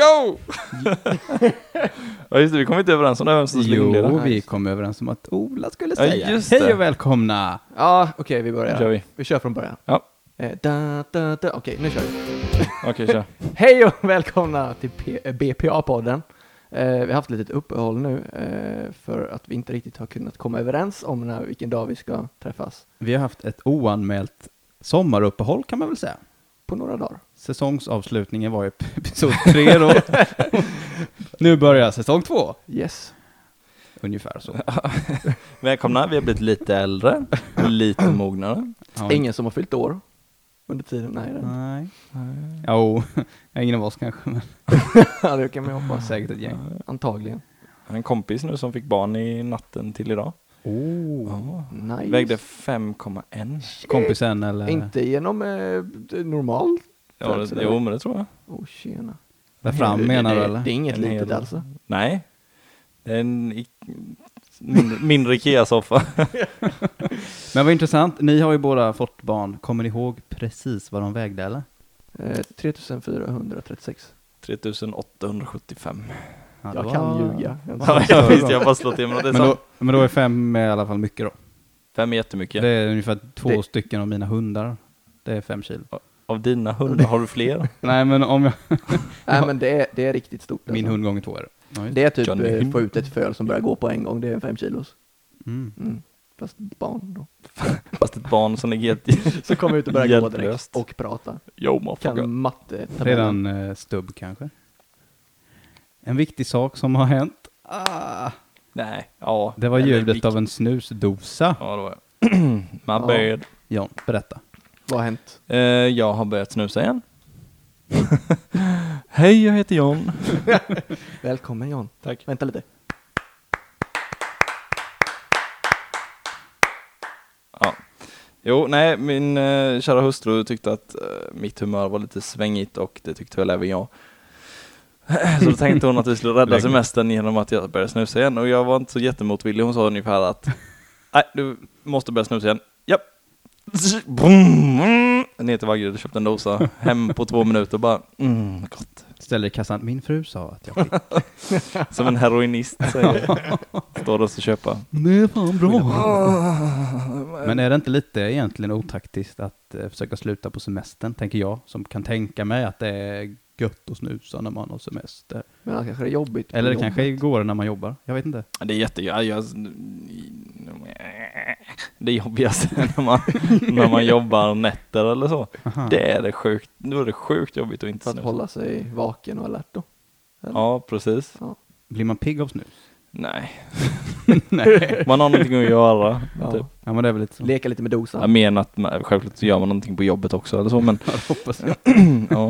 go! Ja just det, vi kom inte överens om det. Vem som skulle inleda. Jo, vi kom överens om att Ola skulle säga just hej det. och välkomna. Ja, okej, vi börjar. Kör vi. Vi kör från början. Ja. Okej, nu kör vi. Okej, kör. Hej och välkomna till BPA-podden. Vi har haft lite uppehåll nu för att vi inte riktigt har kunnat komma överens om vilken dag vi ska träffas. Vi har haft ett oanmält sommaruppehåll kan man väl säga. På några dagar. Säsongsavslutningen var ju episod 3 då. Nu börjar säsong 2. Yes. Ungefär så. Välkomna, vi har blivit lite äldre. Lite mognare. Ja. Ingen som har fyllt år under tiden. Nej. Jo, ingen av oss kanske. Men Ja, det kan man hoppas. säkert ett gäng. Antagligen. En kompis nu som fick barn i natten till idag. Nice. Vägde 5,1. Kompisen eller? Inte genom normal. Ja, jo, men det tror jag. Oh, tjena. Där fram menar du eller? Det är inget En litet hel- alltså. Nej. Det är en mindre Ikea-soffa. Men vad intressant, ni har ju båda fått barn. Kommer ni ihåg precis vad de vägde eller? 3436. 3875. Ja, det Jag var- kan ljuga. Ja, visst, jag bara slått in men det är sant. Men då är 5 i alla fall mycket då. 5 är jättemycket. Det är ungefär 2 Det- stycken av mina hundar. Det är 5 kilo. Av dina hundar har du fler? Nej men om jag... Nej, men det är riktigt stort. Min alltså. hund gånger 2 är det. Ja, just. Det är typ Johnny. få ut ett föl som börjar gå på en gång. Det är 5 kilos. Mm. Fast barn då. Fast ett barn som ligger helt... Så kommer ut och börjar gå direkt Hjälplöst. och prata. Jo, motherfucker. Kan matte. Redan stubb kanske. En viktig sak som har hänt. Nej, ja. Det var Eller ljudet av en snusdosa. Ja, det var jag. My bad. John, berätta. Vad har hänt? Jag har börjat snusa igen. Hej, jag heter John. Välkommen John. Tack. Vänta lite. Ja. Jo, nej, min kära hustru tyckte att mitt humör var lite svängigt och det tyckte väl även jag. Så då tänkte hon att vi skulle rädda semestern genom att jag började snusa igen. Och jag var inte så jättemotvillig. Hon sa ungefär att nej, du måste börja snusa igen. Japp. Ner till Vaggeryd och köpte en dosa. Hem på 2 minuter och bara, gott. Ställer i kassan. Min fru sa att jag fick. Som en heroinist säger. Står och så köpa. Det är fan bra. Men är det inte lite egentligen otaktiskt att försöka sluta på semestern, tänker jag, som kan tänka mig att det är gött att snusa när man har semester. Men det kanske är jobbigt. på Eller det jobbet. kanske går när man jobbar. Jag vet inte. Det är det är jobbigast när man jobbar nätter eller så. Aha. Det är det sjukt. Då är det sjukt jobbigt att inte För att snusa. hålla sig vaken och alert då. Ja, precis. Blir man pigg av snus? Nej. Nej. Man har någonting att göra. Ja. Typ. Ja, men det är väl lite så. Leka lite med dosan. Jag menar att självklart så gör man någonting på jobbet också eller så, men Ja, det hoppas jag. ja.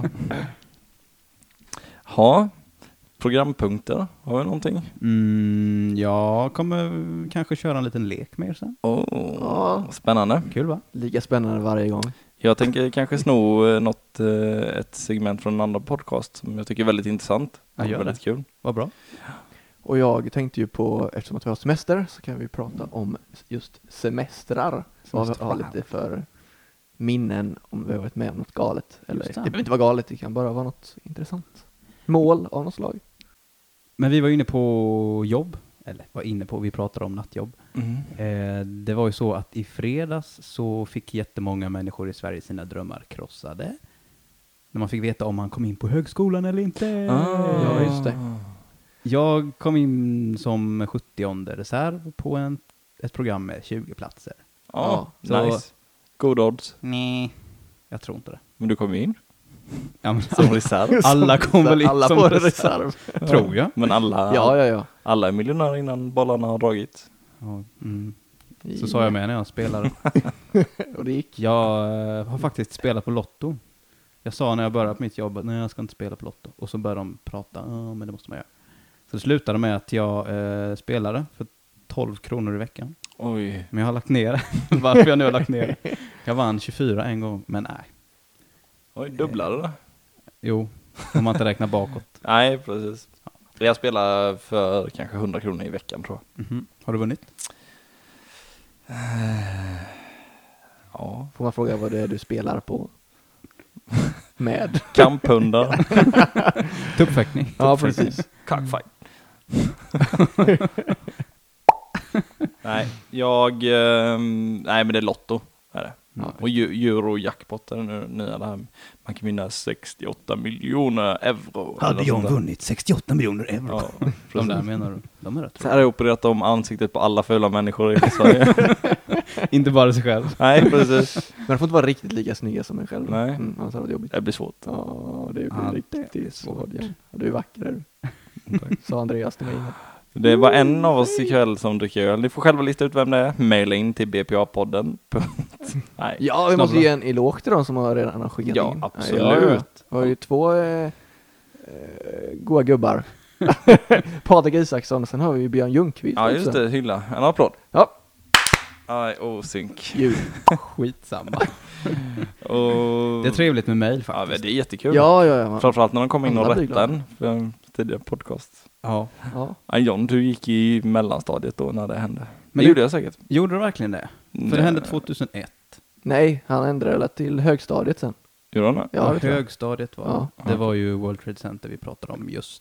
Ha. Programpunkter. Har vi någonting? Jag kommer kanske köra en liten lek med er sen. Ja. Spännande. Kul va? Lika spännande varje gång. Jag tänker kanske sno ett segment från en annan podcast som jag tycker är väldigt intressant. Ja, gör väldigt kul. Vad bra. Och jag tänkte ju på, eftersom att vi har semester så kan vi prata om just semestrar. Vad vi har lite för minnen om vi har varit med om något galet. Eller Just det det. behöver inte vara galet, det kan bara vara något intressant. Mål av något slag. Men vi var inne på jobb. Eller var inne på, vi pratade om nattjobb. Det var ju så att i fredags så fick jättemånga människor i Sverige sina drömmar krossade. När man fick veta om man kom in på högskolan eller inte. Ja, just det. Jag kom in som 70:e reserv på ett program med 20 platser. Ja, så- nice. God odds. Nej, jag tror inte det. Men du kom in Ja, men som reserv. alla kom väl in Alla som på reserv. Tror jag. Men Ja. alla är miljonärer innan bollarna har dragit. Ja, Så sa jag med när jag spelade. Och det gick. Jag har faktiskt spelat på Lotto. Jag sa när jag började på mitt jobb att nej, jag ska inte spela på Lotto. Och så började de prata, men det måste man göra. Så det slutade med att jag spelade för 12 kronor i veckan. Oj. Men jag har lagt ner varför jag nu har lagt ner. Jag vann 24 en gång, men nej. Oj, dubblade det? Jo, om man inte räknar bakåt. Nej, precis. Jag spelar för kanske 100 kronor i veckan tror jag. Mhm. Har du vunnit? Ja. Får man fråga vad det är du spelar på? med. Kamphundar. Tuppfäktning. Ja, precis. Cockfight. Nej, nej men det är Lotto. Är det. Ja. Och Eurojackpot är det nya där. Man kan vinna 68 miljoner euro. Hade eller jag sånt där. vunnit 68 miljoner euro? Ja, De precis. där menar du? De är rätt. Så här har jag opererat om ansiktet på alla fula människor i Sverige. Inte bara sig själv. Nej, precis. Men de får inte vara riktigt lika snygga som en själv. Nej. Annars hade det jobbigt. Det blir svårt. Ja, det blir Ja, riktigt svårt. Ja. Du är vacker, är du. Sa Andreas till mig innan. Det var en av oss ikväll som dricker öl. Ni får själva lista ut vem det är. Maila in till bpa-podden. Nej. Ja, vi måste ge en eloge till de som har redan skickat Ja, in. absolut. Ja. Vi har ju två goa gubbar. Patrik Isaksson och sen har vi ju Björn Ljungqvist Ja, just också. det. Hylla. En applåd. Ja. Aj, osynk. Ljud. Skitsamma. Och... Det är trevligt med mejl Ja, faktiskt. det är jättekul. Ja. Framförallt när de kommer in och Alla blir rättar glada. en för en tidigare podcast. Ja. Ja. Ja, John, du gick i mellanstadiet då när det hände. Men Men du- gjorde jag säkert. Gjorde du verkligen det? För det hände 2001. Nej, han ändrade det till högstadiet sen. Gjorde han det? Ja, det tror jag. Högstadiet var Ja. det. var ju World Trade Center vi pratade om just.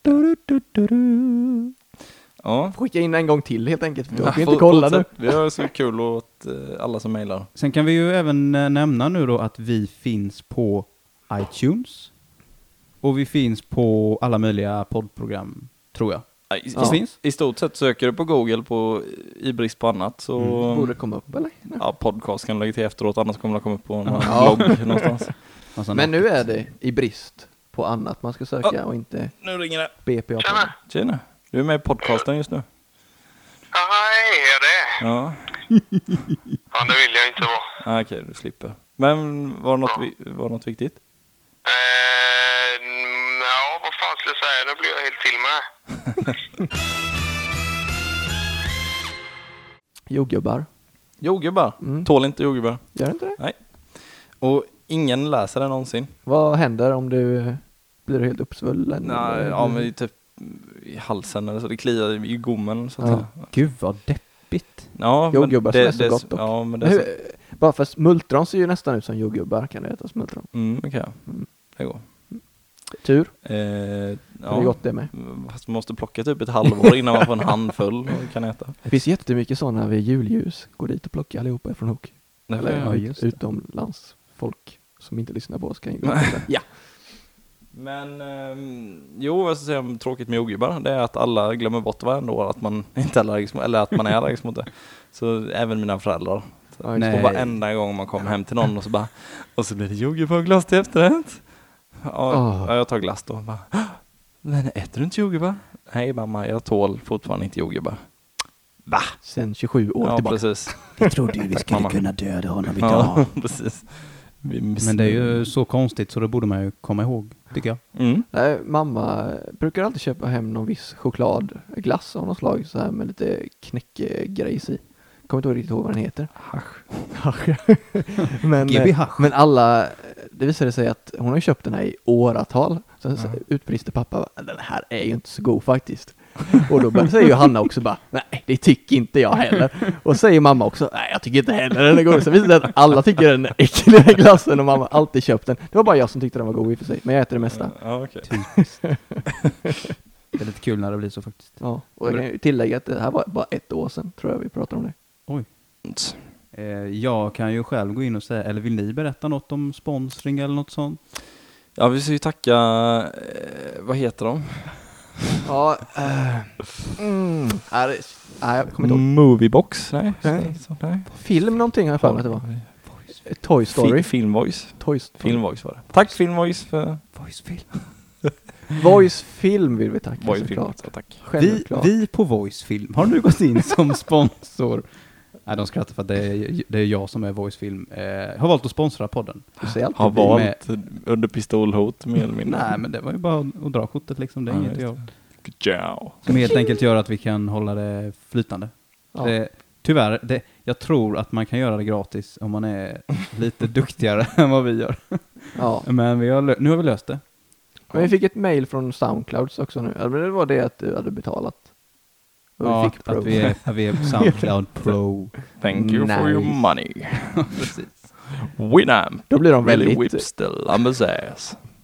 Ja. Skicka in en gång till helt enkelt. För du Ja, har inte kolla nu. fortsätt. Vi har så kul åt alla som mejlar. Sen kan vi ju även nämna nu då att vi finns på iTunes. Och vi finns på alla möjliga poddprogram, tror jag. Ja. Finns? I stort sett söker du på Google i brist på annat så Borde komma upp eller? ja, podcast kan du lägga till efteråt, annars kommer det komma upp på en Ja. blogg någonstans. Alltså, Men nu är det i brist på annat man ska söka och inte Nu ringer det. BPA. Tjena. Tjena. Du är med i podcasten just nu. Jaha, är jag det? Ja. Ja, det vill jag inte vara. Okej, du slipper. Men var det något viktigt? Ja, vad fan ska jag säga? Nu blir jag helt till med. Jordgubbar. Jordgubbar. Mm. Tål inte jordgubbar. Gör det inte det? Och ingen läser det någonsin. Vad händer om du blir helt uppsvullen? Nej, eller? ja, men typ i halsen eller så. Det kliar i gommen så att Ja. säga. Gud vad deppigt. Ja, Jordgubbar som är så gott dock. Ja, men det Men är så... bara för smultron ser ju nästan ut som jordgubbar. Kan det heta smultron? Okej. Det går. Tur. Ja. Det är gott det med. Fast man måste plocka typ ett halvår innan man får en handfull och kan äta. Det finns jättemycket sådana vid julljus. Gå dit och plocka allihopa från Hook. Eller Ja, just det. utomlands folk som inte lyssnar på oss kan ju ja. Men jo, jag ska säga om tråkigt med jordgubbar, det är att alla glömmer bort varandra år att man inte är allergisk mot, eller att man är allergisk mot det. Så även mina föräldrar. Ja, just Nej. Och varenda gång man kommer hem till någon och så bara, och så blir det jordgubbar och glass till efterrätt. Ja, jag tar glass då. Bara, men äter du inte jordgubbar? Nej mamma, jag tål fortfarande inte jordgubbar. Va? Sen 27 år Ja, tillbaka. precis. Vi trodde ju vi skulle Mamma. kunna döda honom Ja, precis. Men det är ju så konstigt så det borde man ju komma ihåg, tycker jag. Mm. Nej, mamma brukar alltid köpa hem någon viss chokladglass av något slag så här med lite knäckgrejs i. Kommer inte riktigt ihåg vad den heter. men, GB hasch. men alla, det visade sig att hon har ju köpt den här i åratal. Sen utbrister pappa, den här är ju inte så god faktiskt. Och då säger ju Hanna också bara, nej det tycker inte jag heller. Och säger mamma också, nej jag tycker inte heller den är god. Så visar det att alla tycker den är äcklig i glassen och mamma alltid köpt den. Det var bara jag som tyckte den var god i och för sig, men jag äter det mesta. Ja, okej. Det är lite kul när det blir så faktiskt. Ja, och jag kan ju tillägga att det här var bara 1 år sedan tror jag vi pratade om det. Oj. Jag kan ju själv gå in och säga, eller vill ni berätta något om sponsring eller något sånt? Ja, vi ska ju tacka, vad heter de? Ja, nej, jag kommer inte ihåg. Moviebox? Nej. Nej. Nej. Film någonting har jag för mig att det var. Toy Story. Filmvoice. Toy Story. Filmvoice var det. Tack Filmvoice för Voicefilm. Voice Film vill vi tacka Voice såklart. Film. Tack. Självklart. Vi på Voicefilm, har nu gått in som sponsor? Nej, de skrattar för att det är jag som är Voicefilm. Har valt att sponsra podden. Du säger alltid Har vi. valt under pistolhot mer eller mindre. Nej, men det var ju bara att dra kortet liksom. Det är Ja, inget just jag. Ciao. Som helt enkelt gör att vi kan hålla det flytande. Ja. Tyvärr, jag tror att man kan göra det gratis om man är lite duktigare än vad vi gör. Ja. Men nu har vi löst det. Men vi fick ett mail från Soundclouds också nu. Ja, men det var det att du hade betalat. Och Ja, vi fick Pro. att vi är Soundcloud Pro. Thank you for your Nice. money. Precis. Winamp. Då blir de Really väldigt... whips the lumber's ass.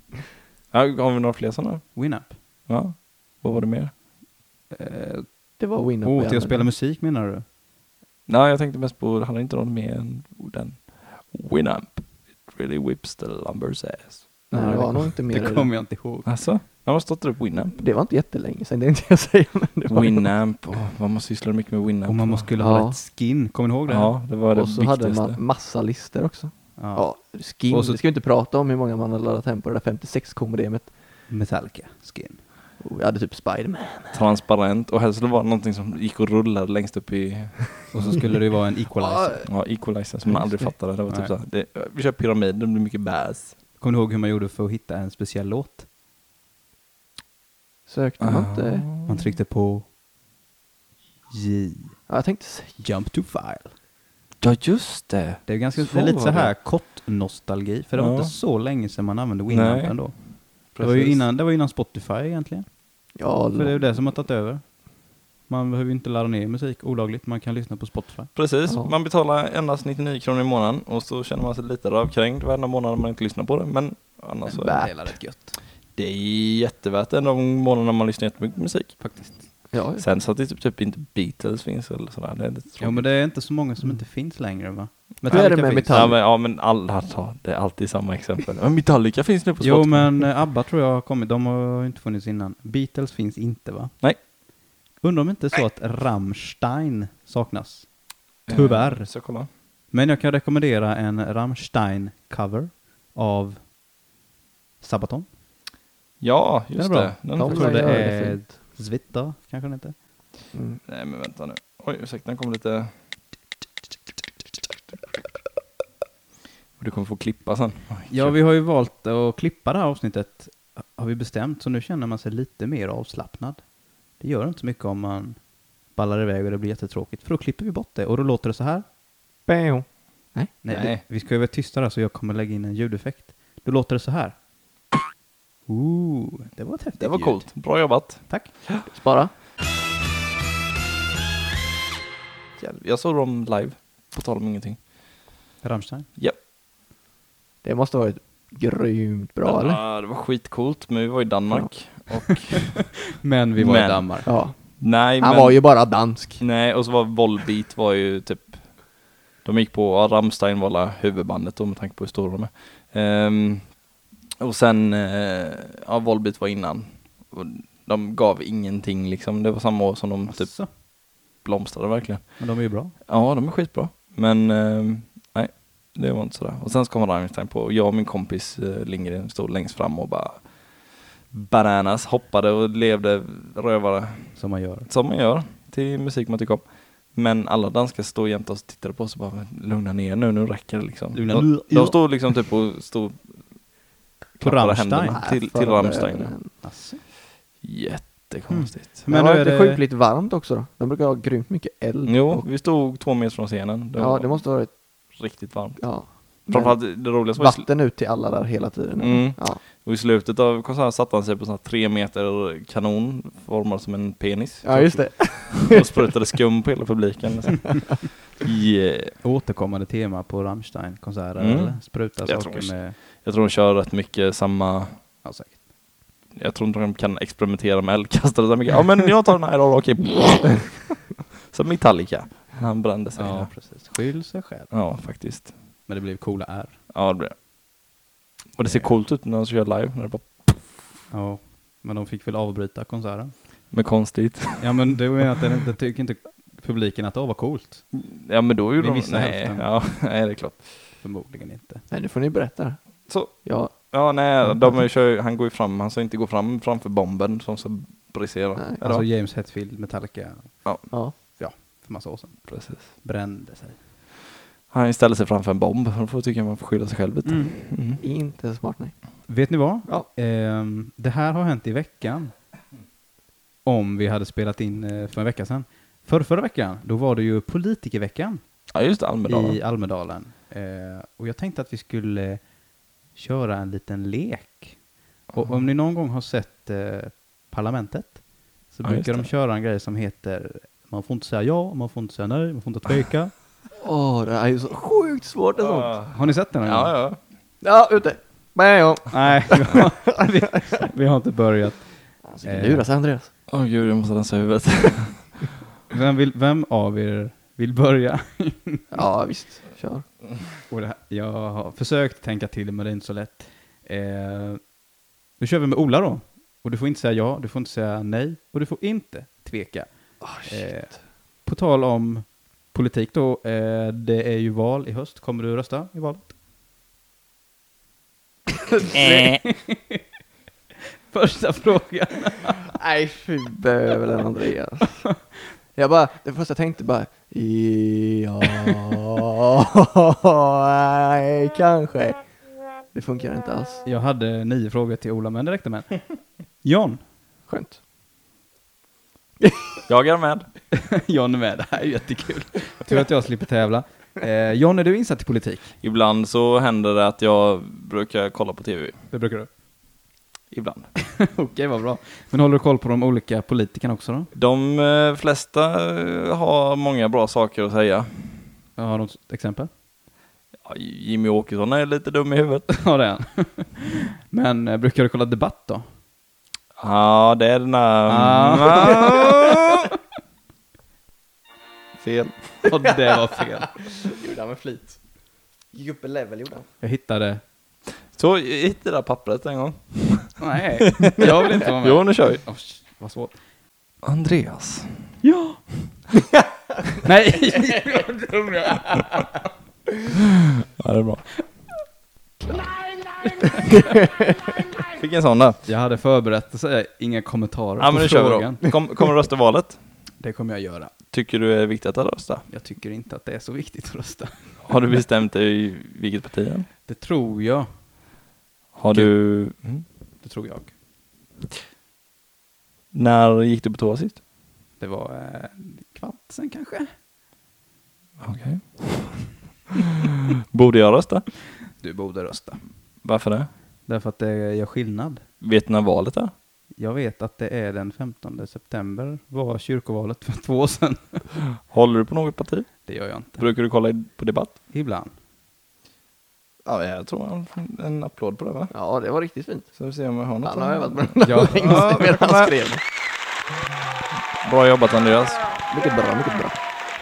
Ja, har vi några fler sådana? Winamp. Ja. Vad var det mer? Det var Winamp. Till att spela musik menar du? Nej, jag tänkte mest på, hade inte något mer än den Winamp. It really whips the lumber's ass. Nej, det var nog inte mer. Det kommer jag inte ihåg. Alltså, jag har stått upp Winamp. Det var inte jättelänge sedan, det är inte jag säger. Men det var Winamp, vad man sysslar mycket med Winamp. Och man skulle ha ett skin, kommer ni ihåg det? Ja, det var det och så viktigaste. hade man massa listor också. Ja. Ja, skin. Och så- Vi ska ju inte prata om hur många man har laddat hem på det där 56K-modemet. Metallica skin. Och jag hade typ Spider-Man. Transparent, och helst det var någonting som gick och rullade längst upp i... Och så skulle det ju vara en equalizer. Ja, equalizer som man aldrig fattade. Det var typ Nej. så här, vi kör pyramid, det blir mycket bass. Kommer du ihåg hur man gjorde för att hitta en speciell låt? Sökte man inte? Man tryckte på J. Ja, jag tänkte säga. Jump to file. Ja, just det. Det är ganska Så det är lite var så här det. kort nostalgi. För det var Ja. inte så länge sedan man använde Winamp då. Det var Precis. ju innan Spotify egentligen. Ja, För det är ju det som har tagit över. Man behöver ju inte ladda ner musik olagligt. Man kan lyssna på Spotify. Precis, Ja. man betalar endast 99 kronor i månaden och så känner man sig lite rövkrängd varje månad när man inte lyssnar på det. Men annars så Men är värt. Det är rätt gött. det är jättevärt en av månaderna man lyssnar jättemycket musik. Faktiskt. ja. Sen så att det typ inte Beatles finns eller sådär. Det är lite Ja, men det är inte så många som inte finns längre, va? Hur är det med finns. Metallica? Ja, men alla tar det är alltid samma exempel. Men Metallica finns nu på Spotify. Jo, men ABBA tror jag har kommit. De har inte funnits innan. Beatles finns inte, va? Nej. Undrar om inte så att Rammstein saknas. Tyvärr. Så kolla. Men jag kan rekommendera en Rammstein-cover av Sabaton. Ja, Den just är bra. det. Den De Jag får tror lär det göra det är fint. Zwitta, kanske den heter. Mm. Nej, men vänta nu. Oj, ursäkta, den kommer lite... Du kommer få klippa sen. Oj, Ja, vi har ju valt att klippa det här avsnittet, har vi bestämt, så nu känner man sig lite mer avslappnad. Det gör inte så mycket om man ballar iväg och det blir jättetråkigt, för då klipper vi bort det och då låter det så här. Bam. Nej. Nej. Vi ska ju vara tysta där så jag kommer lägga in en ljudeffekt. Då låter det så här. Det var ett häftigt Det var ljud. coolt. Bra jobbat. Tack. Spara. Jag såg dem live. På tal om ingenting. Rammstein. Ja. Det måste ha varit grymt bra, eller? Ja, det var skitcoolt. Men vi var i Danmark. Och, Men vi var i Men- Danmark. Ja. nej, Han men, var ju bara dansk. Nej, och så var Volbeat var ju typ... De gick på... Ja, Rammstein var alla huvudbandet då med tanke på hur stora de är. Och sen... ja, Volbeat var innan. Och de gav ingenting liksom. Det var samma år som de typ Asså. blomstrade verkligen. Men de är ju bra. Ja, de är skitbra. Men nej, det var inte sådär. Och sen så kom Rammstein på. Och jag och min kompis Lindgren stod längst fram och bara bananas, hoppade och levde rövare Som man gör. som man gör till musik man tycker om. Men alla danskar stod jämt och tittade på oss och bara lugna ner nu räcker det liksom. Lugna De, ner. de stod liksom typ och stod klappade Rammstein? händerna till Rammstein. Asså. Jättekonstigt. Men Men var nu det är inte det- sjukligt varmt också då? De brukar ha grymt mycket eld. Jo, och, vi stod 2 meter från scenen. ja, var det måste ha varit, riktigt varmt. ja. Framförallt det roligaste var Vatten ut till alla där hela tiden. Mm. Ja. och i slutet av konserten satte han sig på sån här 3 meter kanon formad som en penis. Ja, just det. Och sprutade skum på hela publiken. Yeah. Återkommande tema på Rammstein-konserter, Mm. eller? Spruta Jag saker tror- med... Jag tror de kör rätt mycket samma... Ja, säkert. Jag tror inte de kan experimentera med eldkastare så mycket. Ja, men jag tar den här då, okej. Som Metallica. När han brände sig. Ja, precis. Skyll sig själv. Ja, faktiskt. Men det blev coola R. Ja, det blir det. Och det ser coolt ut när de kör live. När det bara Ja, men de fick väl avbryta konserten. med konstigt. Ja, men det var ju att den tycker inte publiken att det var coolt. Ja, men då är ju Vi de... missade Nej, hälften. ja, nej, det är klart. Förmodligen inte. Nej, nu får ni berätta. Så. Ja, Ja, nej, han går ju fram. Han ska inte gå framför bomben som ska brisera. Nej. Eller Alltså vad? James Hetfield, Metallica, ja. för massa år sedan. Precis. Brände sig. Han ställer sig framför en bomb. Då får tycka man får skydda sig själv lite. Mm. Inte smart, nej. Vet ni vad? Ja. Det här har hänt i veckan. Om vi hade spelat in för en vecka sedan. Förra veckan, då var det ju politikerveckan Ja, just det. Almedalen. i Almedalen. Och jag tänkte att vi skulle köra en liten lek. Och om ni någon gång har sett Parlamentet så Ja, brukar just de det. köra en grej som heter man får inte säga ja, man får inte säga nej, man får inte tveka. Åh, det är ju så sjukt svårt och sånt. Ja, Har ni sett den? ja. Ja, ute. Nej, Nej, vi har inte börjat. alltså, luras Andreas. Åh gud, jag måste rensa huvudet. Vem av er vill börja? Ja, visst. Kör. Och jag har försökt tänka till, men det är inte så lätt. Nu kör vi med Ola då. Och du får inte säga ja, du får inte säga nej, och du får inte tveka. På tal om politik då, det är ju val i höst. Kommer du rösta i valet? Första frågan. Nej, fy bövelen Andreas. Det första jag tänkte bara, ja, nej, kanske. Det funkar inte alls. Jag hade 9 frågor till Ola, men det räckte med. John. Skönt. Jag är med. John är med, det här är jättekul. Tur att jag slipper tävla. John, är du insatt i politik? Ibland så händer det att jag brukar kolla på tv. Det brukar du? Ibland. Okej, vad bra. Men håller du koll på de olika politikerna också då? De flesta har många bra saker att säga. Jag har något exempel? Ja, Jimmy Åkesson är lite dum i huvudet. Ja, det är han. Men brukar du kolla debatt då? Ja, det är den där... Fel. Och det var fel. Gjorde han med flit. Gick upp en level, gjorde han. Jag hittade... Så jag hittade det där pappret en gång. Nej, jag vill inte vara med. Jo, nu kör vi. Oh, vad svårt. Andreas. Ja! Nej! Ja, det är bra. Fick en sån där. Jag hade förberett att säga inga kommentarer Ja, men på nu kör frågan. vi då. Kommer du rösta i valet? Det kommer jag göra. Tycker du det är viktigt att rösta? Jag tycker inte att det är så viktigt att rösta. Har du bestämt dig i vilket parti än? Det tror jag. Har du... Mm. Det tror jag. När gick du på toa sist? Det var kvart sen kanske. Okej. Borde jag rösta? Du borde rösta. Varför det? Därför att det gör skillnad. Vet du när valet är? Jag vet att det är den 15 september. Var kyrkovalet för 2 år sedan. Håller du på något parti? Det gör jag inte. Brukar du kolla på debatt? Ibland. Ja, jag tror en applåd på det, va? Ja, det var riktigt fint. Så vi ser om jag har något. Han har övat på den Ja. medan han skrev. Bra jobbat, Andreas. Mycket bra, mycket bra.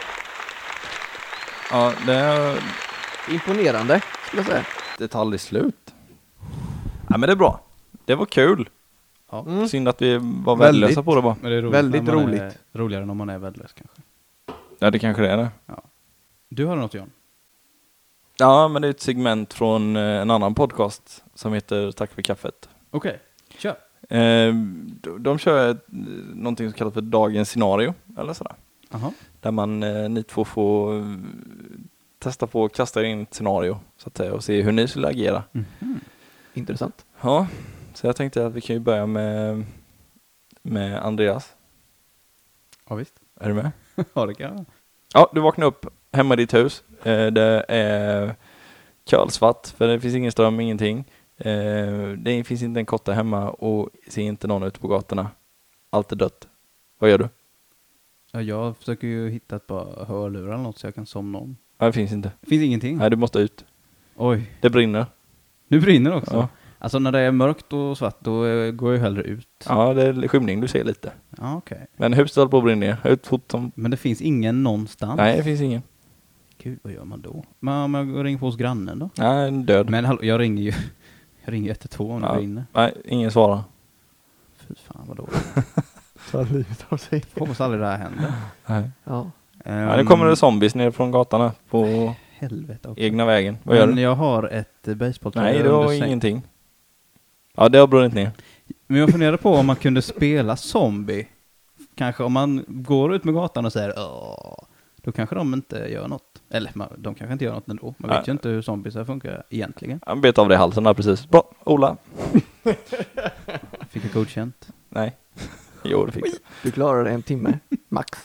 Ja, det är... Imponerande, skulle jag säga. Det tar aldrig slut. Ja, men det är bra. Det var kul. Ja. Synd att vi var värdelösa på det bara. Men det är roligt Väldigt när man roligt. Är roligare än om man är värdelös kanske. Ja, det kanske det är det. Ja. Du har något, John? Ja, men det är ett segment från en annan podcast som heter Tack för kaffet. Okej, kör. De kör någonting som kallas för dagens scenario, eller sådär. Aha. Där man, ni två får testa på att kasta in ett scenario så att säga, och se hur ni skulle agera. Mm-hmm. Intressant. Ja, så jag tänkte att vi kan ju börja med Andreas. Ja, visst. Är du med? Ja, det kan jag. Ja, du vaknar upp hemma i ditt hus. Det är kölsvart, för det finns ingen ström, ingenting. Det finns inte en kotte hemma och ser inte någon ute på gatorna. Allt är dött. Vad gör du? Ja, jag försöker ju hitta ett par hörlurar eller något så jag kan somna om. Ja, det finns inte. Finns ingenting? Nej, du måste ut. Oj, Det brinner. nu brinner det också. Ja. Alltså när det är mörkt och svart då går jag hellre ut. Ja, det är skymning, du ser lite. Ja, okej. Men huset håller på att brinna ner. Ut fort som... Men det finns ingen någonstans? Nej, det finns ingen. Gud, vad gör man då? Men om jag ringer på hos grannen då? Nej, en död. Men hallå, jag ringer 112 om det brinner. Nej, ingen svarar. Fy fan vad dåligt. Så livet av sig. Hoppas aldrig det här händer. Nej. Ja. Ja, nu kommer det zombies ner från gatan här på Helvete också. egna vägen. Vad gör Men du? jag har ett basebollträ. Nej, det under var säng. ingenting. Ja, det har brunnit ner. Men jag funderar på om man kunde spela zombie. Kanske om man går ut med gatan och säger åh, då kanske de inte gör något. Eller de kanske inte gör något ändå. Man vet ju inte hur zombies funkar egentligen. Han bet av det i halsen där precis. Bra, Ola. Fick jag godkänt? Nej. Jo, det fick du. Du klarar det 1 timme, max.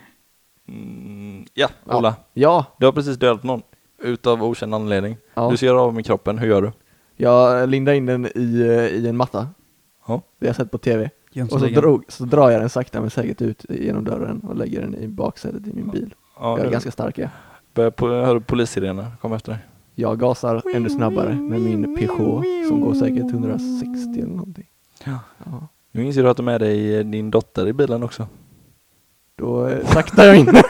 Ja, Ola. Ja, Du har precis dödat någon. Utav okänd anledning. ja. Du ska göra av med kroppen. Hur gör du? Jag lindar in den i en matta. Ja. Det har jag sett på tv. Och så drar jag den sakta men säkert ut genom dörren och lägger den i baksätet i min bil. Ja, Jag är ganska stark. Ja. Hör polisirener. Kom efter dig. Jag gasar ännu snabbare med min Peugeot som går säkert 160 eller någonting. Ja. Nu inser du att du med dig din dotter i bilen också. Då saktar jag in.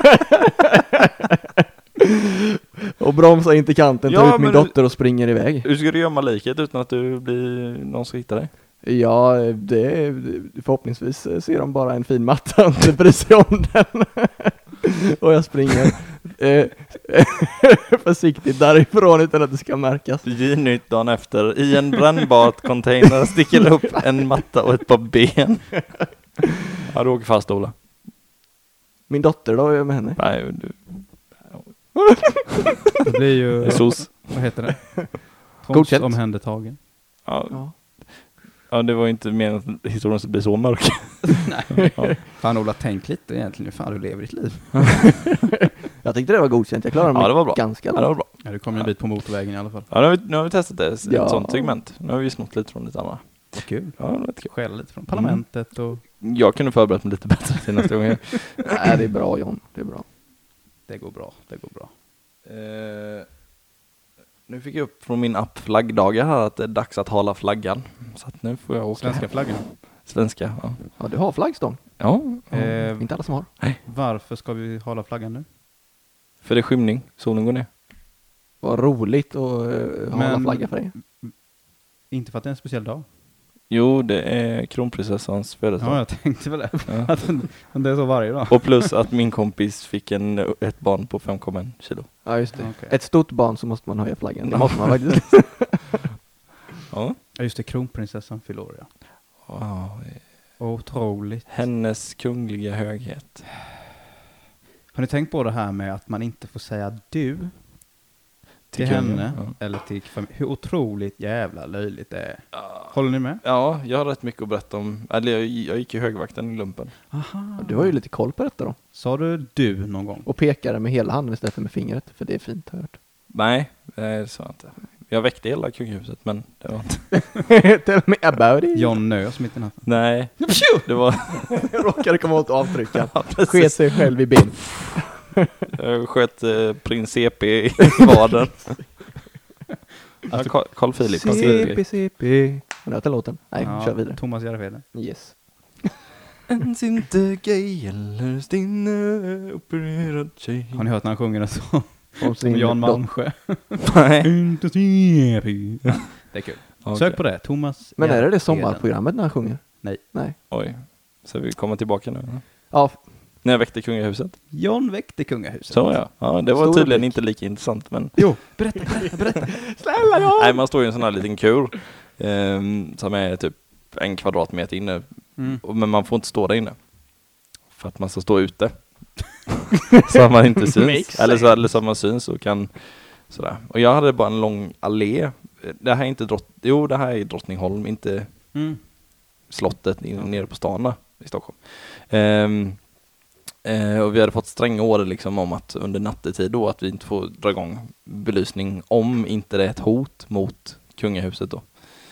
Och bromsar in till kanten, tar ut min dotter och springer iväg. Hur ska du gömma liket utan att du blir någon som hittar dig? Ja, förhoppningsvis ser de bara en fin matta och inte bryr sig om den. Och jag springer försiktigt därifrån utan att det ska märkas. Nytt dagen efter. I en brännbar container sticker upp en matta och ett par ben. Ja, du åker fast, Ola. Min dotter då, är jag med henne? Nej, du... Det blir ju... SOS. Vad heter det? Godkänt. Omhändertagen. Ja. Ja, det var inte meningen att historien skulle bli så mörk. Nej. Ja. Fan, Ola, tänk lite egentligen hur fan du lever ditt liv. Jag tyckte det var godkänt. Jag klarade mig det var bra. ganska Ja, det var bra. Ja, du kom en bit på motorvägen i alla fall. Ja, nu har vi testat det. Ett Ja. sånt segment. Nu har vi snott lite från lite andra. Vad kul. Ja, det var lite kul. Skälla lite från parlamentet och... Jag kunde förberett mig lite bättre till nästa gång. Nej, det är bra, John. Det är bra. Det går bra, det går bra. Nu fick jag upp från min app flaggdagar här att det är dags att hala flaggan. Så att nu får jag åka. Svenska flaggan. Svenska, ja. Ja, du har flaggstång. Ja, Inte alla som har. Varför ska vi hålla flaggan nu? för det är skymning. Solen går ner. Vad roligt att hålla flagga för dig. Inte för att det är en speciell dag. Jo, det är kronprinsessans födelsedag. Ja, jag tänkte väl det. Ja. Att det är så varje dag. Och plus att min kompis fick ett barn på 5,1 kilo. Ja, just det. Okej. Ett stort barn så måste man höja flaggan. Det måste man faktiskt. Ja. Ja, just det, kronprinsessan Filoria. Wow. Otroligt. Hennes kungliga höghet. Har ni tänkt på det här med att man inte får säga du till kungen, henne ja. eller till familjen? Hur otroligt jävla löjligt det är. Håller ni med? Ja, jag har rätt mycket att berätta om. Eller jag gick i högvakten i lumpen. Aha. Du har ju lite koll på detta då. Sa du någon gång? Och pekade med hela handen istället för med fingret. För det är fint, har jag hört. Nej, det sa jag inte. Jag väckte hela kungahuset, men det var inte... Tell me about it. John Nös mitt i natten. Nej, det var... Jag råkade komma åt avtryckan. Ja, precis. Sket sig själv i ben. Jag sköt prins CP i vaden. Ja, Carl Philip. CP. Har du hört den låten? Nej, kör vidare. Thomas Järvheden. Yes. Ens inte gay eller stinne opererad tjej. Har ni hört när han sjunger en sång? Om sin Jan Malmsjö. Nej. Inte CP. Det är kul. Okay. Sök på det. Thomas Men är det Järvheden. sommarprogrammet när han sjunger? Nej. Nej. Oj, så vi kommer tillbaka nu. Ja, När jag väckte kungahuset. John väckte kungahuset. Så ja, det var Stor tydligen blick. inte lika intressant. Men... Jo, berätta. snälla Jan! Nej, man står i en sån här liten kur som är typ 1 kvadratmeter inne. Mm. Men man får inte stå där inne. För att man ska stå ute. Så att man inte syns. Eller så att man syns och kan sådär. Och jag hade bara en lång allé. Det här är inte det här är Drottningholm, inte slottet nere på stan där, i Stockholm. Och vi hade fått stränga order liksom om att under nattetid då att vi inte får dra igång belysning om inte det är ett hot mot kungahuset då.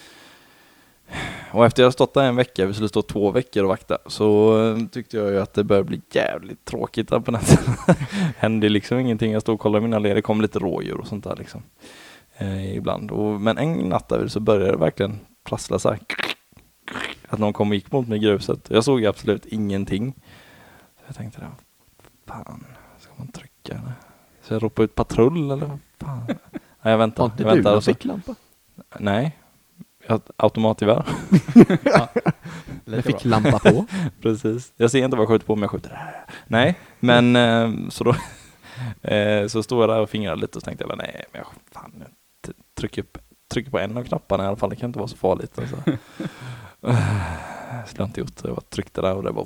Och efter jag stått där en vecka, vi skulle stå 2 veckor och vakta, så tyckte jag ju att det började bli jävligt tråkigt där på natten. Hände liksom ingenting, jag stod och kollade mina leder, det kom lite rådjur och sånt där liksom. Ibland. Men en natt där så började det verkligen prassla så här. Att någon kom och gick mot mig i gruset. Jag såg absolut ingenting. Så jag tänkte, fan, ska man trycka eller? Så jag ropade ut patrull eller vad fan? Nej, jag väntar. Har inte du någon ficklampa? Nej. Jag har automatgevär. Med ficklampa på? Precis. Jag ser inte vad jag skjuter på, men jag skjuter. Nej, men så då så stod jag där och fingrade lite och tänkte jag, nej, men fan, trycker på en av knapparna i alla fall, det kan inte vara så farligt. Alltså. Jag skulle inte gjort det. Jag tryckte där och det var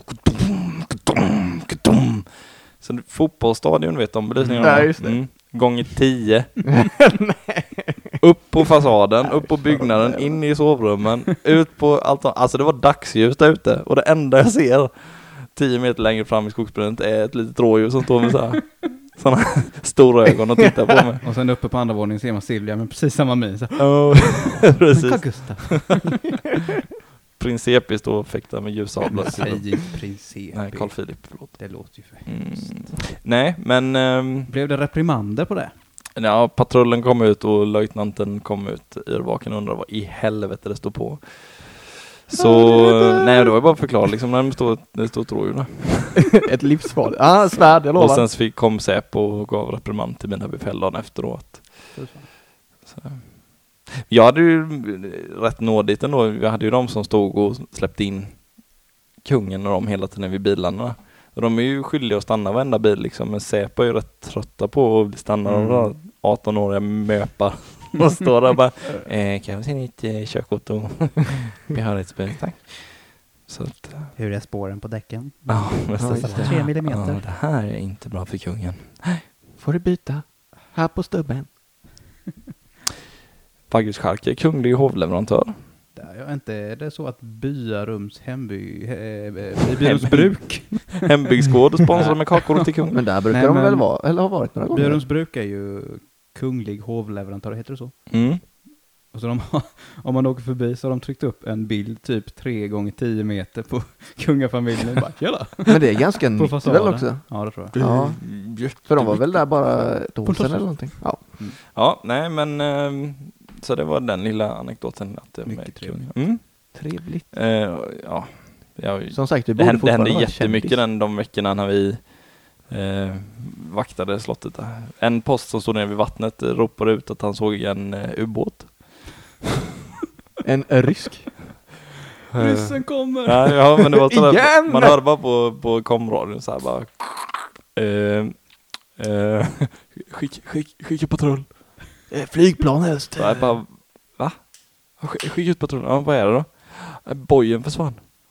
så fotbollsstadion, vet om belysningarna. Nej, just det. Gånger 10. Upp på fasaden, upp på byggnaden, in i sovrummen, ut på allt. Alltså det var dagsljus där ute och det enda jag ser 10 meter längre fram i skogsbrunet är ett litet rådjur som står med såna stora ögon och tittar på mig. Och sen uppe på andra våningen ser man Silvia med precis samma min. Precis. Men Gustav. Prins CP står och fäktar med ljussablar. Säg prins CP. Nej, Carl Philip, förlåt. Det låter ju för hemskt. Nej, men... Blev det reprimander på det? Ja, patrullen kom ut och löjtnanten kom ut yrvaken och undrade vad i helvete det stod på. Så, nej, det var ju bara att förklara liksom när det stod rådjur. Ett livsfarligt. Svärd, jag lovar. Och sen kom Säpo och gav reprimand till mina befäl dagen efteråt. Så. Jag hade ju rätt nådigt ändå. Vi hade ju de som stod och släppte in kungen och de hela tiden vid bilarna. Och de är ju skyldiga att stanna varenda bil liksom. Men Säpo är ju rätt trötta på att bli stannade av 18-åriga möpar. Och står där och bara kan jag se ditt körkort och behörighetsbevis, tack. Så att, hur är spåren på däcken? Ja, 3 millimeter. Ja, det här är inte bra för kungen. Får du byta? Här på stubben. Magnus Scharke är kunglig hovleverantör. Är det så att Byarums Byarumsbruk hembygdsgård sponsrar med kakor till kungen? Men där brukar de väl vara, eller har varit några gånger. Byarumsbruk är ju kunglig hovleverantör, heter det så? Mm. Och så om man åker förbi så har de tryckt upp en bild typ 3x10 meter på kungafamiljen. Bara, tjena! Men det är ganska nytt väl också? Ja, det tror jag. Ja. För de var väl där bara ett år sedan eller någonting. Ja, ja, nej men så det var den lilla anekdoten. Att mycket trevligt. Trevligt. Ja. Som sagt, det hände jättemycket de veckorna när vi vaktade slottet där. En post som stod nere vid vattnet ropade ut att han såg en ubåt. En rysk. Ryssen kommer! Ja, men det var sådär, man hörde bara på komradion så här bara skicka patrull. Flygplan helst. Så jag bara, va? Skicka ut patrull. Ja, vad är det då? Bojen försvann.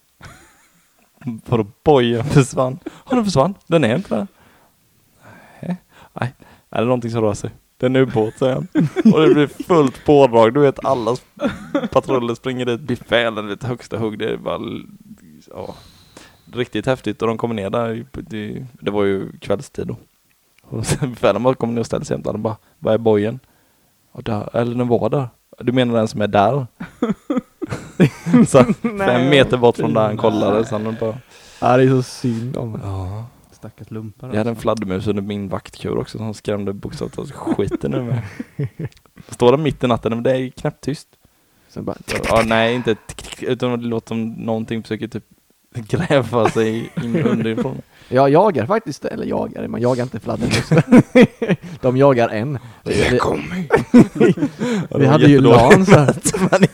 Vadå bojen försvann? Har den försvann? Den är inte där. Nej, är det någonting som rör sig? Det är en ubåt, säger han. Och det blir fullt pådrag. Du vet, alla patruller springer dit. Befälen vid högsta hugg. Det är bara riktigt häftigt. Och de kommer ner där. Det var ju kvällstid då. Och sen befälen bara kommer ner och ställer sig jämt. De bara, vad är bojen? Och där, eller den var där. Du menar den som är där? Så 5 meter bort från där han kollade. Så han bara, ja, det är så synd om. Ja. Stackars lumpar. Jag hade en fladdermus under min vaktkur också som skrämde bokstavligt av skiten nu med. Står där mitt i natten, men det är knäpptyst. Så bara, ja, nej, inte utan det låter som någonting försöker typ gräva sig in underifrån. Jag jagar faktiskt, eller man jagar inte fladdermus. De jagar en. Vi hade ju LAN så här.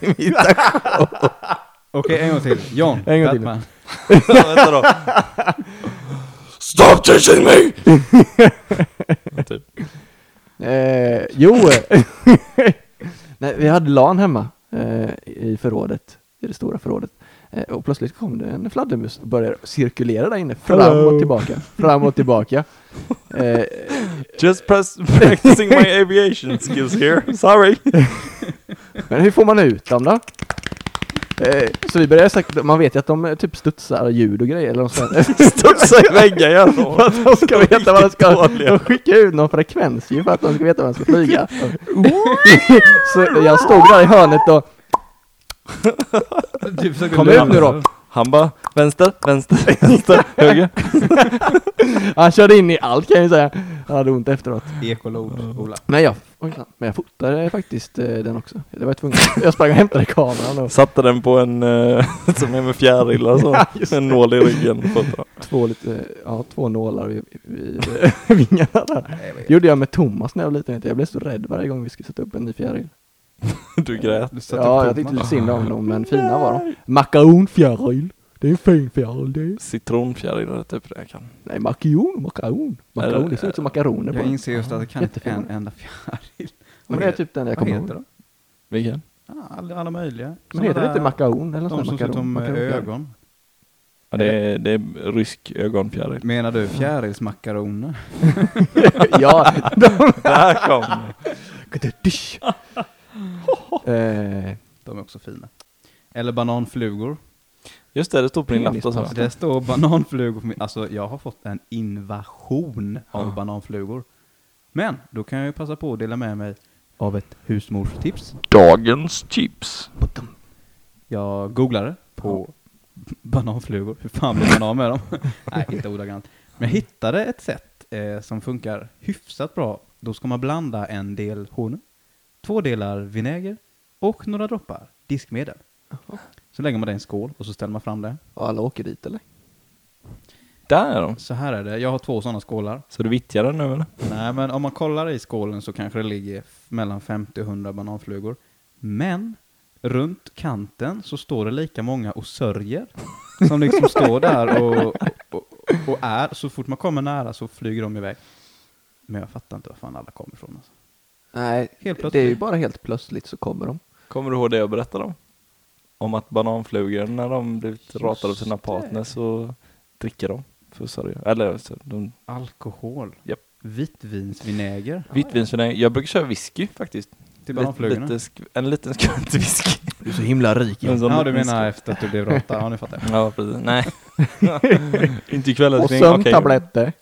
Okej, en gång till. John, en gång till. Batman. Vänta då. Stop touching me! Typ. Jo. Nej, vi hade LAN hemma i förrådet, i det stora förrådet. Och plötsligt kom det en fladdermus och började cirkulera där inne, fram och tillbaka. Just practicing my aviation skills here. Sorry. Men hur får man ut dem då? Så vi började sagt, man vet ju att de typ studsar ljud och grejer, eller studsar i väggar, ja. För att de ska veta vad de ska. De skickar ut någon frekvens ju för att de ska veta vad de ska flyga. Så jag stod där i hörnet och kom ut nu då. Han bara, vänster, höger. Han körde in i allt, kan jag säga. Han hade ont efteråt. Ekolod, Ola. Men jag fotade faktiskt den också. Det var tvungen. Jag sprang och hämtade kameran. Och satte den på en som är med fjärilar så. Ja, en nål i ryggen. Två nålar vid vingarna där. Gjorde jag med Thomas när jag var liten. Jag blev så rädd varje gång vi skulle sätta upp en ny fjäril. Du grät. Ja, jag tyckte lite synd om dem, men fina var de. Makaronfjäril. Det är en fin fjäril det. Citronfjäril eller typ det kan. Nej, makaron. Det ser ut som makaroner. Jag inser just att det kan inte en enda fjäril. Men det är typ den jag kommer ihåg. Då? Vilken? Alla möjliga. Men heter det inte makaron? Eller de som ser ut som ögon. Ja, det är rysk ögonfjäril. Menar du fjärilsmakaroner? Ja, där kom de är också fina. Eller bananflugor. Just det står på din lapp. Det står bananflugor. Alltså jag har fått en invasion av bananflugor. Men då kan jag ju passa på att dela med mig av ett husmorstips. Dagens tips. Jag googlade på bananflugor. Hur fan blir man av med dem? Nej, inte ordagrant. Men jag hittade ett sätt som funkar hyfsat bra Då ska man blanda en del honung, 2 delar vinäger och några droppar diskmedel. Så lägger man det i en skål och så ställer man fram det. Och alla åker dit eller? Där är de. Så här är det. Jag har 2 sådana skålar. Så du vittjar den nu eller? Nej, men om man kollar i skålen så kanske det ligger mellan 50 och 100 bananflugor. Men runt kanten så står det lika många och sörjer som liksom står där och är. Så fort man kommer nära så flyger de iväg. Men jag fattar inte var fan alla kommer ifrån. Alltså. Nej, Helt plötsligt. det är ju bara helt plötsligt så kommer de. Kommer du ihåg det jag berättade om? Om att bananflugor när de blivit ratade av sina partners så dricker de för sörja. Eller så de... Alkohol. Japp. Vitvinsvinäger. Vitvinsvinäger. Jag brukar köra whisky faktiskt. Till bananflugorna. En liten skvätt whisky. Du är så himla rik. En sån Ja, du liten menar efter att du blev ratad. Ja, nu fattar jag. Ja, precis. Nej. Inte ikväll. Och sömntabletter.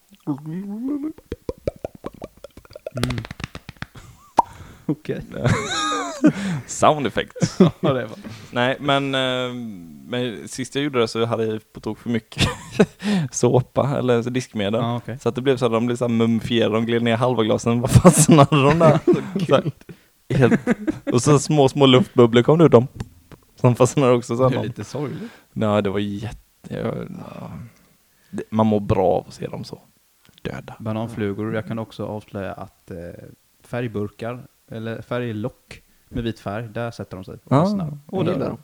Okej. Sound effects. Ja, det var. Nej, men sist jag gjorde det så hade jag på tok för mycket såpa eller så diskmedel. Ja, okej. Så att det blev så att de blev så här mumifierade. De gled ner halva glasen. Vad fastnade de där? Så här, helt, och så små luftbubblor kom det ut dem. Som fastnade också. Så Det är här, lite sorgligt. nej, det var man mår bra av att se dem så döda. Bananflugor. Jag kan också avslöja att färgburkar eller färglock med vit färg, där sätter de sig och fastnar. Och Jag gillar dör.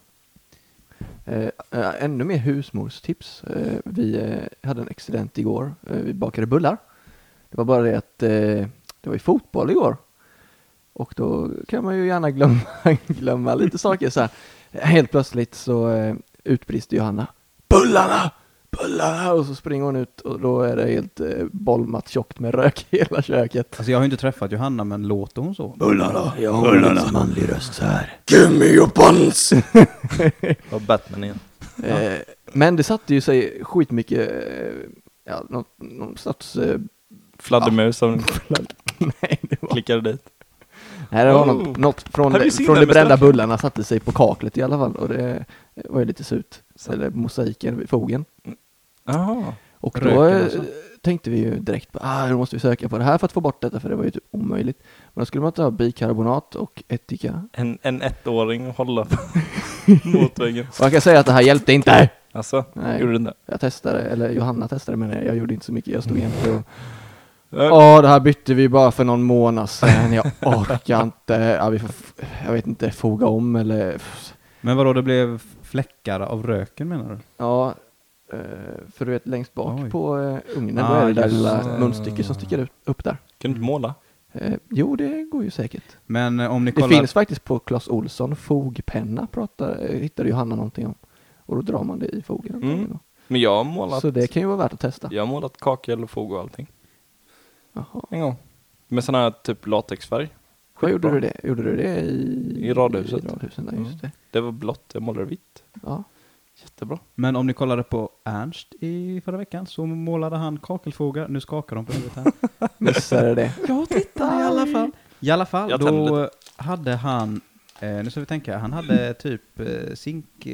dem. Ännu mer husmorstips. Vi hade en accident igår. Vi bakade bullar. Det var bara det att det var ju fotboll igår. Och då kan man ju gärna glömma lite saker. Så här. Helt plötsligt så utbrister Johanna. Bullarna! Bullarna! Och så springer hon ut och då är det helt bollmat tjockt med rök i hela köket. Alltså jag har ju inte träffat Johanna, men låter hon så? Bullarna! Ja, hon har en manlig röst så här. Give me your buns! Och Batman igen. Men det satte ju sig skitmycket någon sorts Fladdermus som nej, det var klickade dit. nej, det var något från Have you seen de them, brända Mr. bullarna satte sig på kaklet i alla fall och det var ju lite surt. Eller mosaiken vid fogen. Jaha. Och då Röken alltså. tänkte vi ju direkt på nu måste vi söka på det här för att få bort detta för det var ju typ omöjligt. Men då skulle man ta bikarbonat och ättika. En 1-åring hålla mot väggen. Och jag kan säga att det här hjälpte inte. Alltså, Nej. gjorde du inte? Jag testade, eller Johanna testade men jag gjorde inte så mycket. Jag stod jämte och Ja. det här bytte vi bara för någon månad sedan. Jag orkar inte. Vi får, jag vet inte, foga om eller... Men vadå, det blev fläckar av röken menar du? Ja, för du vet längst bak Oj. på ugnen då är det där just lilla det. munstycke som sticker upp där. Kan du inte måla? Jo, det går ju säkert. Men om ni Det kollar... finns faktiskt på Clas Ohlson fogpenna hittade Johanna någonting om. Och då drar man det i fogen. Mm. Men jag har målat... Så det kan ju vara värt att testa. Jag har målat kakel och fog och allting. Jaha. En gång. Med sån här typ latexfärg. Vad gjorde du det? Gjorde du det i radhuset? I radhuset, ja, just det. Det var blått, jag målade vitt. Ja. Jättebra. Men om ni kollade på Ernst i förra veckan så målade han kakelfogar. Nu skakar de på huvudet här. Missade det. Jag tittar i alla fall. I alla fall, Jag tänder då hade han, nu ska vi tänka, han hade typ zink,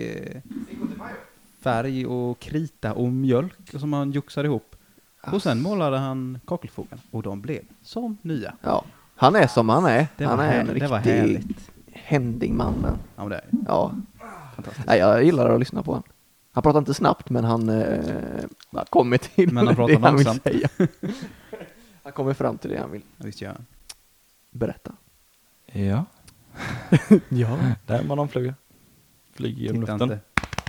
färg och krita och mjölk som han joxade ihop. Och sen målade han kakelfogarna och de blev som nya. Ja. Han är som han är. Det Han var är en det var riktig härligt. händingman. Ja, men det är Ja. fantastiskt. Nej, jag gillar att lyssna på honom. Han pratar inte snabbt, men han kommer till Men han pratar det han vill långsamt. säga. Han kommer fram till det han vill Ja, visst gör han. berätta. Ja. Ja. Där är man de flyger. Flyger genom Titta luften. inte.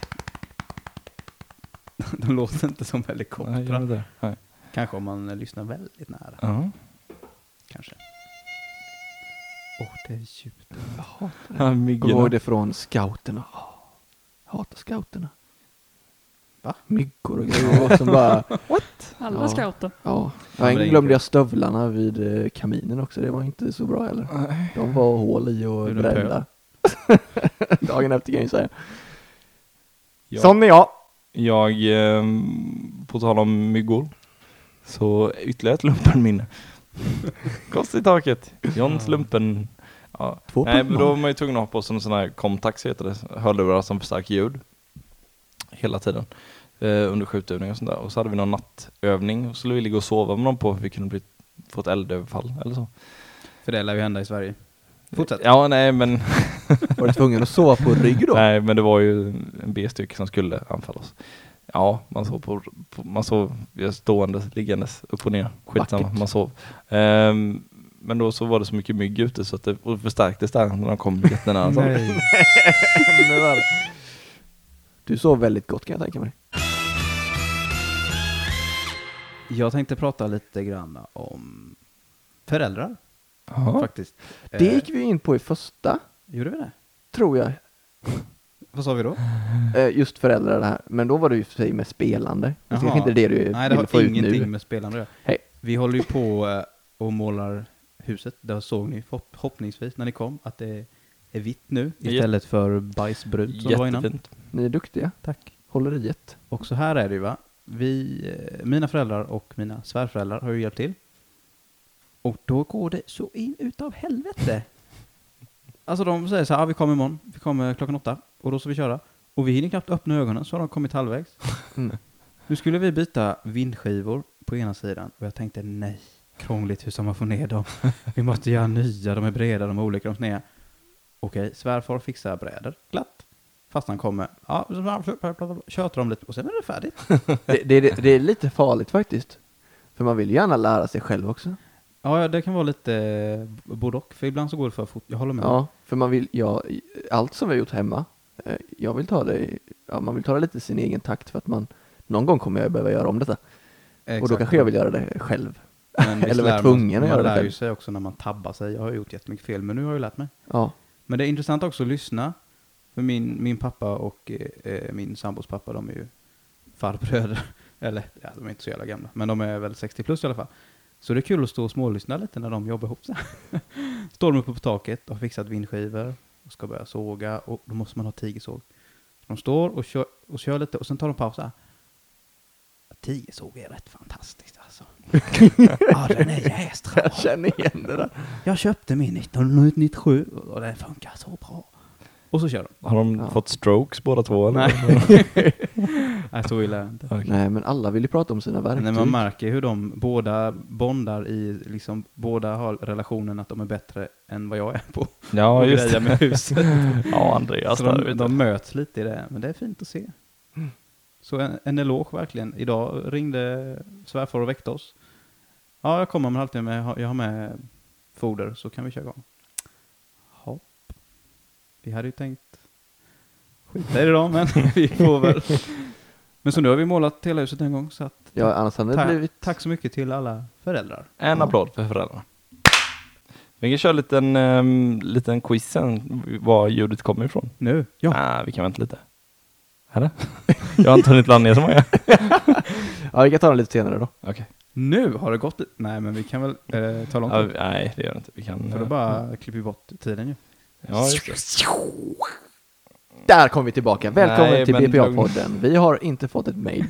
De låter inte som Nej, gör helikoptrar. det där. Nej. Kanske om man lyssnar väldigt nära. Ja. Kanske. Det är djupt. Ja, Kommer ihåg myggorna. det från scouterna. Hatar scouterna. Va? Myggor och grejer som bara... Alla Ja. scouter. Ja. Ja, men det är glömde inte- jag stövlarna vid kaminen också. Det var inte så bra heller. De var hål i och Gjorde de brända. Dagen efter kan jag säga. Ja. Sån är jag. Jag, på tal om myggor, så ytterligare ett lumpenminne. Kost i taket. Johns lumpen. Ja. 2.0. Nej, men då var man ju tvungen att ha på sig en sån här Comtax heter det. Hörlurar som förstärker ljud. Hela tiden. Under skjutövning och sånt där. Och så hade vi någon nattövning. Och så skulle vi ligga och sova med någon på. Vi kunde bli få ett eldöverfall eller så. För det lär ju hända i Sverige. Fortsätt. Ja, nej men... Var du tvungen att sova på rygg då? Nej, men det var ju en B-styrka som skulle anfalla oss. Ja, man sov man sov stående, liggandes, upp och ner. Skitsamma, man sov. Men då så var det så mycket mygg ute så att det förstärktes där när de kom jättenära. Nej. Du sov väldigt gott kan jag tänka mig. Jag tänkte prata lite grann om föräldrar. Ja. Faktiskt. Det gick vi in på i första, Gjorde vi det? tror jag. Vad sa vi då? Just föräldrar det här. Men då var det ju för sig med spelande. Det är Jaha. inte det du Nej, det vill få har ut ingenting nu. med spelande att göra. Hej. Vi håller ju på och målar huset. Där såg ni förhoppningsvis när ni kom att det är vitt nu istället för bajsbrunt som det var innan. Jättefint. Ni är duktiga. Tack. Håller i ett. Och så här är det ju va. Mina föräldrar och mina svärföräldrar har ju hjälpt till. Och då går det så in utav helvete. Alltså de säger så här, vi kommer imorgon. Vi kommer 8:00 och då ska vi köra. Och vi hinner knappt öppna ögonen så har de kommit halvvägs. Mm. Nu skulle vi byta vindskivor på ena sidan och jag tänkte nej, krångligt hur ska man få ner dem? Vi måste göra nya, de är breda, de är olika, de är sneda. Okej, svärfar fixar brädor, glatt. Fast han kommer, ja, tjötar de lite och sen är det färdigt. Det är lite farligt faktiskt. För man vill ju gärna lära sig själv också. Ja, det kan vara lite både och, för ibland så går det för fort. Jag håller med. Ja, för man vill, allt som vi har gjort hemma, jag vill ta det, man vill ta det lite i sin egen takt för att någon gång kommer jag behöva göra om detta. Exakt. Och då kanske jag vill göra det själv. Men Eller vara tvungen att göra det Man lär ju själv. sig också när man tabbar sig. Jag har gjort jättemycket fel, men nu har jag ju lärt mig. Ja. Men det är intressant också att lyssna. För min pappa och min sambos pappa, de är ju farbröder. Eller, ja, de är inte så jävla gamla. Men de är väl 60 plus i alla fall. Så det är kul att stå och smålyssna lite när de jobbar ihop sig. Står de uppe på taket och har fixat vindskivor och ska börja såga. Och då måste man ha tigersåg. De står och kör lite och sen tar de paus här. Tigersåg är rätt fantastiskt alltså. Ja, den är jästra bra. Jag känner igen det där. Jag köpte min 1997 och den funkar så bra. Och så kör de. Har de fått strokes båda två? Eller? Nej, så illa inte. Okay. Nej, men alla vill ju prata om sina verktyg. När man märker hur de båda bondar i, liksom, båda har relationen att de är bättre än vad jag är på. Ja, just det. Med huset. Ja, Andreas. Så de möts lite i det, men det är fint att se. Så en eloge verkligen. Idag ringde svärfar och väckte oss. Ja, jag kommer om en halvtimme. Jag har med foder så kan vi köra igång. Hopp. Vi hade ju tänkt skita i det då, men vi får väl. Men så nu har vi målat hela huset en gång. Så att Ja, annars hade det blivit... tack så mycket till alla föräldrar. En applåd för föräldrarna. Vi kan köra liten quiz sen var ljudet kommer ifrån. Nu? Ja. Vi kan vänta lite. Eller? Jag har inte hunnit ladda ner så många. Ja, vi kan ta det lite senare då. Okej. Nu har det gått. Nej, men vi kan väl ta långt. Ja, nej, det gör det inte. Vi kan... För då bara klipper vi bort tiden ju. Ja, just det. Där kom vi tillbaka. Välkommen Nej, till men BPA-podden. Vi har inte fått ett mejl.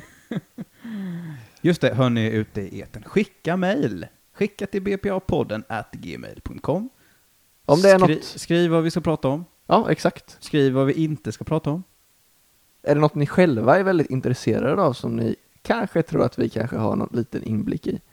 Just det, hör ni ute i etern. Skicka mejl. Skicka till bpapodden@gmail.com. Om det är något... Skriv vad vi ska prata om. Ja, exakt. Skriv vad vi inte ska prata om. Är det något ni själva är väldigt intresserade av som ni kanske tror att vi kanske har någon liten inblick i,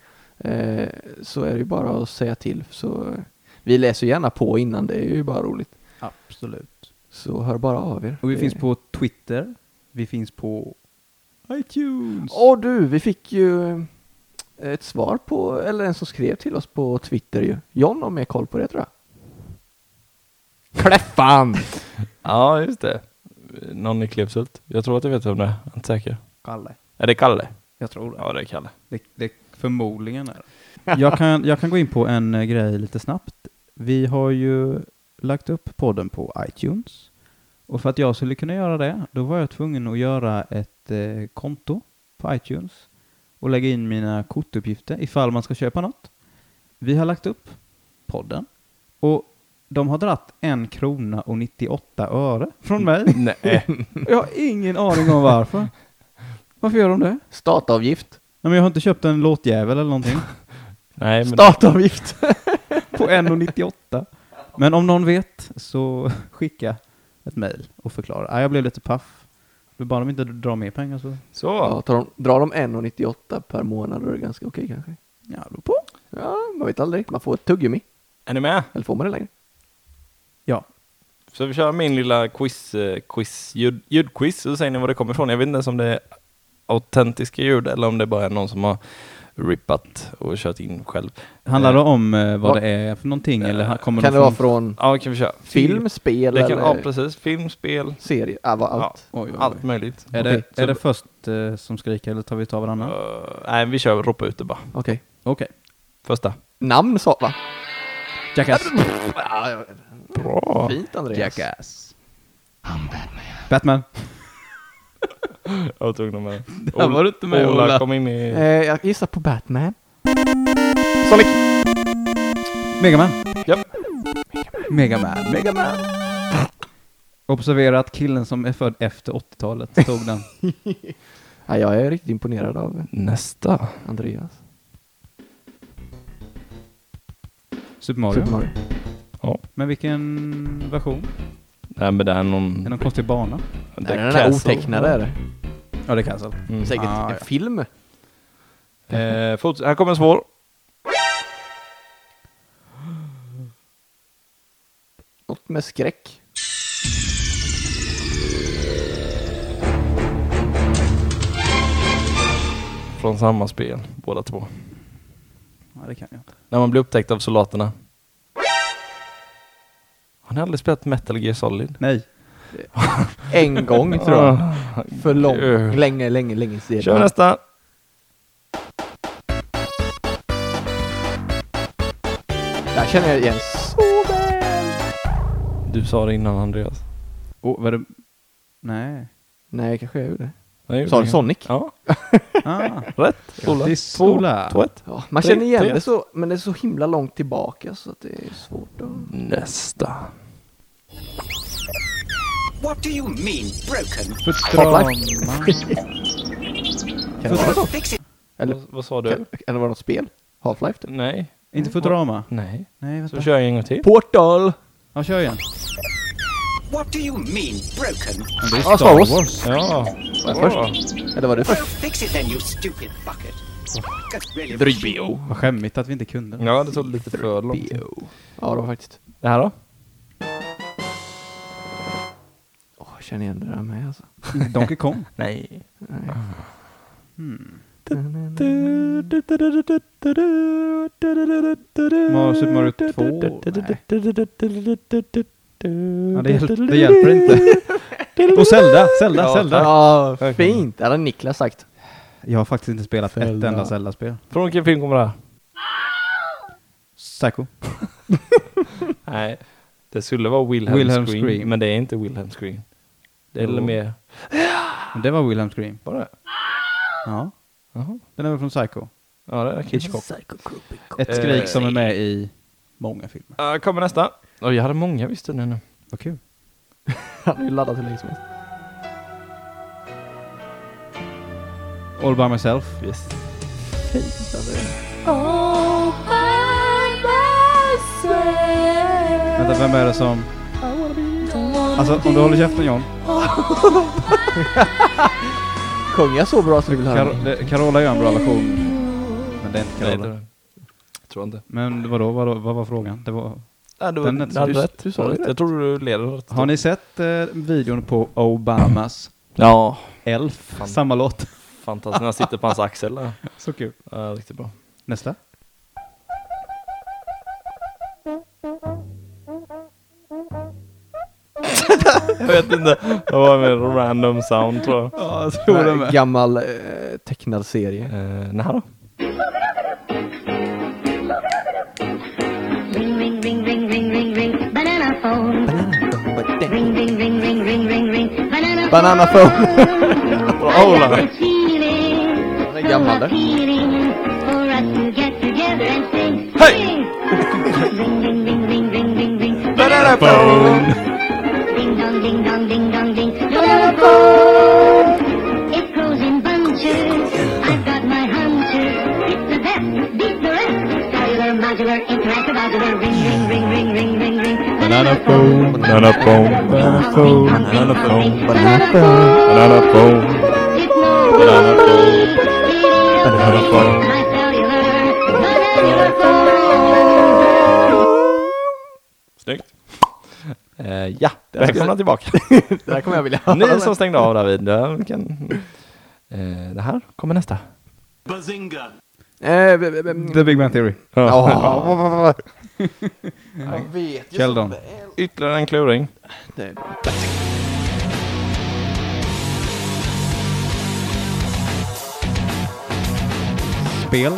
så är det ju bara att säga till. Så vi läser gärna på innan, det är ju bara roligt. Absolut. Så hör bara av er. Och vi finns på Twitter. Vi finns på iTunes. Du, vi fick ju ett svar på, eller en som skrev till oss på Twitter ju. John har mer koll på det tror jag. Kläffan! Ja, just det. Någon i Klevshult. Jag tror att jag vet vem det är. Jag är inte säker. Kalle. Är det Kalle? Jag tror det. Ja, det är Kalle. Det förmodligen är det. Jag kan gå in på en grej lite snabbt. Vi har ju lagt upp podden på iTunes. Och för att jag skulle kunna göra det, då var jag tvungen att göra ett konto på iTunes. Och lägga in mina kortuppgifter ifall man ska köpa något. Vi har lagt upp podden. Och de har dratt 1,98 kr från mig. Nej. Jag har ingen aning om varför. Varför gör de det? Startavgift. Nej, men jag har inte köpt en låtjävel eller någonting. Nej, men... Startavgift. På 1,98. Men om någon vet så skicka ett mejl och förklara. Jag blev lite paff. Bara de inte drar mer pengar så. Så. Ja, drar de 1,98 per månad, då är det ganska okej kanske. Ja, då på. Ja, man vet aldrig. Man får ett tuggummi. Är ni med? Eller får man det längre? Ja. Så vi kör min lilla ljudquiz. Så säger ni var det kommer ifrån. Jag vet inte ens om det är autentiska ljud eller om det bara är någon som har rippat och kört in själv. Handlar det om vad det är för någonting? Eller kommer kan det vara från ja, kan vi köra. film, spel det kan, eller? ja, precis. Film, spel. Serie, allt. Ja, Oj. allt möjligt. Är det först som skriker eller tar vi ta varandra? Nej, vi kör ropa ut det bara. Okej. Första. Namn sa va? Jackass. Bra. Fint, Andreas. Jackass. Batman. Jag var tvungen med. Där var du inte med, Ola. Kom in i... Jag gissar på Batman. Sonic. Megaman. Japp. Megaman. Observera att killen som är född efter 80-talet tog den. Ja, jag är riktigt imponerad av Nästa. Andreas. Super Mario. Ja. Men vilken version? Nej, men det är Är det någon... någon konstig bana? Det är den där otecknade är det. Ja, det är Castle. Säkert en film. Här kommer en svår. Något med skräck. Från samma spel, båda två. Ja, det kan jag. När man blir upptäckt av soldaterna. Har ni aldrig spelat Metal Gear Solid? Nej. En gång tror jag. För länge sedan. Kör nästa. Jag känner igen så väl. Du sa det innan, Andreas. Var det... Nej. Nej, kanske jag gjorde. Nej, Sa du Sonic? Ja, Rätt. Ola. Grattis, Ola. 2-1. Ja, man Tre, känner igen tre. det så, men det är så himla långt tillbaka så att det är svårt att... Nästa. What do you mean, broken? Futurama. Kan det vara så? Fix it. Eller, Vad sa du? kan det vara något spel? Half-Life? Typ. Nej. Inte Futurama. Nej. Nej, Så vänta. kör jag en gång till. Portal! Ja, kör igen. What do you mean, broken? Men det är Ja, Star Star Wars. Ja. Var jag först? Eller var det Well, först? fix it then, you stupid bucket. That's really Drybio. Vad skämmigt att vi inte kunde. Ja, det tog lite för långt. Ja, det var faktiskt. Det här då? Jag känner igen det där med alltså. Donkey Kong. Nej. Nej. Super Mario 2. Ja, det hjälper inte. Och Zelda. Ja, fint. Det hade Niklas sagt. Jag har faktiskt inte spelat ett enda Zelda-spel. Från vilken film kommer det här? Psycho. Nej. Det skulle vara Wilhelm Wilhelm Scream, Scream. men det är inte Wilhelm Scream. Det är Jo. mer... Men det var Wilhelm Scream. Var det? Ja. Jaha. Den är väl från Psycho. Ja, det är Hitchcock. Ett skrik som är med i många filmer. Kommer nästa. Jag hade många, visste ni nu. Vad kul. Han har ju laddat hur länge som helst. All by myself. Yes. Vänta, vem är det som... Alltså, om du håller käften, John. Sjöng jag så bra så du vill höra? Carola gör en bra version. Men det är inte Nej, Carola. jag tror inte. Men vad var frågan? Det var... Ja, du Den är hade så- rätt. du sa det rätt. Jag tror du leder rätt. Har ni sett videon på Obamas Ja. Elf? Samma låt. Fantastiskt. När jag sitter på hans axel. Där. Så kul. Ja, riktigt bra. Nästa. Jag vet inte. Det var med random sound, tror jag. Ja, jag tror det med. Gammal tecknad serie. Nej då. Ring, ring, ring, ring, ring, ring, ring, banana phone. Ring, ring, ring, ring, ring, ring, ring, Banana phone. Ola. Den är gammal där. For us to get together and sing. Hey! Ring, ring, ring, ring, ring, ring, ring. Banana phone. Ding dong, ding dong, ding dong, ding. Banana phone. It grows in bunches. I've got my hunches. It's the best. Beat the rest. Cellular, modular, interactive, modular. Ring, ring, ring, ring, ring, ring, ring. Banana phone. Banana phone. Banana phone. Banana phone. Banana phone. Banana phone. It knows. Banana phone. Banana phone. My cellular. Banana cellular phone. Snyggt. Ja, välkomna tillbaka. Det där kommer jag vilja höra. Ni som stängde av David. Det här kommer nästa. The Big Bang Theory. Jag vet ju Sheldon. Ytterligare en kluring. det är Spel.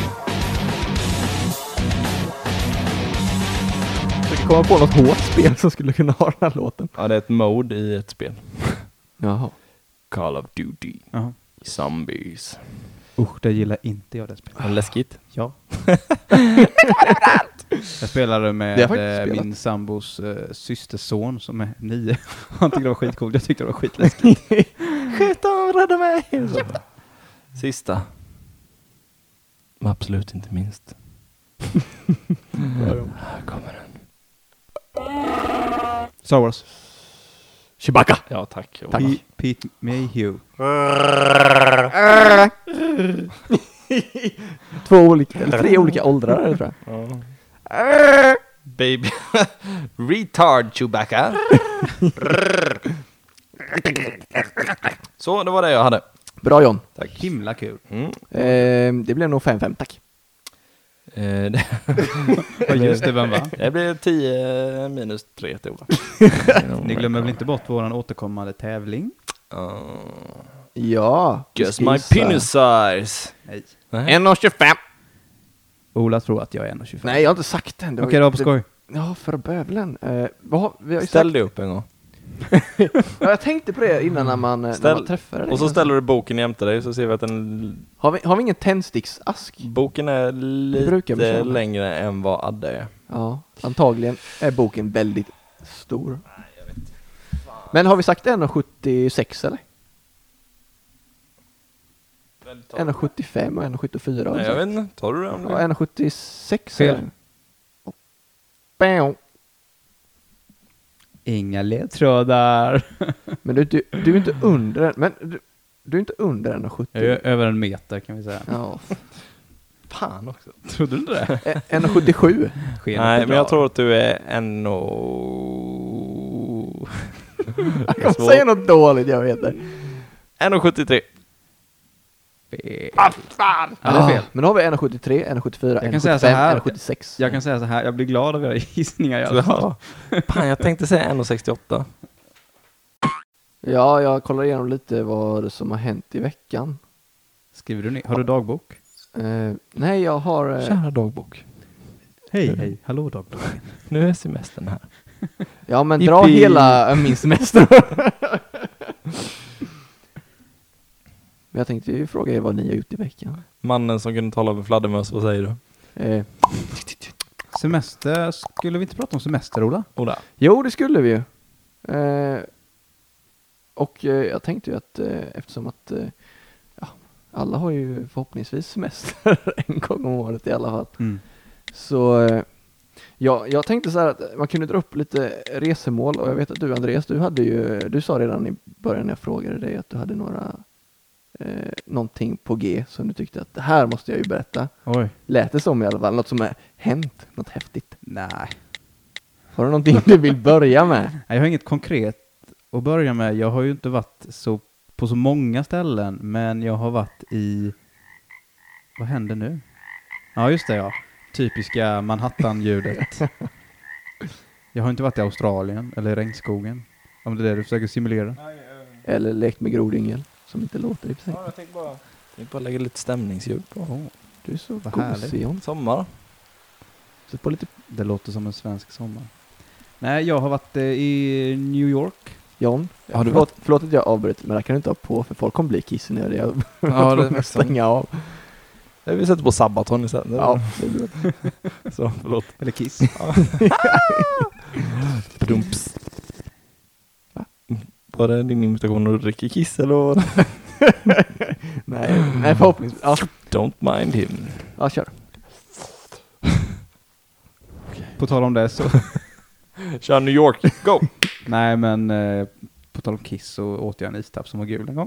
försöker komma på något hårt spel som skulle kunna ha den här låten. Ja, det är ett mode i ett spel. Jaha. Call of Duty. Jaha. Zombies. Det gillar inte jag det spelet. Vad läskigt. Ja. Jag spelade Det har med jag faktiskt spelat. min sambos systerson som är 9. Han tyckte det var skitcoolt. Jag tyckte det var skitläskigt. Skjut dem, rädda mig! Sista. Men absolut inte minst. Här kommer den. Star Wars. Chewbacca! Ja, tack. Tack. Pete Mayhew. Tre olika åldrar är det, tror jag. Baby. Retard Chewbacca. Så, det var det jag hade. Bra John. Tack. Himla kul. Det blev nog 5-5, tack. Ja, just det, vem va? Det blir 10 minus 3 till Ola. Ni glömmer väl inte bort våran återkommande tävling? Ja. Guess my penis size. Nej. 1,25. Ola tror att jag är 1,25. Nej, jag har inte sagt det än. Okej, det var på skoj. Ja, för bövelen. Vi har ju Ställ sagt... dig upp en gång. Ja, jag tänkte på det innan när man träffade dig. Och så ställer du boken jämte dig så ser vi att den... Har vi ingen tändsticksask? Boken är brukar vi lite köra. längre än vad Adde är. Ja, antagligen är boken väldigt stor. Men har vi sagt 1,76 eller? 1,75 och 1,74. Nej, jag vet inte. Tar du det? Om Ja, det? 1,76. Fel. Bam. Inga ledtrådar. Men du är inte under, men du är inte under 1,70. Jag är över 1 meter kan vi säga. Ja. Fan också. Trodde du inte det? 1,77. Nej, men jag tror att du är Jag kommer säga något dåligt, jag vet det. 1,73. Fan! Ja, det är fel. Men då har vi 1,73, 1,74, Jag kan säga så här. 1,76. Jag kan säga så här, jag blir glad av era gissningar i alla fall. Fan, jag tänkte säga 1,68. Ja, jag kollar igenom lite vad som har hänt i veckan. Skriver du ner? Har du dagbok? Nej, jag har... Kära dagbok. Hej, hallå dagbok. Nu är semestern här. Ja, men dra Yippee. hela min semester. Men jag tänkte ju fråga er vad ni har gjort i veckan. Mannen som kunde tala med fladdermöss, vad säger du? Semester, skulle vi inte prata om semester, Ola? Ola. Jo, det skulle vi ju. Och jag tänkte ju att eftersom att alla har ju förhoppningsvis semester en gång om året i alla fall. Mm. Så jag tänkte så här att man kunde dra upp lite resemål, och jag vet att du Andreas, du sa redan i början när jag frågade dig att du hade någonting på G som du tyckte att det här måste jag ju berätta. Oj. Lät det som i alla fall, något som är hänt, något häftigt. Nej. Har du någonting du vill börja med? Nej, jag har inget konkret att börja med. Jag har ju inte varit på så många ställen, men jag har varit i... Vad händer nu? Ja, just det, ja. Typiska Manhattan-ljudet. Jag har inte varit i Australien eller i regnskogen. Om det är det du försöker simulera. Eller lekt med grodyngel, som inte låter i och för sig. Ja, jag tänkte bara lägga lite stämningsljud på. Du är så Vad gosig, härligt. John. Sommar. Så på lite Det låter som en svensk sommar. Nej, jag har varit i New York. John. Har du Förlåt att jag avbryter, men det kan du inte ha på, för folk kommer bli kissnödiga. Ja, det är stänga av. Vi sätter på Sabaton istället. Ja, det är bra. Så, förlåt. Eller Kiss. Dumps. Var det din imitation när du dricker kiss eller vad? Nej, förhoppningsvis. Ja, Don't mind him. ja, kör. På tal om det så... Kör New York, go! Nej, men på tal om Kiss så åt jag en istapp som var gul en gång.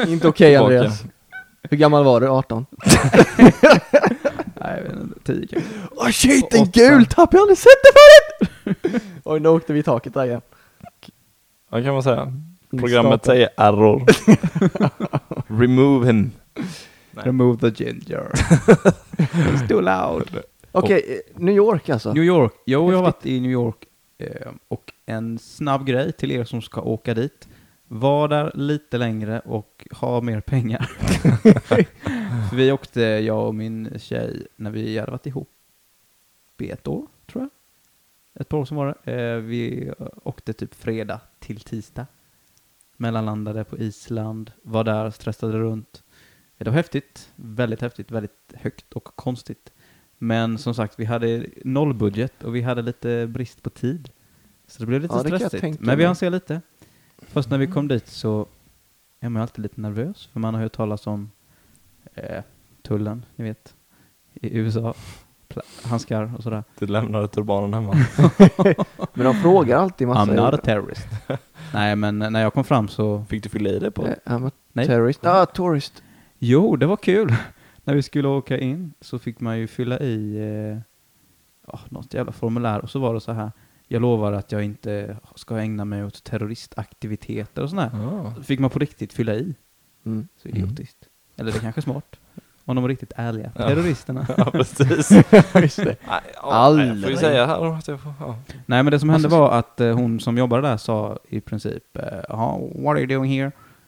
Inte okej, Andreas. Hur gammal var du? 18? Nej, jag vet inte, 10 kanske. Åh shit, en gul tapp, jag har aldrig sett det förut! Oj, nu åkte vi i taket där igen. Vad kan man säga? Programmet säger error. Remove him. Nej. Remove the ginger. It's too loud. Okej, New York alltså. New York. Jo, jag har varit i New York. Och en snabb grej till er som ska åka dit. Var där lite längre och ha mer pengar. För vi åkte, jag och min tjej, när vi hade varit ihop i ett år, tror jag. Ett par år som var det. Vi åkte typ fredag till tisdag. Mellanlandade på Island. Var där, stressade runt. Det var häftigt. Väldigt häftigt. Väldigt högt och konstigt. Men som sagt, vi hade nollbudget och vi hade lite brist på tid. Så det blev lite stressigt. Men vi hann se lite. Först när vi kom dit så är man alltid lite nervös. För man har hört talas om tullen, ni vet. I USA. Handskar och sådär. Du lämnade turbanen hemma. Men de frågar alltid massa. I'm not a terrorist. Nej, men när jag kom fram så... Fick du fylla i det på? I'm a Nej. terrorist. Tourist. Jo, det var kul. När vi skulle åka in så fick man ju fylla i något jävla formulär. Och så var det så här: jag lovar att jag inte ska ägna mig åt terroristaktiviteter och sådär. Så fick man på riktigt fylla i. Så idiotiskt. Eller det är kanske smart. Om de är riktigt ärliga. Terroristerna. Ja, precis. Just det. Jag får ju säga här att jag får... Ja. Nej, men det som hände var att hon som jobbade där sa i princip what are you doing here?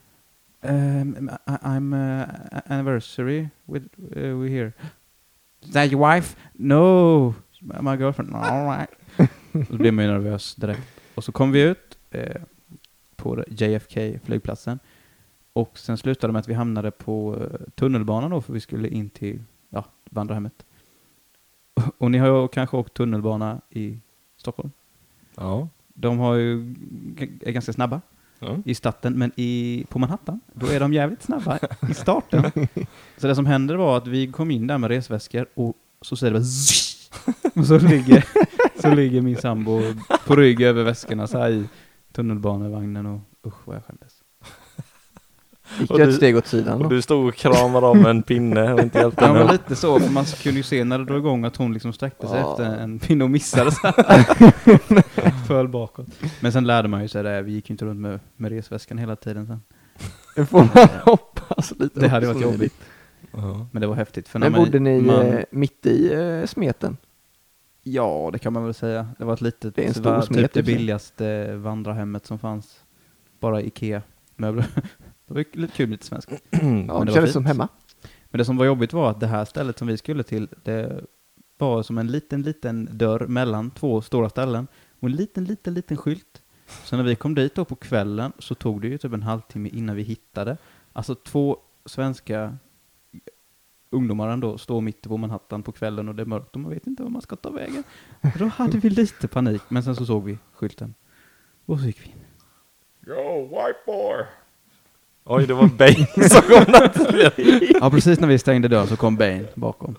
I'm anniversary with we here. Is that your wife? No, my girlfriend. All right. Så blev man ju nervös direkt. Och så kom vi ut på JFK-flygplatsen. Och sen slutade det med att vi hamnade på tunnelbanan då, för vi skulle in till vandrarhemmet. Och ni har ju kanske åkt tunnelbana i Stockholm. Ja. De är ganska snabba i starten, men på Manhattan, då är de jävligt snabba i starten. Så det som hände var att vi kom in där med resväskor och så säger det bara och så ligger min sambo på rygg över väskorna så här i tunnelbanevagnen och usch vad jag skämdes. Gick du ett steg åt sidan då? Och du stod och kramade om en pinne och inte hjälpte Ja, henne. men lite så, för man kunde ju se när det drog igång att hon liksom sträckte sig efter en pinne och missade så här. Föll bakåt. Men sen lärde man ju sig det, vi gick ju inte runt med resväskan hela tiden sen. Det får man hoppas lite. Det hade varit jobbigt. Ja. Men det var häftigt. För Men bodde ni mitt i smeten? Ja, det kan man väl säga. Det var ett litet, det är en det stor var smet, typ det billigaste vandrarhemmet som fanns. Bara Ikea-möbler. Det var lite kul, lite svenskt. Ja, det kändes som hemma. Men det som var jobbigt var att det här stället som vi skulle till, det var som en liten dörr mellan två stora ställen. Och en liten skylt. Så när vi kom dit då på kvällen så tog det ju typ en halvtimme innan vi hittade. Alltså 2 svenska ungdomar ändå står mitt på Manhattan på kvällen och det är mörkt och man vet inte vad man ska ta vägen. Då hade vi lite panik, men sen så såg vi skylten. Och så gick vi in. Yo, white boy! Oj, det var Bane som kom naturligt. Ja, precis när vi stängde dörren så kom Bane bakom.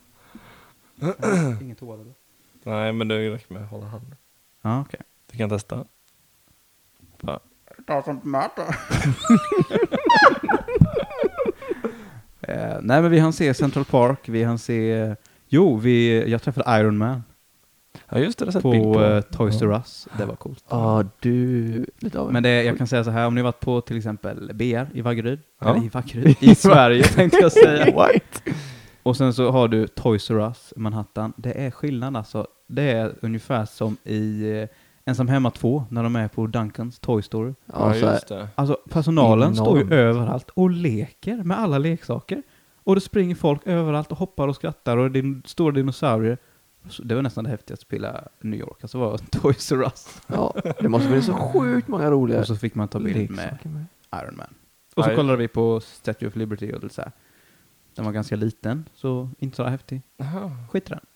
Ingen toa eller? Nej, men det räcker med att hålla handen. Ja, okej. Du kan testa. Ja. Nej, men vi hann se Central Park, vi hann se... jag träffade Iron Man. Ja, just det. Det på Toys R Us. Det var coolt. Lite av men jag kan säga så här, om ni varit på till exempel BR i Vaggeryd, eller i Vaggeryd, i Sverige tänkte jag säga. What? Och sen så har du Toys R Us, Manhattan. Det är skillnad alltså. Det är ungefär som i Ensam hemma 2 när de är på Duncans Toy Story. Ja, just det. Alltså personalen står ju överallt och leker med alla leksaker. Och det springer folk överallt och hoppar och skrattar och det är stora dinosaurier. Det var nästan det häftiga att spela New York. Alltså var Toys R Us. Ja, det måste bli så sjukt många roliga. Och så fick man ta bild med Iron Man. Och så kollade vi på Statue of Liberty och så här. Den var ganska liten, så inte så häftig. Skit i den.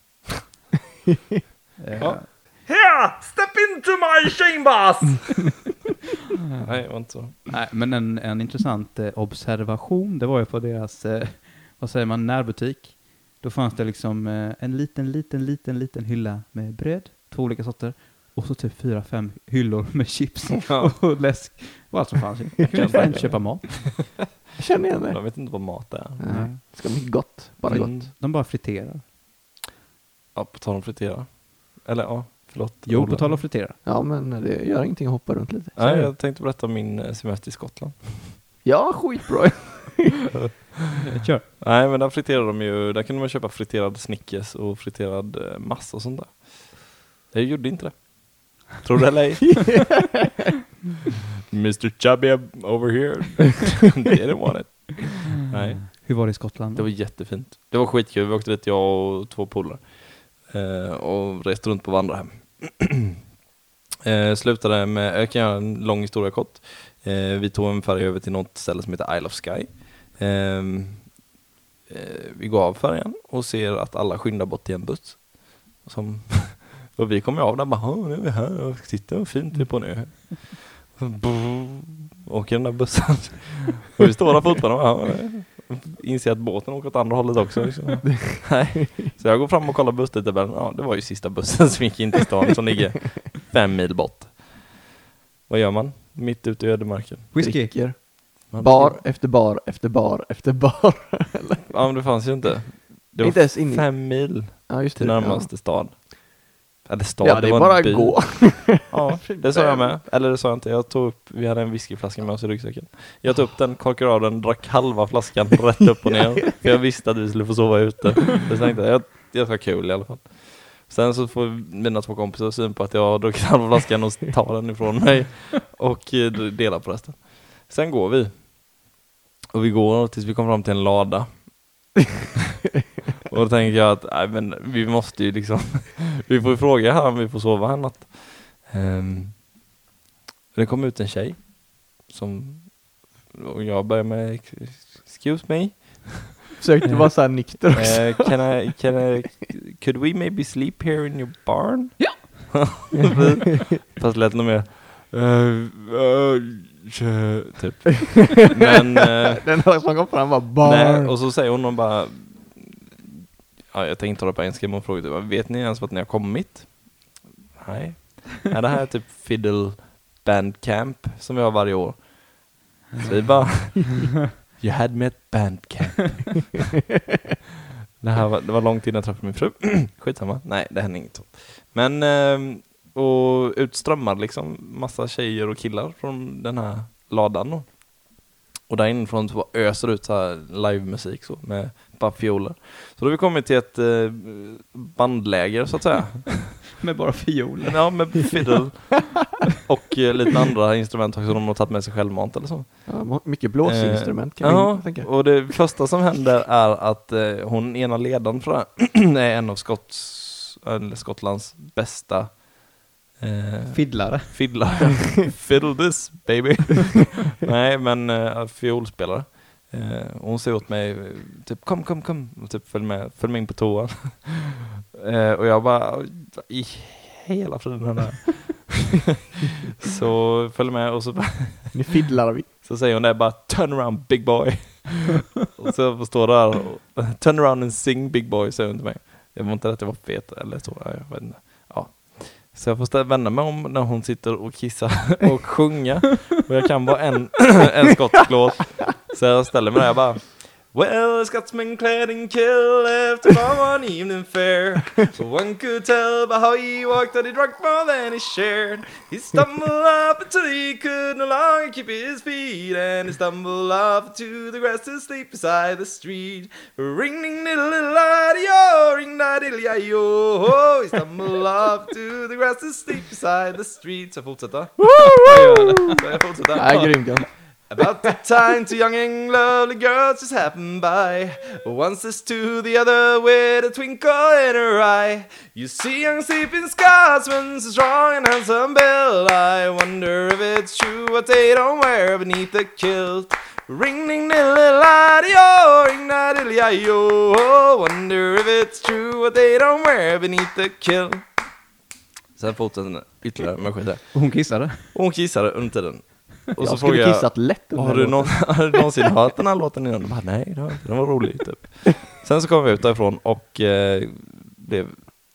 Here! Step into my chambers! Nej, det var inte så. Nej, men en intressant observation, det var ju på deras, vad säger man, närbutik. Då fanns det liksom en liten hylla med bröd, 2 olika sorter. Och så typ 4-5 hyllor med chips Ja. och läsk. Och allt som fanns. Jag kunde fan inte köpa mat. Jag känner igen det. Jag vet inte vad mat är. Nej. Det ska bli gott. Bara Mm. gott. De bara friterar. Ja, på tal om fritera. Eller ja, förlåt. Jo, på tal om fritera. Ja, men det gör ingenting att hoppa runt lite. Nej, jag tänkte berätta om min semester i Skottland. Ja, skitbra. Kör. Nej, men där friterar de ju, där kunde man köpa friterad Snickers och friterad massa och sånt där. Jag gjorde inte det. Tror du eller ej? Mr. Chubby over here. Didn't want it. Nej, Hur var det i Skottland? det var jättefint. Det var skitkul. Vi åkte dit, jag och 2 polare. Och reste runt på vandrarhem. Slutade med, jag kan göra en lång historia kort. Vi tog en färja över till något ställe som heter Isle of Skye. Vi går av färjan och ser att alla skyndar bort till en buss. Och vi kommer av där och bara, nu är vi här och sitter och fint vi på nu. Åker den där bussen. Och vi står där fortfarande och inser att båten åker åt andra hållet också. Liksom. Nej. Så jag går fram och kollar busstidtabellen. Ja, det var ju sista bussen som gick in till stan som ligger 5 mil bort. Vad gör man? Mitt ute i ödemarken. Whisky. Dricker. Bar efter bar efter bar efter bar. Ja, men det fanns ju inte. Det Inte var ens in i- 5 mil Ja, just till det. närmaste stad. Eller stad, Ja, det är var bara en by. att gå. Ja, det sa jag med. Eller det sa jag inte. Jag tog upp, vi hade en whiskyflaska med oss i ryggsäcken. Jag tog upp den, korkade av den, drack halva flaskan rätt upp och ner. För jag visste att vi skulle få sova ute. Så jag tänkte, jag ska kul i alla fall. Sen så får mina 2 kompisar syn på att jag har druckit halva flaskan och tar den ifrån mig. Och delar på resten. Sen går vi. Och vi går tills vi kommer fram till en lada. Och då tänker jag att nej, men vi måste ju liksom vi får ju fråga här om vi får sova här natt. Det kom ut en tjej som, och jag börjar med excuse me. Försökte vara så här nykter också. Could we maybe sleep here in your barn? Ja. Fast lät nog mer typ. Men Den som kom fram var nej, bar. och så säger hon bara, ja, jag tänkte ta det på engelska, men hon frågade, vet ni ens vart ni har kommit? Nej. Ja, det här är typ Fiddle Band Camp som vi har varje år. Så vi bara, you had me at band camp. Det var långt innan jag träffade min fru. Skitsamma. Nej, det hände inget. Men och utströmmar liksom massa tjejer och killar från den här ladan då. Och där inifrån så öser ut så här livemusik så med bara fioler. Så då har vi kommit till ett bandläger så att säga. Med bara fioler. Ja, med fiddle och lite andra instrument också. De har tagit med sig självmant eller så. Ja, mycket blåsinstrument kan ja, jag tänka. och det första som händer är att hon ena ledaren för det är en av Skottlands bästa Fiddlare. Fiddle this baby. Nej, men fiolspelare. Och hon säger åt mig typ kom och typ följ med in på toan. Och jag bara i hela friden här. Så följ med och så bara, Nu fiddlar vi. så säger hon det bara turn around big boy. Och så står där och, turn around and sing big boy, säger hon till mig. Jag var inte att jag var fet eller så, jag vet inte. Ja. Så jag får vända mig om när hon sitter och kissar och sjunga. Och jag kan bara en skotsk låt. Så jag ställer mig där och bara, well, a Scotsman clad in kill left from one evening fair. One could tell by how he walked that he drank more than he shared. He stumbled up until he could no longer keep his feet, and he stumbled off to the grass to sleep beside the street. Ring ding diddle diddle yo, ring da diddle yo. He stumbled off to the grass to sleep beside the street. Så jag fortsätter. Jag fortsätter. Nej, grym. About the time two young and lovely girls just happened by. One says to the other with a twinkle in her eye, you see young sleeping Scotsman, so strong and handsome build. I wonder if it's true what they don't wear beneath the kilt. Ring ding diddle yo, ring da diddle yo. Wonder if it's true what they don't wear beneath the kilt. Sen fortsätter ytterligare med skit där. Och hon kissade. Och hon kissade under tiden. Och så Jag frågar skulle jag, kissat lätt under har du någonsin hört den här låten innan? Bara, nej, det var inte. Den var rolig typ. Sen så kom vi ut därifrån och blev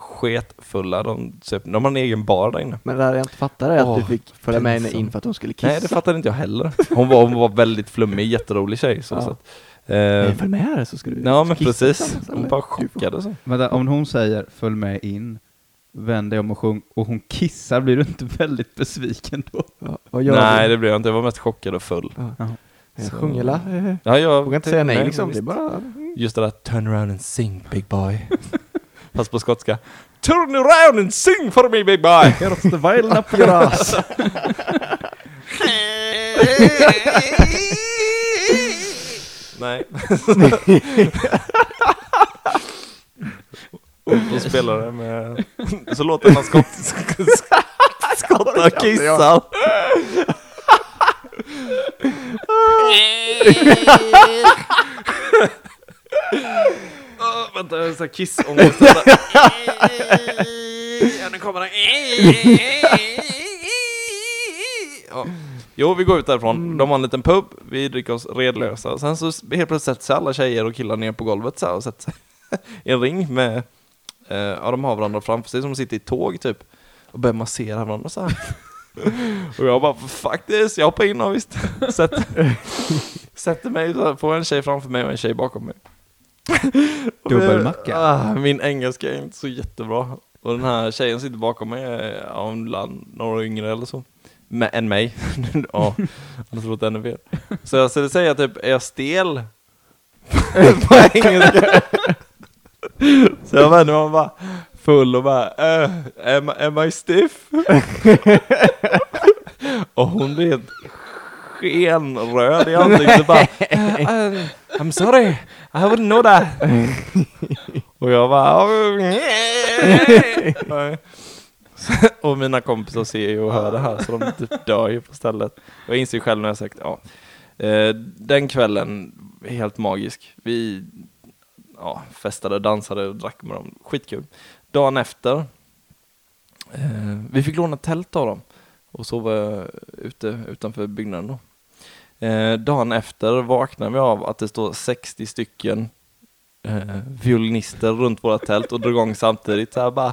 sketfulla. De har en egen bar där inne. Men det jag inte fattar är att du fick följa med henne pinsam. in för att hon skulle kissa. Nej, det fattade inte jag heller. Hon var väldigt flummig, jätterolig tjej. Så, Ja. så att, Följ med här så ska du ja, men kissa precis. tillsammans, Hon eller? bara chockade så. Men om hon säger följ med in, vänd dig om och hon kissar, blir du inte väldigt besviken då? Ja, vad gör Nej, du? det blev jag inte. Jag var mest chockad och full. Jag Så- sjunger la. Ja, jag Vågar inte säga nej men liksom. Det visst. är bara... Just det där, turn around and sing, big boy. Fast på skotska. Turn around and sing for me, big boy. Here's the violin up your ass. Nej. Och spelar det med... Så låter man skotta och kissa. Vänta, jag har så här kissångest. Ja, nu kommer den. Ja. Jo, vi går ut därifrån. De har en liten pub. Vi dricker oss redlösa. Sen så helt plötsligt sätter sig alla tjejer och killar ner på golvet så här, och sätter sig i en ring med... ja, de har varandra framför sig som de sitter i tåg typ. Och börjar massera varandra så här. Och jag bara, fuck this. Jag hoppar in och visst. Sätter mig så här, får en tjej framför mig och en tjej bakom mig. Dubbelmacka. Min engelska är inte så jättebra. Och den här tjejen sitter bakom mig, några yngre eller så. Än mig. Ja, jag tror att den är fel. Så jag skulle säga typ, är jag stel? På engelska. Så jag vet, man bara full och bara, am I stiff? Och hon blev skenröd i ansiktet bara, I'm sorry, I wouldn't know that. Och jag bara, och mina kompisar ser ju och hör det här, så de typ dör ju på stället. Jag inser själv när jag sagt, ja. Den kvällen är helt magisk. Vi festade, dansade och drack med dem. Skitkul. Dagen efter, vi fick låna tält av dem och sova utanför byggnaden då. Dagen efter vaknade vi av att det står 60 stycken violinister runt våra tält och drar igång samtidigt så här bara.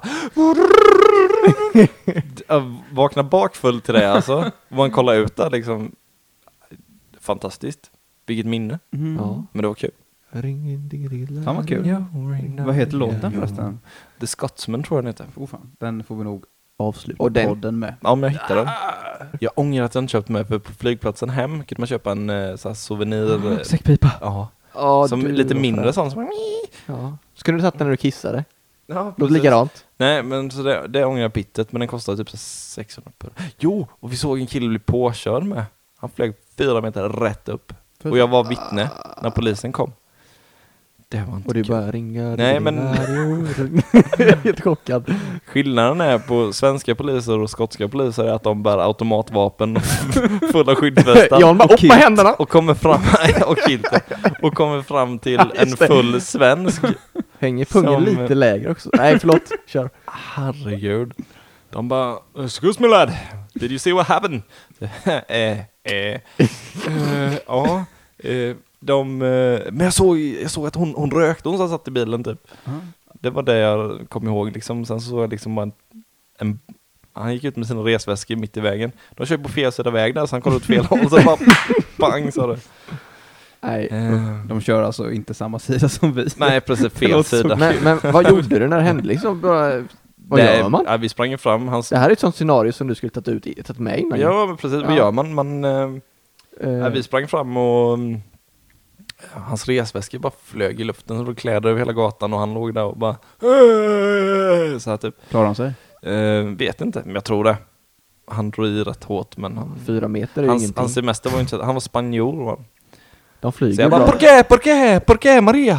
Jag vaknade bakfull till det alltså. Man kollar ut där liksom. Fantastiskt. Vilket minne. Ja. Men det var kul. Fan vad kul. Vad heter låten förresten? The Scotsman tror jag den heter. Fan, den får vi nog avsluta Och den- podden med. Ja, men jag hittade den. Jag ångrar att jag inte köpt med, för på flygplatsen hem kunde man köpa en så här souvenir. Säckpipa. Ja. Ja, Som du- lite mindre sån som... Ja. Skulle du satt den när du kissade? Ja, Låter precis. likadant. Nej, men så det ångrar jag pittet, men den kostar typ så 600 per. Jo, och vi såg en kille bli påkörd med. Han flög 4 meter rätt upp. Och jag var vittne när polisen kom. Det var inte Och du kul. bara ringa. Nej, men- Jag är helt chockad. Skillnaden är på svenska poliser och skotska poliser är att de bär automatvapen och fulla skyddsvästar. Jan bara, upp med händerna! Och kommer fram och kilter, och kommer fram till en just det. full svensk. Hänger pungen Som- lite lägre också. Nej, förlåt. Kör. Herregud. De bara, excuse me lad, did you see what happened? Ja. Men jag såg att hon rökte, hon satt i bilen typ. Det var det jag kom ihåg liksom. Sen så såg jag liksom bara han gick ut med sina resväskor mitt i vägen. De kör på fel sida väg där, så han kollade åt fel håll, så bara bang sa det. Nej. De kör alltså inte samma sida som vi. Nej, precis, fel låter så sida. Men vad gjorde du när det hände liksom? Vad gör man? Ja, vi sprang fram. Det här är ett sånt scenario som du skulle tagit med innan. Ja, men precis. Vad Ja. gör man? Vi sprang fram och hans resväskor bara flög i luften, så då kläder över hela gatan och han låg där och bara så här typ. Klarar han sig? Vet inte, men jag tror det. Han drog i rätt hårt, men 4 meter är ju hans ingenting. semester var ju inte så, han var spanjor va? De Så flyger jag bara, bra. por qué, Maria?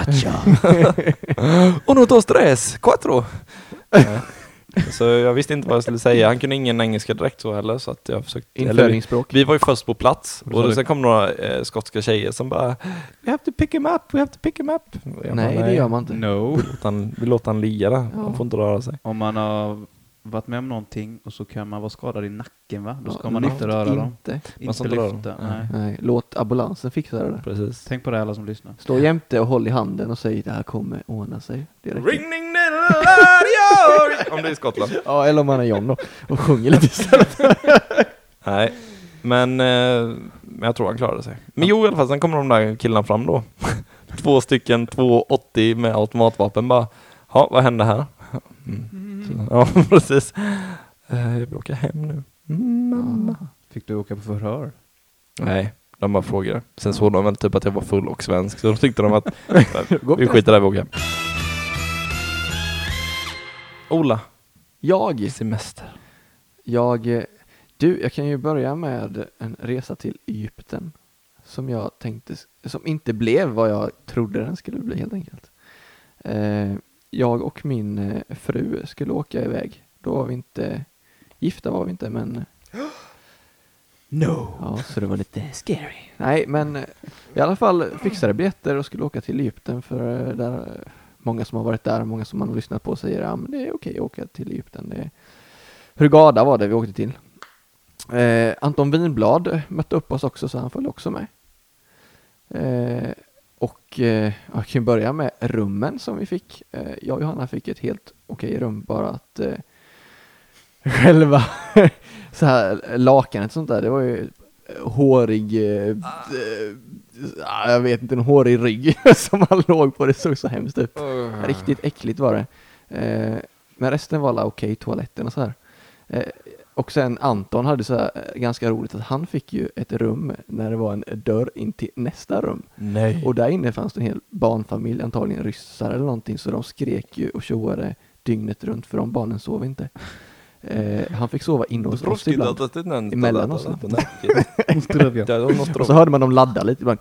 Uno, dos, tres, cuatro. Så jag visste inte vad jag skulle säga. Han kunde ingen engelska direkt så heller, så att jag försökte. Införingsspråk. Vi var ju först på plats Vad sa och du? sen kom några skotska tjejer som bara, we have to pick him up. Och jag Nej, bara, det gör man inte. No. Vi låter han ligga där. Ja. Han får inte röra sig. Om man har varit med om någonting och så kan man vara skadad i nacken, va? Då ska Ja, man inte röra dem. Inte. Man ska inte röra lyfta. dem. Nej. Nej, låt ambulansen fixa det där. Precis. Tänk på det alla som lyssnar. Stå jämte och håll i handen och säg det här kommer ordna sig. Det räcker. Ring ding ding Om det är i Skottland. Ja, eller om man är John då. Och sjunger lite istället. Nej, men jag tror han klarade sig. Men jo, i alla fall, sen kommer de där killarna fram då. 2 stycken 280 med automatvapen. Bara, ja, vad hände här? Så, ja, precis. Jag vill åka hem nu. Mamma. Fick du åka på förhör? Nej, de bara frågade. Sen såg de väl typ att jag var full och svensk. Så då tyckte de att vi skiter där vi åker hem. Ola. Jag Semester. Jag kan ju börja med en resa till Egypten som jag tänkte, som inte blev vad jag trodde den skulle bli helt enkelt. Jag och min fru skulle åka iväg. Då var vi inte gifta, men No. ja, så det var lite scary. Nej, men i alla fall fixade biljetter och skulle åka till Egypten, för där många som har varit där, många som man har lyssnat på säger ja, men det är okej att åka till Egypten. Hurghada var det vi åkte till. Anton Winblad mötte upp oss också, så han följde också med. Jag kan börja med rummen som vi fick. Jag och Johanna fick ett helt okej rum, bara att själva så här lakanet och sånt där, det var ju hårig jag vet inte, en hårig rygg som han låg på. Det såg så hemskt ut. Riktigt äckligt var det. Men resten var alla okej, toaletten och så här. Och sen Anton hade så här ganska roligt att han fick ju ett rum när det var en dörr in till nästa rum. Nej. Och där inne fanns det en hel barnfamilj, antagligen ryssar eller någonting, så de skrek ju och tjoade dygnet runt, för de barnen sov inte. Han fick sova inne hos oss ibland. Emellan oss. Och så hörde man dem ladda lite ibland.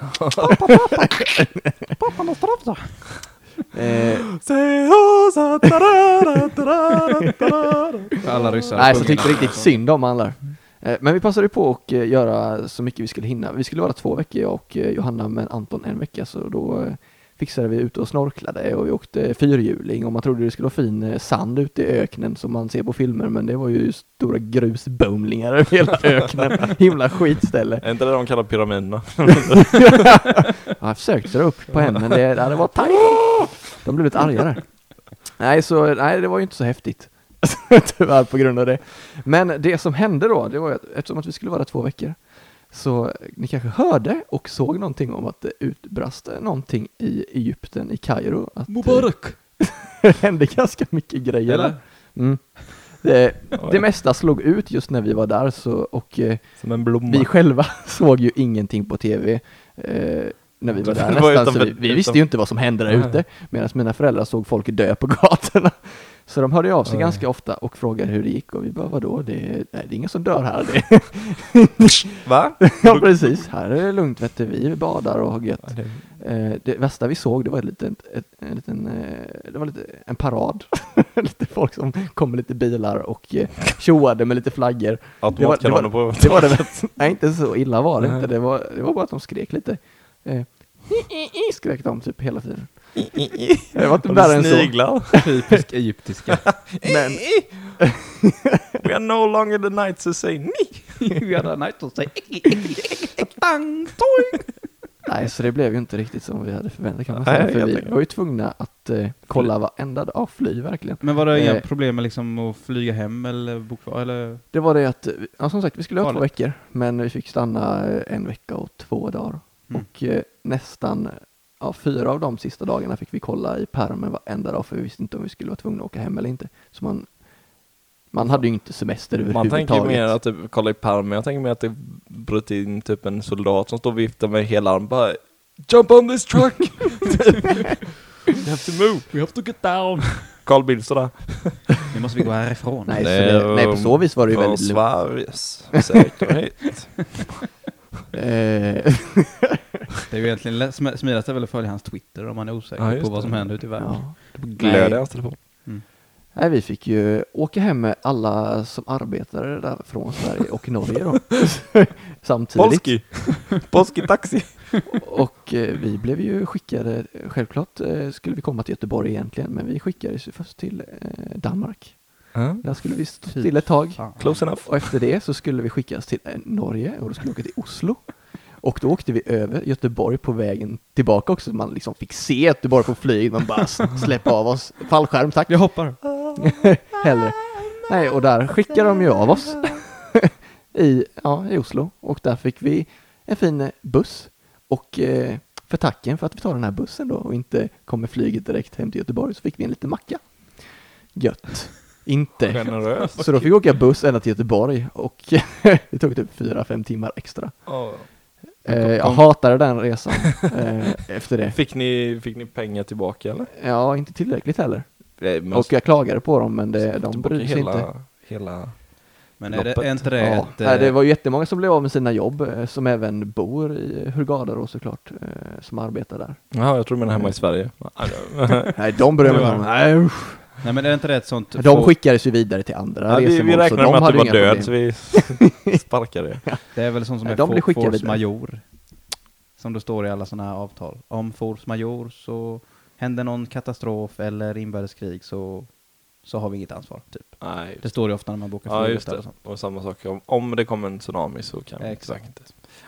Alla ryssar. Nej, så tyckte riktigt synd om alla. Men vi passade på att göra så mycket vi skulle hinna. Vi skulle vara 2 veckor, jag och Johanna, med Anton 1 vecka, så då fixade vi ut och snorklade och vi åkte fyrhjuling, och man trodde det skulle vara fin sand ute i öknen som man ser på filmer, men det var ju stora grusbumlingar över hela öknen. Himla skitställe. Är inte det de kallar pyramiderna? Jag försökte dra upp på henne, men det var tajt. De blev lite argare. Nej, det var ju inte så häftigt. Tyvärr på grund av det. Men det som hände då, det var att eftersom att vi skulle vara 2 veckor, så ni kanske hörde och såg någonting om att det utbrast någonting i Egypten, i Kairo. Mubarak! Det hände ganska mycket grejer. Eller? Mm. Det mesta slog ut just när vi var där, och som en blomma. vi själva såg ju ingenting på tv när vi var där nästan, så vi visste ju inte vad som hände där ute, medan mina föräldrar såg folk dö på gatorna. Så de hörde av sig ganska ofta och frågade hur det gick, och vi bara, vadå? Det är ingen som dör här. Va? Ja, precis. Här är det lugnt, vet du. Vi badar och har gött. Det värsta vi såg, det var en parad. Lite folk som kom med lite bilar och tjoade med lite flaggor. Automatkanoner på. Det var det. Nej, inte så illa var det inte. Det var bara att de skrek lite. Skrek de typ hela tiden. Det var inte värre än så. Typisk egyptiska. Men we are no longer the knights who say ni. We are the knights who say nej, så det blev ju inte riktigt som vi hade förväntat, kan man säga. För vi var ju tvungna att kolla varenda dag, fly verkligen. Men var det inga problem med liksom att flyga hem eller bo kvar? Eller? Det var det att, som sagt, vi skulle ha 2 veckor, men vi fick stanna 1 vecka och 2 dagar. Och nästan 4 av de sista dagarna fick vi kolla i pärmen varenda dag, för vi visste inte om vi skulle vara tvungna att åka hem eller inte. Så man hade ju inte semester överhuvudtaget. Man tänker mer att typ, kolla i pärmen, jag tänker mer att det bröt in typ en soldat som står och viftar med hela arm, bara jump on this truck! We have to move, we have to get down. Carl Bildt sådär. Nu måste vi gå härifrån. Nej, på så vis var det ju väldigt lugnt. Sveriges säkerhet. Det är ju egentligen smidigast att väl följa hans Twitter om man är osäker på vad som händer ute i världen. Ja. Glöder hans telefon. Nej, vi fick ju åka hem med alla som arbetade där från Sverige och Norge då. Samtidigt. Polski taxi. Och vi blev ju skickade, självklart skulle vi komma till Göteborg egentligen, men vi skickades ju först till Danmark. Där skulle vi stå till ett tag. Close enough. Och efter det så skulle vi skickas till Norge, och då skulle vi åka till Oslo. Och då åkte vi över Göteborg på vägen tillbaka också. Man liksom fick se Göteborg på flyg. Man bara släppa av oss. Fallskärm, tack. Jag hoppar. Hellre. Nej, och där skickade de ju av oss i Oslo. Och där fick vi en fin buss. Och för tacken för att vi tar den här bussen då och inte kommer flyget direkt hem till Göteborg så fick vi en liten macka. Gött. Inte. Generöst. Så då fick vi åka buss ända till Göteborg och det tog typ 4-5 timmar extra. Jag hatade den resan efter det. Fick ni pengar tillbaka eller? Ja, inte tillräckligt heller. Och jag klagade på dem men de brydde sig inte. Men är inte det det var ju jättemånga som blev av med sina jobb som även bor i Hurghada då såklart som arbetar där. Ja, jag tror men hemma i Sverige. Nej, de bryr mig inte om. Nej, men är det inte rätt sånt? De skickades ju vidare till andra resemål. Vi räknade med att du var död så vi sparkade det. Ja. Det är väl sånt som är force majeure. Som det står i alla såna här avtal. Om force majeure så händer någon katastrof eller inbördeskrig så har vi inget ansvar typ. Nej, det står ju ofta när man bokar flyg. Ja, just det. Och, och samma sak om det kommer en tsunami så kan vi exakt inte.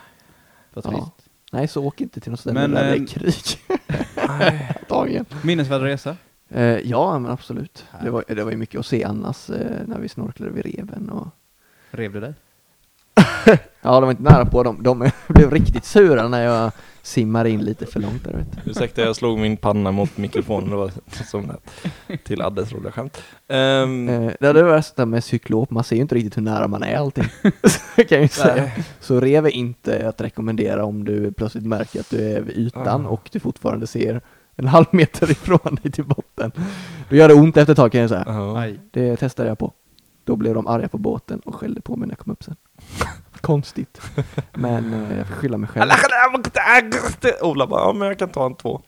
Nej, så åk inte till något ställe där det är krig. Nej. Minnesvärd resa? Ja, men absolut. Det var ju mycket att se annars när vi snorklade vid reven. Och... Rev du dig? Ja, de var inte nära på dem. De blev riktigt sura när jag simmade in lite för långt där, vet du. Ursäkta, jag slog min panna mot mikrofonen. Det var som det. Till Addes roliga skämt. Det är det värsta med cyklop. Man ser ju inte riktigt hur nära man är allting. Kan jag säga. Så rev är inte att rekommendera om du plötsligt märker att du är vid ytan och du fortfarande ser en halv meter ifrån dig till botten. Då gör det ont efter ett tag kan jag säga. Det testade jag på. Då blev de arga på båten och skällde på mig när jag kom upp sen. Konstigt. Men jag får skylla mig själv. Ola bara, ja men jag kan ta en 2.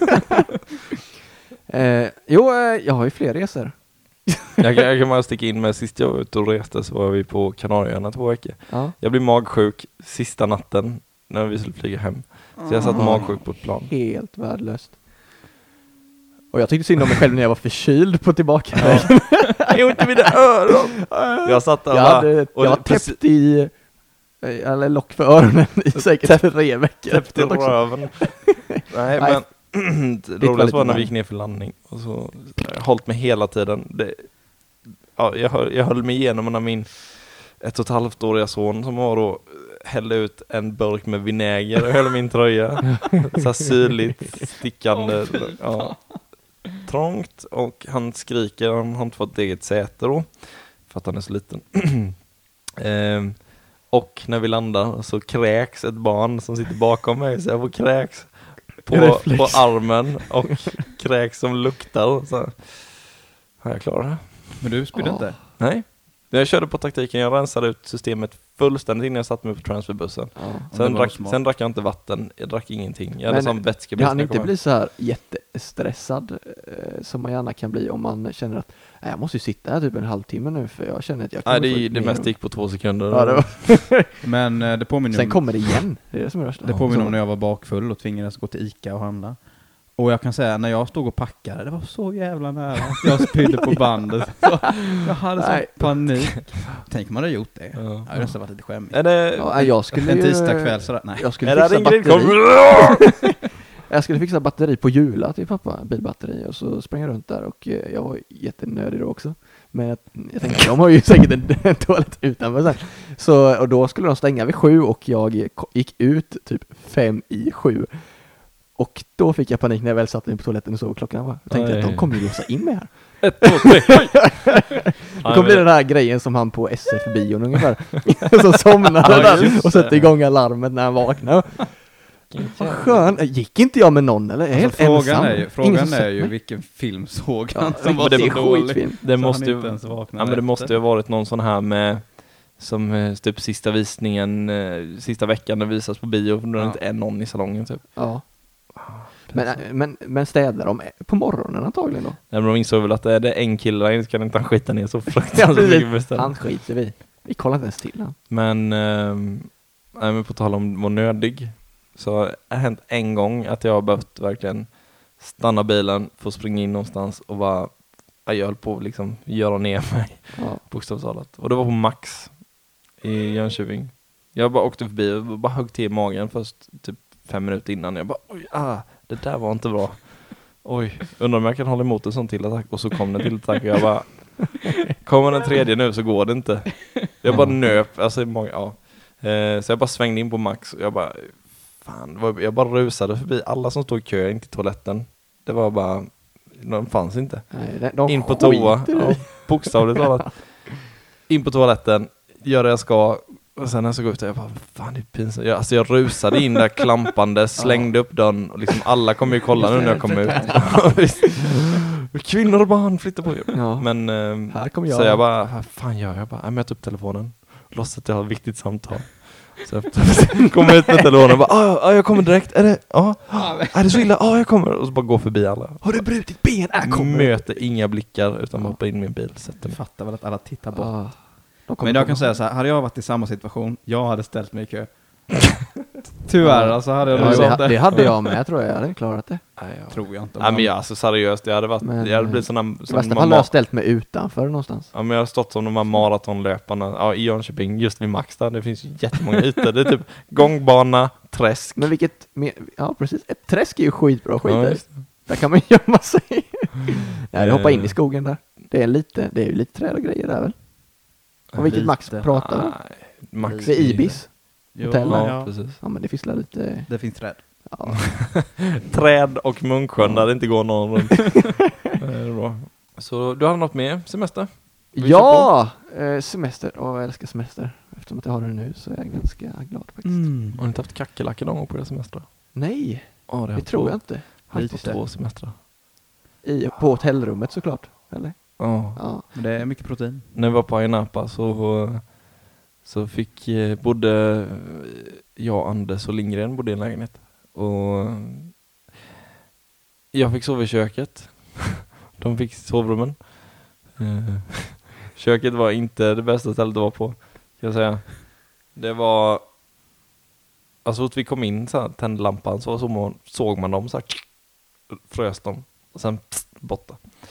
Jag har ju fler resor. jag kan bara sticka in med sist jag var ute och reste så var vi på Kanarieöarna 2 veckor. Ja. Jag blev magsjuk sista natten när vi skulle flyga hem. Så jag satt magsjuk på ett plan. Helt värdelöst. Och jag tyckte synd om mig själv när jag var förkyld på tillbaka. Jag gjorde mina öron. Jag satt där jag var täppt i eller lock för öronen i säkert 3 veckor. Täppt i röven. Nej, men roligast var när vi gick ner för landning. Och så jag har hållit mig hela tiden. Jag höll mig igenom när min 1,5-åriga son som var då hällde ut en burk med vinäger och höll min tröja. Så här syrligt, stickande. Ja. Trångt och han skriker, han har inte fått ett eget säte då för att han är så liten. Och när vi landar så kräks ett barn som sitter bakom mig så jag får kräks på armen och kräks som luktar så har jag klarat det. Men du spydde inte? Nej. Jag körde på taktiken, jag rensade ut systemet fullständigt innan jag satt mig på transferbussen. Sen drack jag inte vatten, jag drack ingenting. Jag hade sån vätskebrist. Kan inte bli så här jättestressad som man gärna kan bli om man känner att jag måste ju sitta här typ en halvtimme nu för jag känner att jag kan. Nej, det mest gick på 2 sekunder. Ja, det var. Men det påminner sen kommer det igen. Det är det som är värsta. Det påminner om när jag var bakfull och tvingades gå till Ica och handla. Och jag kan säga, när jag stod och packade, det var så jävla nära att jag spydde på bandet. Så jag hade sån panik. Tänk man hade gjort det. Jag hade nästan varit lite skämmig. Jag skulle en tisdagkväll sådär. Nej. Jag skulle fixa batteri. Jag skulle fixa batteri på Jula till pappa, bilbatteri. Och så sprang jag runt där och jag var jättenödig då också. Men jag tänkte, de har ju säkert en toalett utanför sen. Så, och då skulle de stänga vid 7 och jag gick ut typ 5:07. Och då fick jag panik när jag väl satt mig på toaletten och såg klockan var. Jag tänkte att de kommer ju låsa in mig här. 1, 2, 3, det kommer bli den här grejen som han på SF-bion ungefär. Som somnade där och sätter igång alarmet när han vaknar. Vad skön. Gick inte jag med någon eller? Jag är helt ensam. Frågan är ju vilken film såg han som var så dålig. Det måste ju ha varit någon sån här med som typ sista visningen sista veckan när visas på bio för då är det inte är någon i salongen typ. Ja. Men städar de på morgonen antagligen då? Nej, men de insåg väl att det är en kille där så kan inte han skita ner så fruktansvärt mycket bestämt. Han skiter vi kollar inte ens till han. Men på tal om att vara nödig så har det hänt en gång att jag har behövt verkligen stanna bilen, få springa in någonstans och bara jag höll på att liksom göra ner mig bokstavstalat. Och det var på Max i Jönköping. Jag bara åkte förbi och bara högg till i magen först typ 5 minuter innan. Jag bara, oj, det där var inte bra. Oj, undrar om jag kan hålla emot en sån till attack. Och så kom den till attack och jag bara, kommer den tredje nu så går det inte. Jag bara nöp, alltså så jag bara svängde in på max och jag bara, jag bara rusade förbi alla som stod i kö in till toaletten. Det var bara, de fanns inte. Nej, de in på toa, bokstavligt talat. In på toaletten, gör det jag ska. Och sen när jag så går ut där, jag bara, fan det är pinsamt. Jag rusade in där klampande, slängde upp dörren och liksom alla kommer ju kolla nu när jag kommer ut. Kvinnor och barn flyttar på er. Ja. Men här kommer jag. Så jag bara, vad fan gör jag? Jag möter upp telefonen. Låtsas att jag har ett viktigt samtal. Så jag kommer ut med telefonen och bara, jag kommer direkt. Är det så illa? Jag kommer. Och så bara gå förbi alla. Har du brutit ben? Möter inga blickar utan hoppar in i min bil. Fattar väl att alla tittar bort. Men jag kan säga så här, hade jag varit i samma situation, jag hade ställt mig i kö. Tyvärr, alltså hade jag det hade jag med, jag tror jag hade klarat det. Tror jag inte. Nej, men alltså seriöst, det hade varit, jag hade blivit sådana som hade jag ställt mig utanför någonstans. Ja, men jag har stått som de här maratonlöparna i Jönköping, just vid Max där. Det finns ju jättemånga ytor. Det är typ gångbana, träsk. Men precis, ett träsk är ju skitbra skit. Där kan man gömma sig. Nej, hoppa in i skogen där. Det är ju lite träd och grejer där väl. Och vilket Max pratar om? Max det är Ibis. Hotell. Ja, precis. Ja, men det finns lite... Det finns träd. Ja. Träd och Munksjön där det inte går någon runt. Så du hade något med semester? Ja! Semester. Jag älskar semester. Eftersom att jag har det nu så är jag ganska glad faktiskt. Har ni inte haft kackerlackor någon gång på era semester? Nej, det tror jag inte. Haft 2 semestrar. På hotellrummet såklart, eller? Ja. Men det är mycket protein. När vi var på Ayanapa så fick både jag, Anders och Lindgren bodde i en lägenhet. Och jag fick sova i köket. De fick sovrummen. Köket var inte det bästa stället att vara på, kan jag säga. Det var... Alltså att vi kom in så här, tände lampan så såg man dem så här, frös dem och sen borta.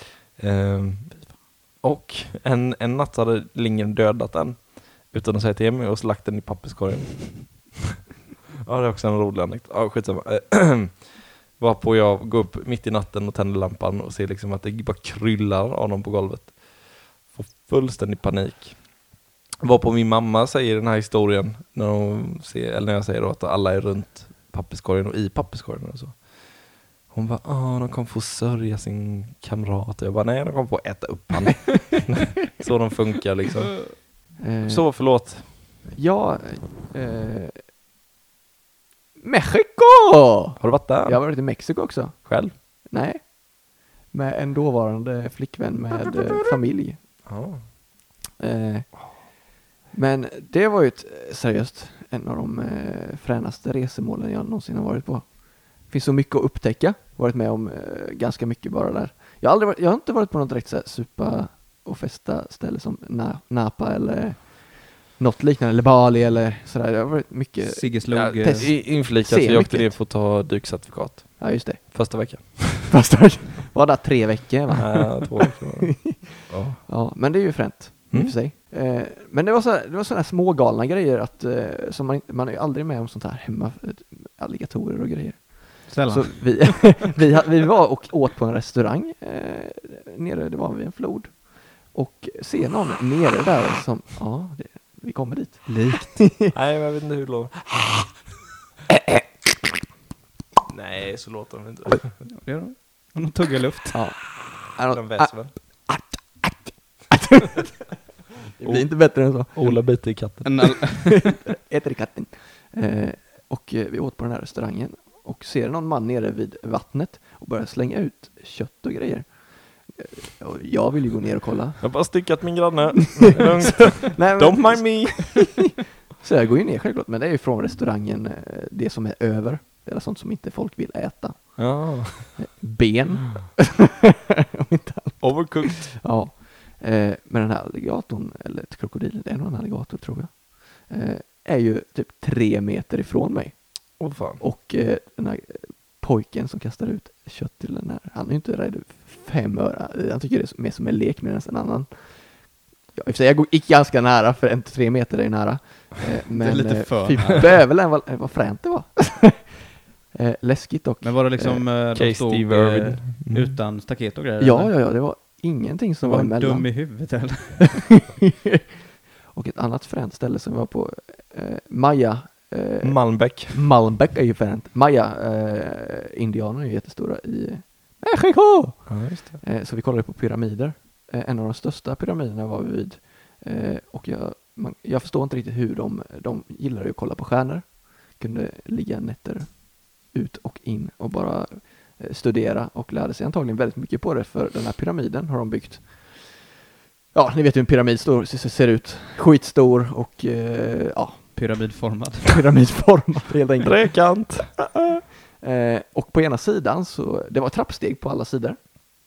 Och en natt hade Lindgren dödat den utan att säga till mig och så lagt den i papperskorgen. Ja, det är också en rolig anekdot. Ja, skitsamma. Varpå jag går upp mitt i natten och tänder lampan och ser liksom att det bara kryllar av dem på golvet. Får fullständig panik. Varpå min mamma säger den här historien när jag säger då att alla är runt papperskorgen och i papperskorgen och så. Hon bara, de kommer få sörja sin kamrat. Och jag bara, nej, de kommer få äta upp han. Så de funkar liksom. Så, förlåt. Ja, Mexiko! Har du varit där? Jag har varit i Mexiko också. Själv? Nej. Med en dåvarande flickvän med familj. Men det var ju seriöst en av de fränaste resemålen jag någonsin har varit på. Det finns så mycket att upptäcka. Varit med om ganska mycket bara där. Jag har inte varit på något direkt så här supa och festa ställe som Napa eller något liknande, eller Bali eller sådär. Det har varit mycket... Siggeslog. Inflikat, vi åkte ner för att ta dykcertifikat. Ja, just det. Första veckan. Var det 3 veckor, va? Ja, 2 veckor. Ja, men det är ju fränt i och för sig. Men det var sådana små galna grejer att som man är ju aldrig med om sånt här hemma, alligatorer och grejer. Sällan. Så vi var och åt på en restaurang nere, det var vid en flod. Och se någon nere där som, vi kommer dit. Likt. Nej, jag vet inte hur låter. Nej, så låter de inte. Det gör de. De tuggar luft. Ja. De väsven. Det blir inte bättre än så. Ola biter i katten. Äter i katten. Och vi åt på den här restaurangen och ser någon man nere vid vattnet och börjar slänga ut kött och grejer. Och jag vill ju gå ner och kolla. Jag har bara styckat min granne. Don't mind me. Så jag går ju ner självklart, men det är ju från restaurangen det som är över. Eller sånt som inte folk vill äta. Ja. Ben. Overcooked. Ja. Men den här alligatorn, eller ett krokodil, det är nog en alligator tror jag. Är ju typ 3 meter ifrån mig. Fan. Och den här pojken som kastar ut kött till den här, han är ju inte rädd 5 öre. Han tycker det är mer som en lek medan en annan Jag gick ganska nära, för 1-3 meter är nära. Men det är lite för fy bövelen vad fränt det var. Läskigt dock. Men var det liksom de stod utan staket och grejer? Ja, det var ingenting som var emellan. Dum i huvudet eller? Och ett annat fränt ställe som var på Maya. Malmbäck. Malmbäck är ju fränt. Maya indianer är ju jättestora i Mexiko. Ja, just det. Så vi kollade på pyramider. En av de största pyramiderna var vi vid. Och jag förstår inte riktigt hur de gillar ju att kolla på stjärnor. Kunde ligga nätter ut och in och bara studera och lärde sig antagligen väldigt mycket på det, för den här pyramiden har de byggt. Ja, ni vet hur en pyramid ser ut. Skitstor och Pyramidformad helt enkelt. Trekant. Och på ena sidan så, det var trappsteg på alla sidor.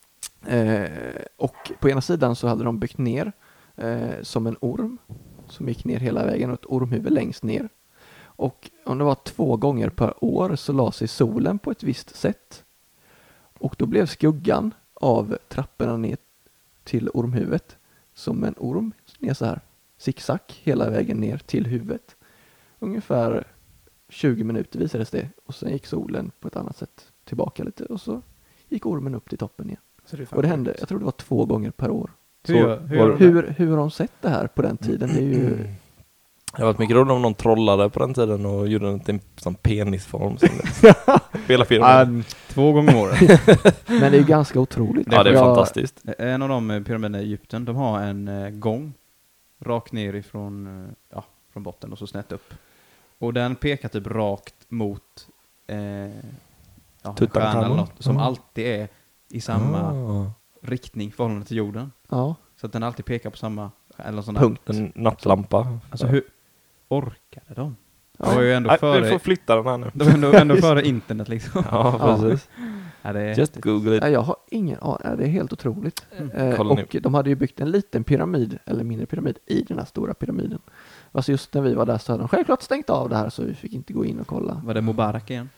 Och på ena sidan så hade de byggt ner som en orm som gick ner hela vägen, och ett ormhuvud längst ner. Och om det var 2 gånger per år så la sig solen på ett visst sätt. Och då blev skuggan av trapporna ner till ormhuvudet som en orm ner så här zigzag hela vägen ner till huvudet. Ungefär 20 minuter visades det, och sen gick solen på ett annat sätt tillbaka lite, och så gick ormen upp till toppen igen. Och det hände, jag tror det var 2 gånger per år. Hur har de sett det här på den tiden? Det är ju... Det var mycket roligt om någon trollade på den tiden och gjorde den till en sån penisform. Hela filmen. 2 gånger om året. Men det är ju ganska otroligt. Ja, det är fantastiskt. En av de pyramiderna i Egypten, de har en gång rakt ner ifrån från botten och så snett upp. Och den pekar typ rakt mot stjärnan eller något, som alltid är i samma riktning förhållande till jorden. Ja. Så att den alltid pekar på samma eller sån punkt. En nattlampa. Alltså hur orkade de? Det var ju ändå före... Du får flytta den här nu. Det var ändå före internet liksom. Ja, precis. Ja, det är just google it. Jag har ingen aning. Det är helt otroligt. Och de hade ju byggt en liten pyramid, eller mindre pyramid, i den här stora pyramiden. Alltså just när vi var där så hade de självklart stängt av det här, så vi fick inte gå in och kolla. Var det Mubarak igen?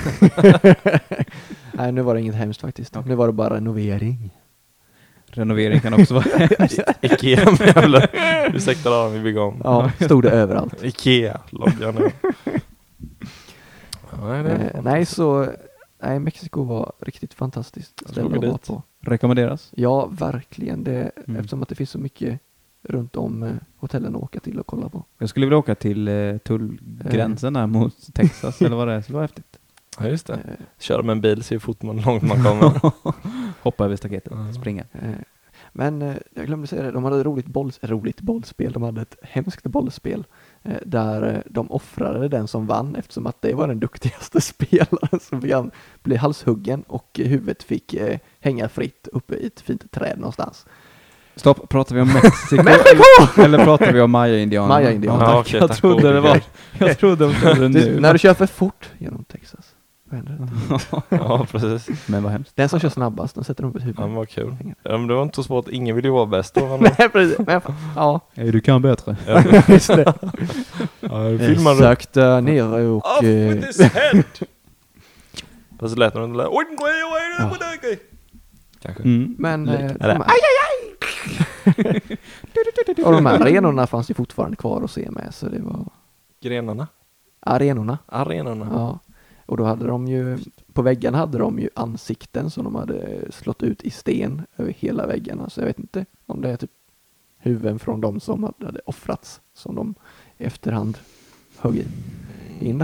Nej, nu var det inget hemskt faktiskt. Nu var det bara renovering. Renovering kan också vara Ikea jävlar. Ursäkta då, vi bygger om. Ja, stod det överallt. Ikea, loggar nu. Nej, Mexiko var riktigt fantastiskt ställe att vara på. Rekommenderas? Ja, verkligen. Eftersom att det finns så mycket runt om hotellen att åka till och kolla på. Jag skulle vilja åka till tullgränsen där mot Texas, eller vad det är. Det var häftigt. Ja, just det. Köra med en bil, se hur fort långt man kommer. Hoppa över staketet, springa. Men jag glömde säga det, de hade ett roligt bollspel. De hade ett hemskt bollspel där de offrade den som vann, eftersom att det var den duktigaste spelaren som blev halshuggen och huvudet fick hänga fritt uppe i ett fint träd någonstans. Stopp, pratar vi om Mexiko? eller pratar vi om Maya-indianerna? Maya-indianerna. Ja, okay, jag trodde det var... Jag trodde de körde nu. När du kör för fort genom Texas. Ja, precis. Men vad hemskt. Den som kör snabbast, den sätter de på huvudet. Ja, vad kul. Ja, men det var inte så svårt. Ingen vill ju vara bäst då. Nej, precis. Men, ja. Du kan bättre. Just det. Filmar du? Sakta ner och... Off with his head! Fast det lät nog inte... Kanske. Men... Och de här arenorna fanns ju fortfarande kvar att se med, så det var... Grenarna? Arenorna. Ja. Och då hade de ju, på väggarna hade de ju ansikten som de hade slått ut i sten över hela väggarna. Så jag vet inte om det är typ huvuden från de som hade offrats som de i efterhand högg in där.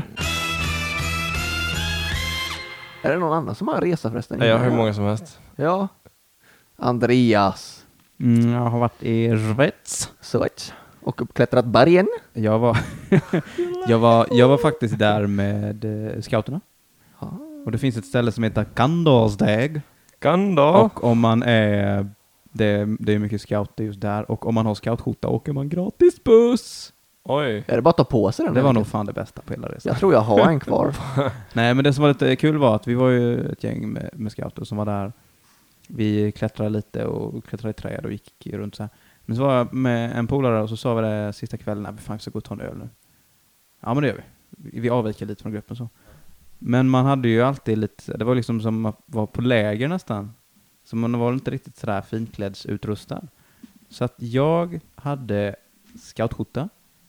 Är det någon annan som har resa förresten? Ja, jag har hur många som helst. Ja. Andreas. Jag har varit i Schweiz. Och uppklättrat bergen. Jag var faktiskt där med scouterna. Och det finns ett ställe som heter Kandarsdeg. Och om man är... Det är mycket scouter just där. Och om man har scoutskjorta åker man gratis buss. Oj. Är det bara att ta på sig den? Det var nog fan det bästa på hela resan. Jag tror jag har en kvar. Nej, men det som var lite kul var att vi var ju ett gäng med scouter som var där. Vi klättrade lite och klättrade i träd och gick runt så här. Men så var jag med en polare och så sa vi det sista kvällen, vi ska gå och ta en öl nu. Ja, men det gör vi. Vi avviker lite från gruppen så. Men man hade ju alltid lite, det var liksom som att vara på läger nästan. Så man var inte riktigt sådär finkläddsutrustad. Så att jag hade scoutskjorta,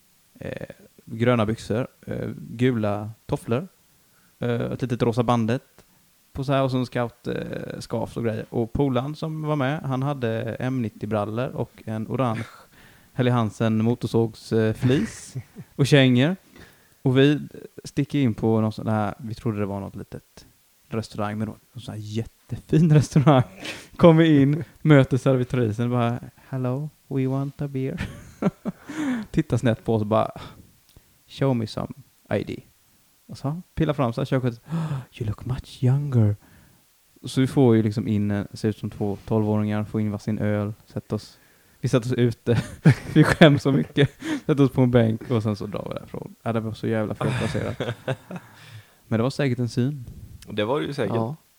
gröna byxor, gula tofflor, ett litet rosa bandet på så här, och så en scout-skaf och grejer. Och Polan som var med, han hade M90-brallor och en orange Helly Hansen motorsågsflis och kängor. Och vi sticker in på något sånt här, vi trodde det var något litet restaurang, men någon sån här jättefin restaurang. Kommer in, möter servitrisen och bara, hello, we want a beer. Tittar snett på oss och bara, show me some ID. Och så pillar fram så här körkortet, you look much younger. Så vi får ju liksom in, ser ut som 2 12-åringar, får in varsin öl, vi sätter oss ute, vi skäms så mycket, sätter oss på en bänk och sen så drar vi därifrån. Ja, det var så jävla felplacerat. Men det var säkert en syn. Det var det ju säkert.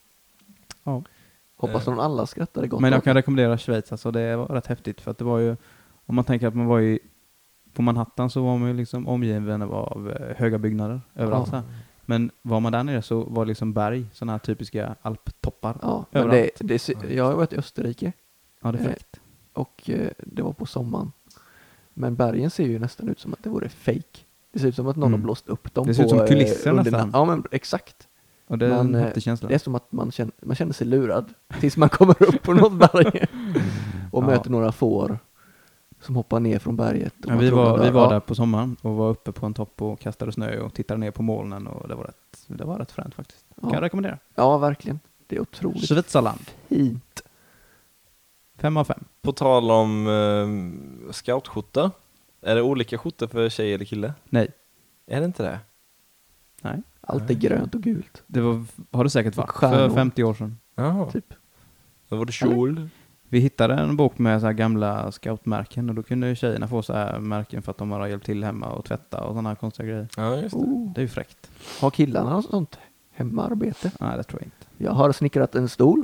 Ja. Hoppas någon alla skrattade gott. Men jag kan rekommendera Schweiz, alltså det var rätt häftigt för att det var ju, om man tänker att man var på Manhattan så var man ju liksom omgiven av höga byggnader överallt så här. Men var man där nere så var det liksom berg, sådana här typiska alptoppar. Ja, men jag har varit i Österrike. Ja, det är fräckt. Och det var på sommaren. Men bergen ser ju nästan ut som att det vore fake. Det ser ut som att någon har blåst upp dem. Det ser ut som kulisser nästan. Ja, men exakt. Och det är en häftig känsla. Det är som att man känner sig lurad tills man kommer upp på något berg och möter några får som hoppar ner från berget. Ja, vi var där på sommaren och var uppe på en topp och kastade snö och tittade ner på molnen och det var rätt fränt faktiskt. Kan jag rekommendera. Ja, verkligen. Det är otroligt Switzerland. fint. 5 av 5. På tal om scoutskjorta. Är det olika skjortor för tjej eller kille? Nej. Är det inte det? Nej. Allt är grönt och gult. Det har det säkert varit Stjärnor. för 50 år sedan. Jaha. Typ. Då var det kjol. Vi hittade en bok med så här gamla scoutmärken och då kunde ju tjejerna få så här märken för att de har hjälpt till hemma och tvätta och sådana här konstiga grejer. Ja, just det. Det är ju fräckt. Har killarna något sånt hemarbete? Nej, det tror jag inte. Jag har snickrat en stol.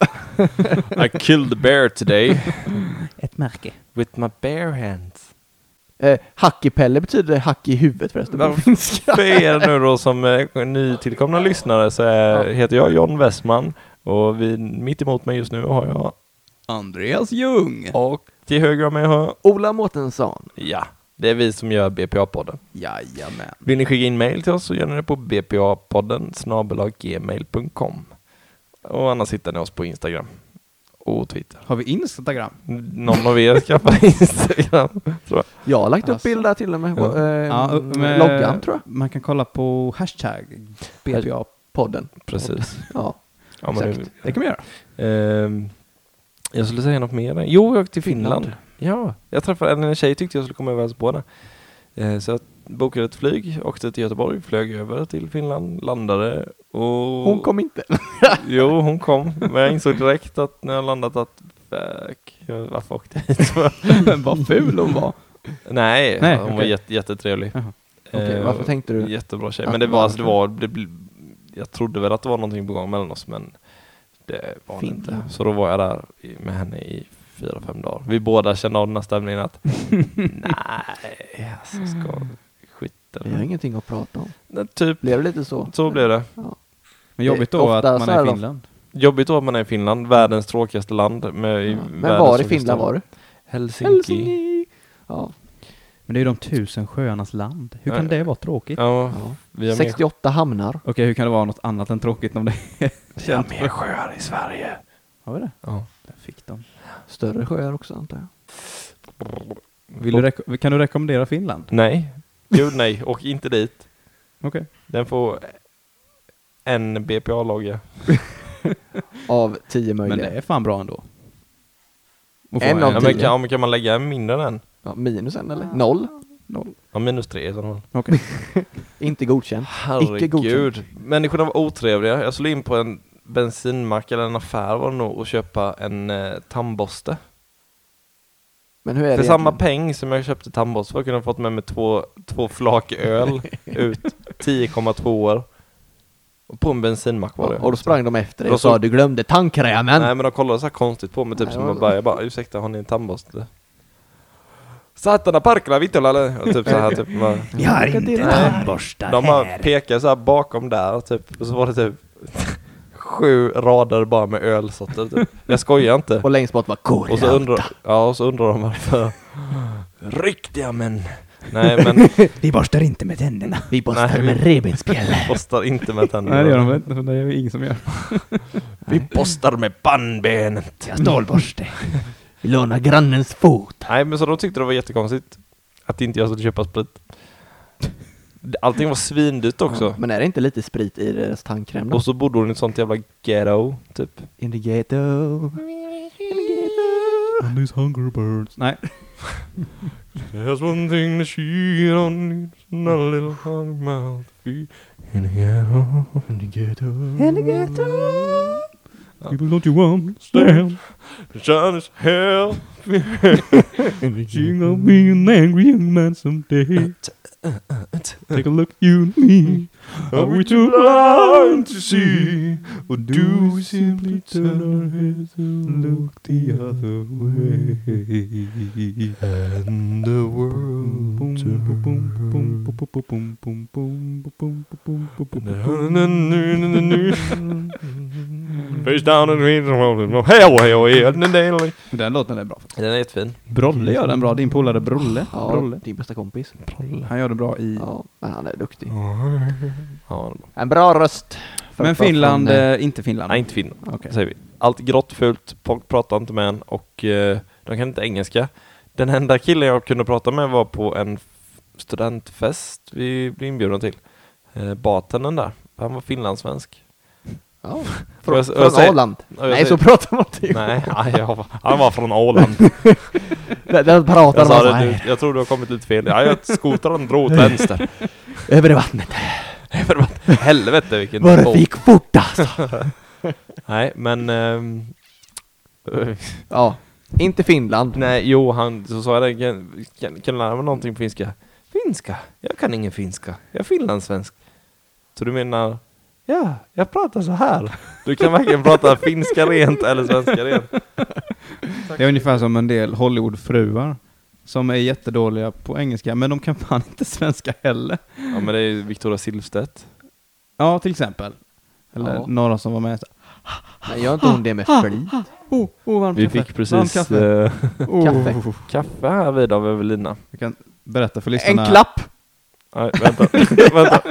I killed a bear today Ett märke. with my bare hands. Hack i pelle betyder hack i huvudet förresten. För er nu då som nytillkomna lyssnare så heter jag John Westman och mitt emot mig just nu har jag Andreas Ljung. och till höger om mig har jag Ola Mårtensson. ja, det är vi som gör BPA-podden. Jajamän. Vill ni skicka in mail till oss så gör ni det på bpa-podden@gmail.com. Och annars hittar ni oss på Instagram och Twitter. Har vi Instagram? Någon av er skaffar Instagram, tror jag. Jag har lagt upp bilder till och med. med Loggan tror jag. Man kan kolla på hashtag BPA. Podden. Precis. Ja, Ja, men exakt. Det kan vi göra. Jag skulle säga något mer. Jo, jag åkte till Finland. Ja, jag träffade en tjej tyckte jag skulle komma över på det. Så jag bokade ett flyg, åkte till Göteborg, flög över till Finland, landade och... Hon kom inte. Jo, hon kom. Men jag insåg direkt att när jag landat att varför åkte jag hit? Vad ful hon var. Nej, hon var jättetrevlig. Okej, varför tänkte du? Jättebra tjej. Men det var, jag trodde väl att det var någonting på gång mellan oss, men det var Fint, inte. ja. Så då var jag där med henne i 4-5 dagar. Vi båda kände av den här stämningen att nej, alltså ska skita. Vi har ingenting att prata om. Typ, Blev det lite så? så blev det. Ja. Men jobbigt då Ofta att man så är här i då. Finland. Jobbigt då att man är i Finland, världens tråkigaste land. Med Men var i Finland var du? Helsinki. Ja. Men det är ju de 1000 sjöarnas land. Hur kan det vara tråkigt? Ja, vi har 68 hamnar. Okej, hur kan det vara något annat än tråkigt om det vi har mer sjöar i Sverige. Har vi det? Ja. Där fick de. Större sjöar också antar jag. Kan du rekommendera Finland? Nej, gud nej, och inte dit. Okej. Den får en BPA-logga. Av 10 Men möjliga. det är fan bra ändå. Och få En av Ja, 10. men kan man lägga mindre än en? Ja, minus en eller? 0. Ja, -3 i sådana fall. Okej. Inte godkänt. Icke godkänt. Herregud. Människorna var otrevliga. Jag skulle in på en bensinmack eller en affär var det nog och köpa en tandborste. Men hur är För det samma egentligen? peng som jag köpte tandborste för kunde jag fått med mig två flak öl ut 10,2 år. Och på en bensinmack var det. Och då sprang de efter dig Då och sa så- du glömde tandkrämen. Nej, men de kollade så här konstigt på mig typ Nej, som det var- jag bara ursäkta, har ni en tandborste? Satana parkerna vittola eller? Och typ så här typ bara, Vi har inte tandborstar de bara pekade så här bakom där typ och så var det typ 7 rader bara med ölsorter typ. Jag skojar inte. Och längst bort var Och så undrar de varför. Riktiga män. Nej, men Vi borstar inte med tänderna. Vi borstar Nej, med revbensspjäll. postar inte med tänderna. Nej, det gör de inte, för det är ju ingen som gör. Vi postar med pannbenet. Jag stålborste. Vi lånar grannens fot. Nej, men så de tyckte det var jättekonstigt att inte jag skulle köpa sprit. Allting var svindyrt också. Ja, men är det inte lite sprit i deras tandkräm då? Och så bodde hon i ett sånt jävla ghetto, typ. In the ghetto. And these hunger birds. Nej. There's one thing that she don't need, not a little hungry mouth to feed. In the ghetto. In the ghetto. In the ghetto. People don't you understand? The sun is hell. You're gonna be an angry young man someday. Take a look at you and me. Are we too blind to see? Or do we simply turn our heads and look the other way? And the world face down and read Den låten är bra. Den är jättefin. Brolle gör den bra. Din polare Brolle. Ja, Brolle. din bästa kompis. Han gör det bra i... Ja, men han är duktig. Ja, En bra röst. Men Finland, inte Finland. nej, inte Finland. Okej. Säger vi. Allt grått, fult, folk pratar inte med en och de kan inte engelska. Den enda killen jag kunde prata med var på en studentfest vi blev inbjudna till. Bartendern där. Han var finlandssvensk. Ja, Får jag från säga- Åland. jag Nej, säger- så pratar man inte. Nej, han var från Åland. Där pratar Jag, man sa så det, här. jag tror du har kommit lite fel. Ja, skotaren drog åt vänster. Över vattnet. Helvete vilken Var båt. fick fort alltså. Nej, men Ja, inte Finland. nej, jo, så sa jag det. Kan du lära mig någonting på finska? Finska? Jag kan ingen finska. Jag är finlandssvensk. Så du menar, ja, jag pratar så här. Du kan verkligen prata finska rent eller svenska rent. Det är ungefär som en del Hollywoodfruar som är jättedåliga på engelska, men de kan fan inte svenska heller. Ja, men det är Victoria Silvstedt. Ja, till exempel. Eller Ja. några som var med. Men gör inte hon det med flit? Varmt Vi kaffe. fick precis Varmt kaffe. Kaffe. kaffe här vid av Evelina. Jag kan berätta för En lyssnarna. klapp! Nej, vänta. Vänta.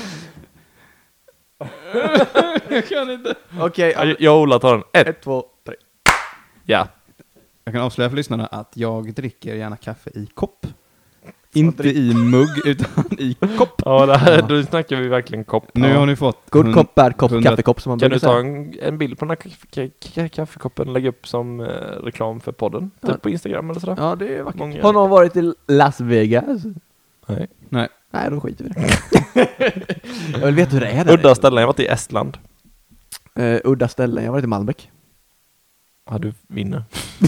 Jag kan inte. Okej, Jag och Ola tar den. 1, 2, 3. Ja. Jag kan avslöja för lyssnarna att jag dricker gärna kaffe i kopp. Inte i mugg, utan i kopp. Ja, det här, då snackar vi verkligen kopp. Nu har ni fått... God kopp är kopp, 100 kaffekopp som man Kan du brukar ta säga. en bild på den här kaffekoppen och lägga upp som reklam för podden? Ja. Typ på Instagram eller sådär? Ja, det är vackert. Många- Har någon varit i Las Vegas? Nej. Nej. Nej, då skiter vi i det. Jag vill veta hur det är där. Udda ställen, jag har varit i Estland. Udda ställen. Jag har varit i Malmbäck. Ja, du vinner.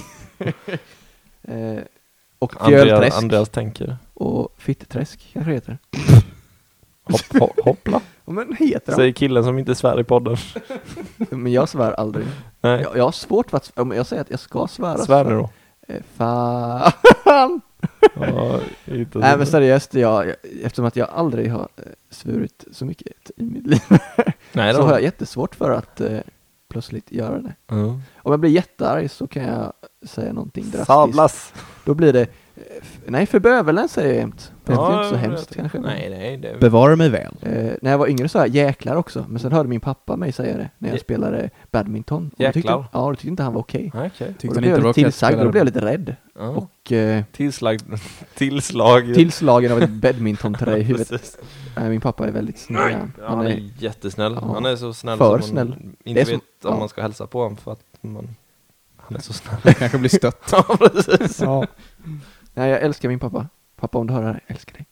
Och Fjölträsk. Andreas tänker. Och Fitteträsk kanske det heter. Hoppla. Ja, men heter Säger killen som inte svär i podden. det? Men jag svär aldrig. Nej, Jag har svårt för att... Om jag säger att jag ska svära... svär nu då. Fan! Ja, inte Nej men seriöst, eftersom att jag aldrig har svurit så mycket i mitt liv Nej, så då. har jag jättesvårt för att plötsligt göra det. Mm. Om jag blir jättearg så kan jag säga någonting drastiskt. Sablas. Då blir det... nej, för bövelen säger jag jämt. Det är inte så jag hemskt vet. kanske. Nej, det är... Bevara mig väl. När jag var yngre så här, jäklar också. Men sen hörde min pappa mig säga det när jag spelade badminton. Och då tyckte, Jäklar? ja, då tyckte inte han var okej. Nej, okej. Och Tyckte då han blev inte jag var lite okej att tillsagd och spela då blev jag lite rädd. Ja. Och Tillslag. tillslagen av ett badmintonträ i huvudet. Precis. Min pappa är väldigt snäll. Ja, han är jättesnäll. Ja. Han är så snäll För som snäll. man Det inte är som- vet om ja. man ska hälsa på honom för att han är så snäll. Kanske blir stött. Ja, precis. Ja. Nej, jag älskar min pappa. Pappa, om du hör det här, jag älskar dig.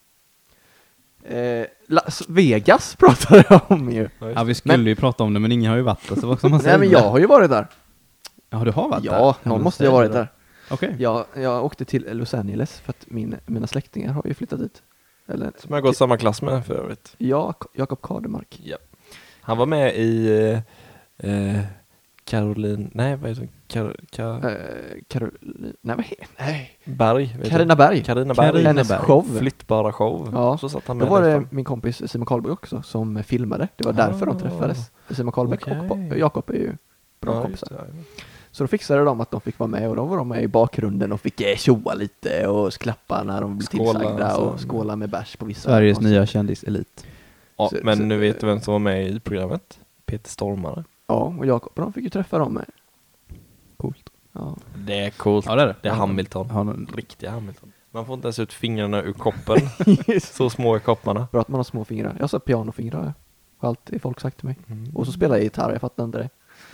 Las Vegas pratade jag om ju. Ja, vi skulle ju prata om det, men ingen har ju varit där, så vad ska man säga? Nej, men jag har ju varit där. Ja, du har varit där? Ja, någon måste ju ha varit där. Okej. Jag åkte till Los Angeles för att mina släktingar har ju flyttat dit. Eller, Som jag har gått samma klass med för övrigt. ja, Jakob Kademark. Ja. Han var med i Caroline... Nej, vad heter det? Carina Berg. Hennes Hennes show. Flyttbara show. Ja. Så satt han Då med var där det fram. min kompis Simon Karlberg också som filmade. Det var därför de träffades. Simon Karlberg och Jakob är ju bra kompisar. just det. Så då fixade de att de fick vara med och då var de med i bakgrunden och fick tjoa lite och klappa när de blev Skåla, tillsagda så. och skåla med bärs på vissa. Sveriges och nya kändiselit. Ja, Så- men så- nu vet du vem som var med i programmet? Peter Stormare. Ja, och Jakob de fick ju träffa dem med. Coolt. Ja. Det är coolt. Ja, det är det. Det är Hamilton. Har någon- Riktiga Hamilton. Man får inte ens ut fingrarna ur koppen. Så små är kopparna. Bra att man har små fingrar. Jag sa pianofingrar. Har alltid folk sagt till mig. Och så spelar jag gitarr, jag fattar inte det.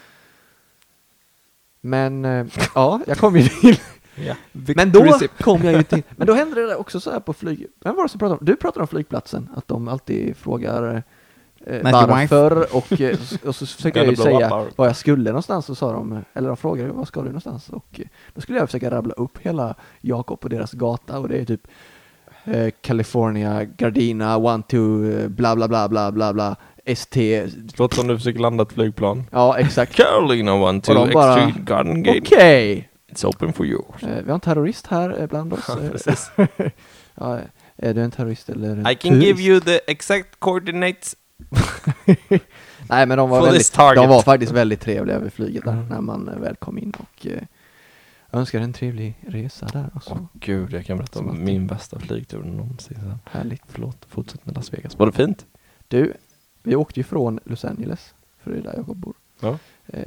Men ja, jag kom ju till. Ja. Men då kom jag ju till. Men då hände det där också så här på flyg. Vem var det som pratade om? Du pratade om flygplatsen. Att de alltid frågar varför. Och så försökte jag ju Gonna blow säga up our- vad jag skulle någonstans. Och sa de, eller de frågade vad ska du någonstans? Och då skulle jag försöka rabbla upp hela Jakob och deras gata. Och det är typ California, Gardena, 1, 2, bla bla bla bla bla bla. ST. Låter som du försöker landa ett flygplan. Ja, exakt. Carolina 1, 2, Och de bara, Extreme Garden Gate. Okej. It's open for you. Vi har en terrorist här bland oss. Precis. Ja, är du en terrorist eller en I can turist? give you the exact coordinates. Nej, men de For this var, target. de var faktiskt väldigt trevliga vid flyget där när man väl kom in och önskar en trevlig resa där. Och så. Gud, jag kan berätta Som om alltid. min bästa flygtur någonsin. Härligt. Förlåt, fortsätt med Las Vegas. Var det fint? Du, vi åkte ju från Los Angeles, för det är där jag bor. Ja.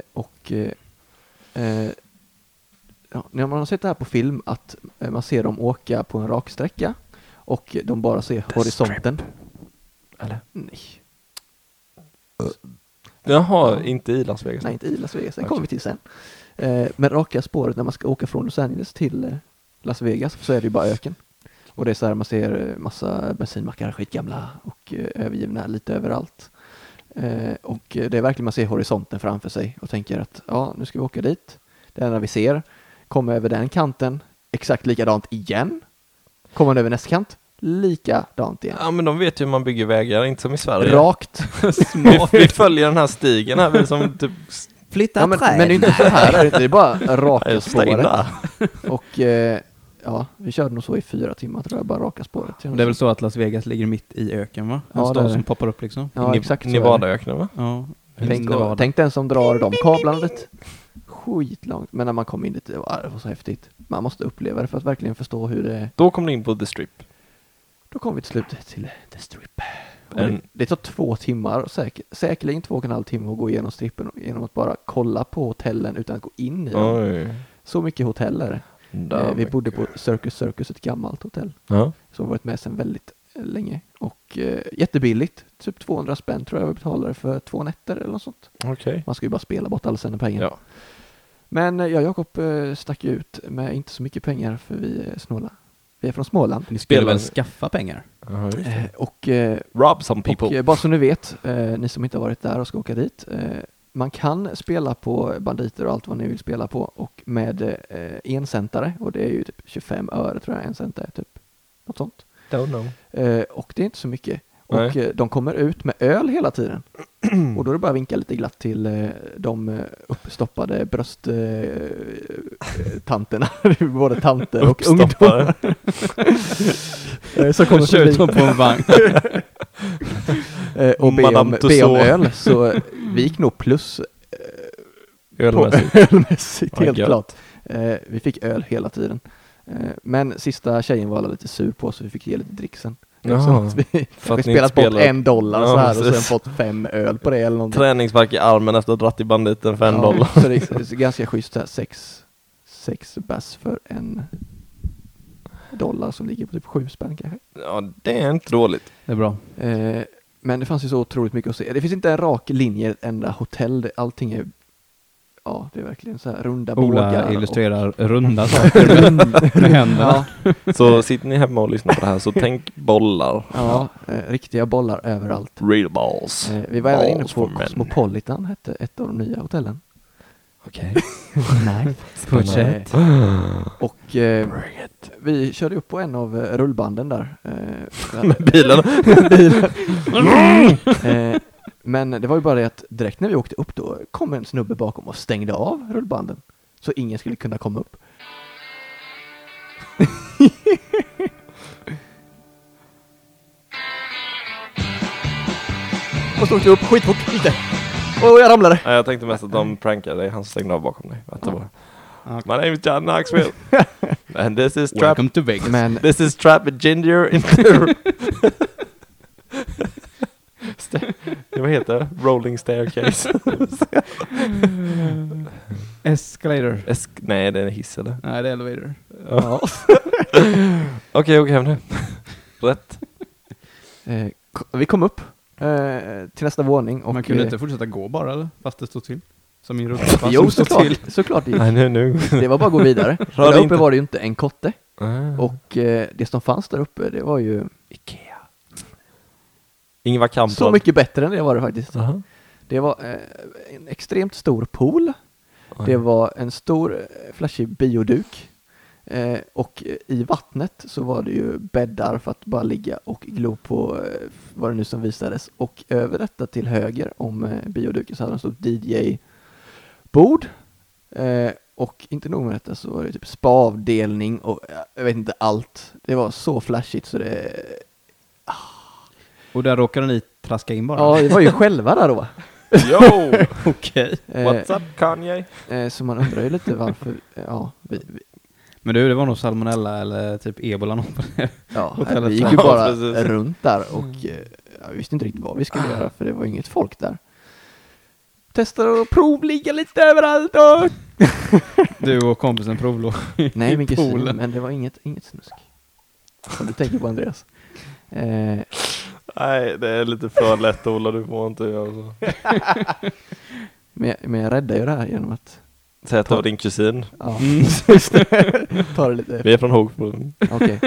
Ja, när man har sett det här på film att man ser dem åka på en raksträcka och de bara ser horisonten. Eller? Nej. Jaha, inte i Las Vegas. Nej, inte i Las Vegas. Den Okej. kommer vi till sen. Men raka spåret när man ska åka från Los Angeles till Las Vegas så är det ju bara öken. Och det är så här man ser massa bensinmackar, skitgamla och övergivna lite överallt. Och det är verkligen man ser horisonten framför sig och tänker att ja, nu ska vi åka dit. Det enda vi ser, kommer över den kanten, exakt likadant igen. Kommer man över nästa kant, likadant igen. Ja, men de vet ju hur man bygger vägar, inte som i Sverige. Rakt. Vi följer den här stigen här, vi som typ... Flytta Ja, men det är inte så här, är det inte. Det är bara raka spåret. Och ja, vi körde nog så i 4 timmar tror jag, bara raka spåret. Det är väl så att Las Vegas ligger mitt i öken, va? En Ja, det är stad det. som poppar upp liksom. Ja, exakt så är det. Nevadaöknen, va? Ja. Tänk den som drar de kablarna dit. Skitlångt. Men när man kom in dit, det var så häftigt. Man måste uppleva det för att verkligen förstå hur det... Då kom du in på The Strip. Då kom vi till slut till The Strip. Och En- det tar 2 timmar, säkerligen 2,5 timmar att gå igenom strippen genom att bara kolla på hotellen utan att gå in i dem. Oj. Så mycket hotell är det. Vi bodde på Circus, ett gammalt hotell Ja. som varit med sedan väldigt länge. Och jättebilligt, typ 200 spänn tror jag vi betalade för 2 nätter eller något sånt. Okej. Man ska ju bara spela bort alla sina pengar. Ja. Men jag och Jakob stack ut med inte så mycket pengar för vi är snåla. Vi är från Småland. Ni skulle Spelar- väl skaffa pengar? Ja, just det. Och Rob some people. bara så ni vet, ni som inte har varit där och ska åka dit, man kan spela på banditer och allt vad ni vill spela på och med ensäntare och det är ju typ 25 öre tror jag en cent är typ. Något sånt. Don't know. Och det är inte så mycket. Och Nej. de kommer ut med öl hela tiden. Och då är det bara att vinka lite glatt till de uppstoppade brösttanterna. Både tanter och ungdomar. Så kommer Kör ut dem på en vagn. och be Madame om Tussauds. öl. Så vi gick nog plus Ölmässigt. ölmässigt, helt Ja, klart. Vi fick öl hela tiden. Men sista tjejen var lite sur på så vi fick ge lite dricksen. Jaha, Så att vi för att vi ni spelat inte bort spelar- $1 Ja, så här och sen precis. fått 5 öl på det eller någonting. Träningsvärk i armen efter att ha dratt i banditen för $1. Så det är ganska schysst här, 6 bass för $1 som ligger på typ 7 spänn kanske. Ja, det är inte dåligt. Det är bra. Men det fanns ju så otroligt mycket att se. Det finns inte en rak linje, ett enda hotell. Allting är, ja, det är verkligen så här runda bågar. Ola illustrerar runda saker med händerna. Ja, Så sitter ni hemma och lyssnar på det här så tänk bollar. ja riktiga bollar överallt. Real balls. Vi var även inne Balls på for men. Cosmopolitan, hette ett av de nya hotellen. Okej. Nej. Fortsätt. Och vi körde upp på en av rullbanden där. Med bilen. Men det var ju bara det att direkt när vi åkte upp då kom en snubbe bakom och stängde av rullbanden. så ingen skulle kunna komma upp. Och så åkte jag upp skitfort lite. Och jag ramlade. Nej, jag tänkte mest att de prankade dig. Han stängde av bakom dig. Att det var. Okay. My name is John Knoxville. And this is Trap. Welcome to Vegas. Men This is Trap with Ginger in Vad heter det? Rolling staircase. Escalator. Nej, det är en hiss eller? Nej, det är elevator. ja. Okej, hem nu. Rätt. Vi kom upp till nästa våning. Och Man kunde inte fortsätta gå bara, eller? Fast det stod till. Som min jo, såklart det gick. Nej, nu. Det var bara att gå vidare. Och där uppe var det ju inte en kotte. Och det som fanns där uppe, det var ju Ikea. Ingvar Kamprad. så mycket bättre än det var det faktiskt. Uh-huh. Det var en extremt stor pool. Det var en stor flashig bioduk. Och i vattnet så var det ju bäddar för att bara ligga och glo på vad det nu som visades. Och över detta till höger om bioduken så hade de stort DJ-bord. Och inte nog med detta så var det typ spa-avdelning och jag vet inte allt. Det var så flashigt så det... Och där råkade ni traska in bara? Ja, det var ju själva där då. Yo! Okej. What's up, Kanye? Så man undrar ju lite varför... Ja, Men du, det var nog salmonella eller typ ebola något på det. ja, hotellet. vi gick ju bara precis. runt där och vi visste inte riktigt vad vi skulle göra för det var inget folk där. Testade att provligga lite överallt och... Du och kompisen provlåg Nej, min kusin, poolen. men det var inget snusk. Som du tänker på, Andreas. Nej, det är lite för lätt, Ola. Du får inte göra så. Men jag räddade ju det här genom att... Säg att det var din kusin. Ja, just det. Ta det lite... Vi är från Hågford. Okej.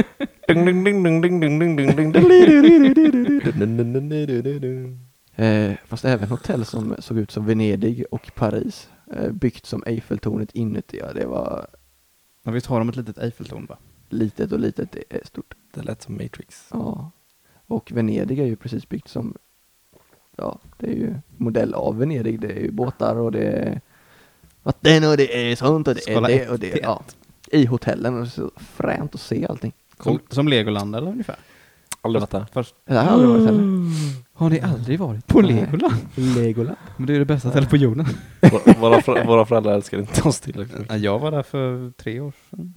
Fast även hotell som såg ut som Venedig och Paris. Byggt som Eiffeltornet inuti. Ja, det var Ja, visst har de ett litet Eiffeltorn, va? litet och litet är stort. Det lät som Matrix. Ja. Och Venedig är ju precis byggt som... Ja, det är ju modell av Venedig. Det är ju båtar och det är vatten och det är sånt och det är Skala det ett och det. till Ja. I hotellen och det är så fränt att se allting. Som Legoland eller ungefär? Aldrig varit där. Först. Det här har aldrig varit heller. Har ni aldrig varit på Nej. Legoland? Legoland. Men det är det bästa stället på jorden. Våra föräldrar älskar inte oss tillräckligt mycket. Ja, jag var där för 3 år sedan.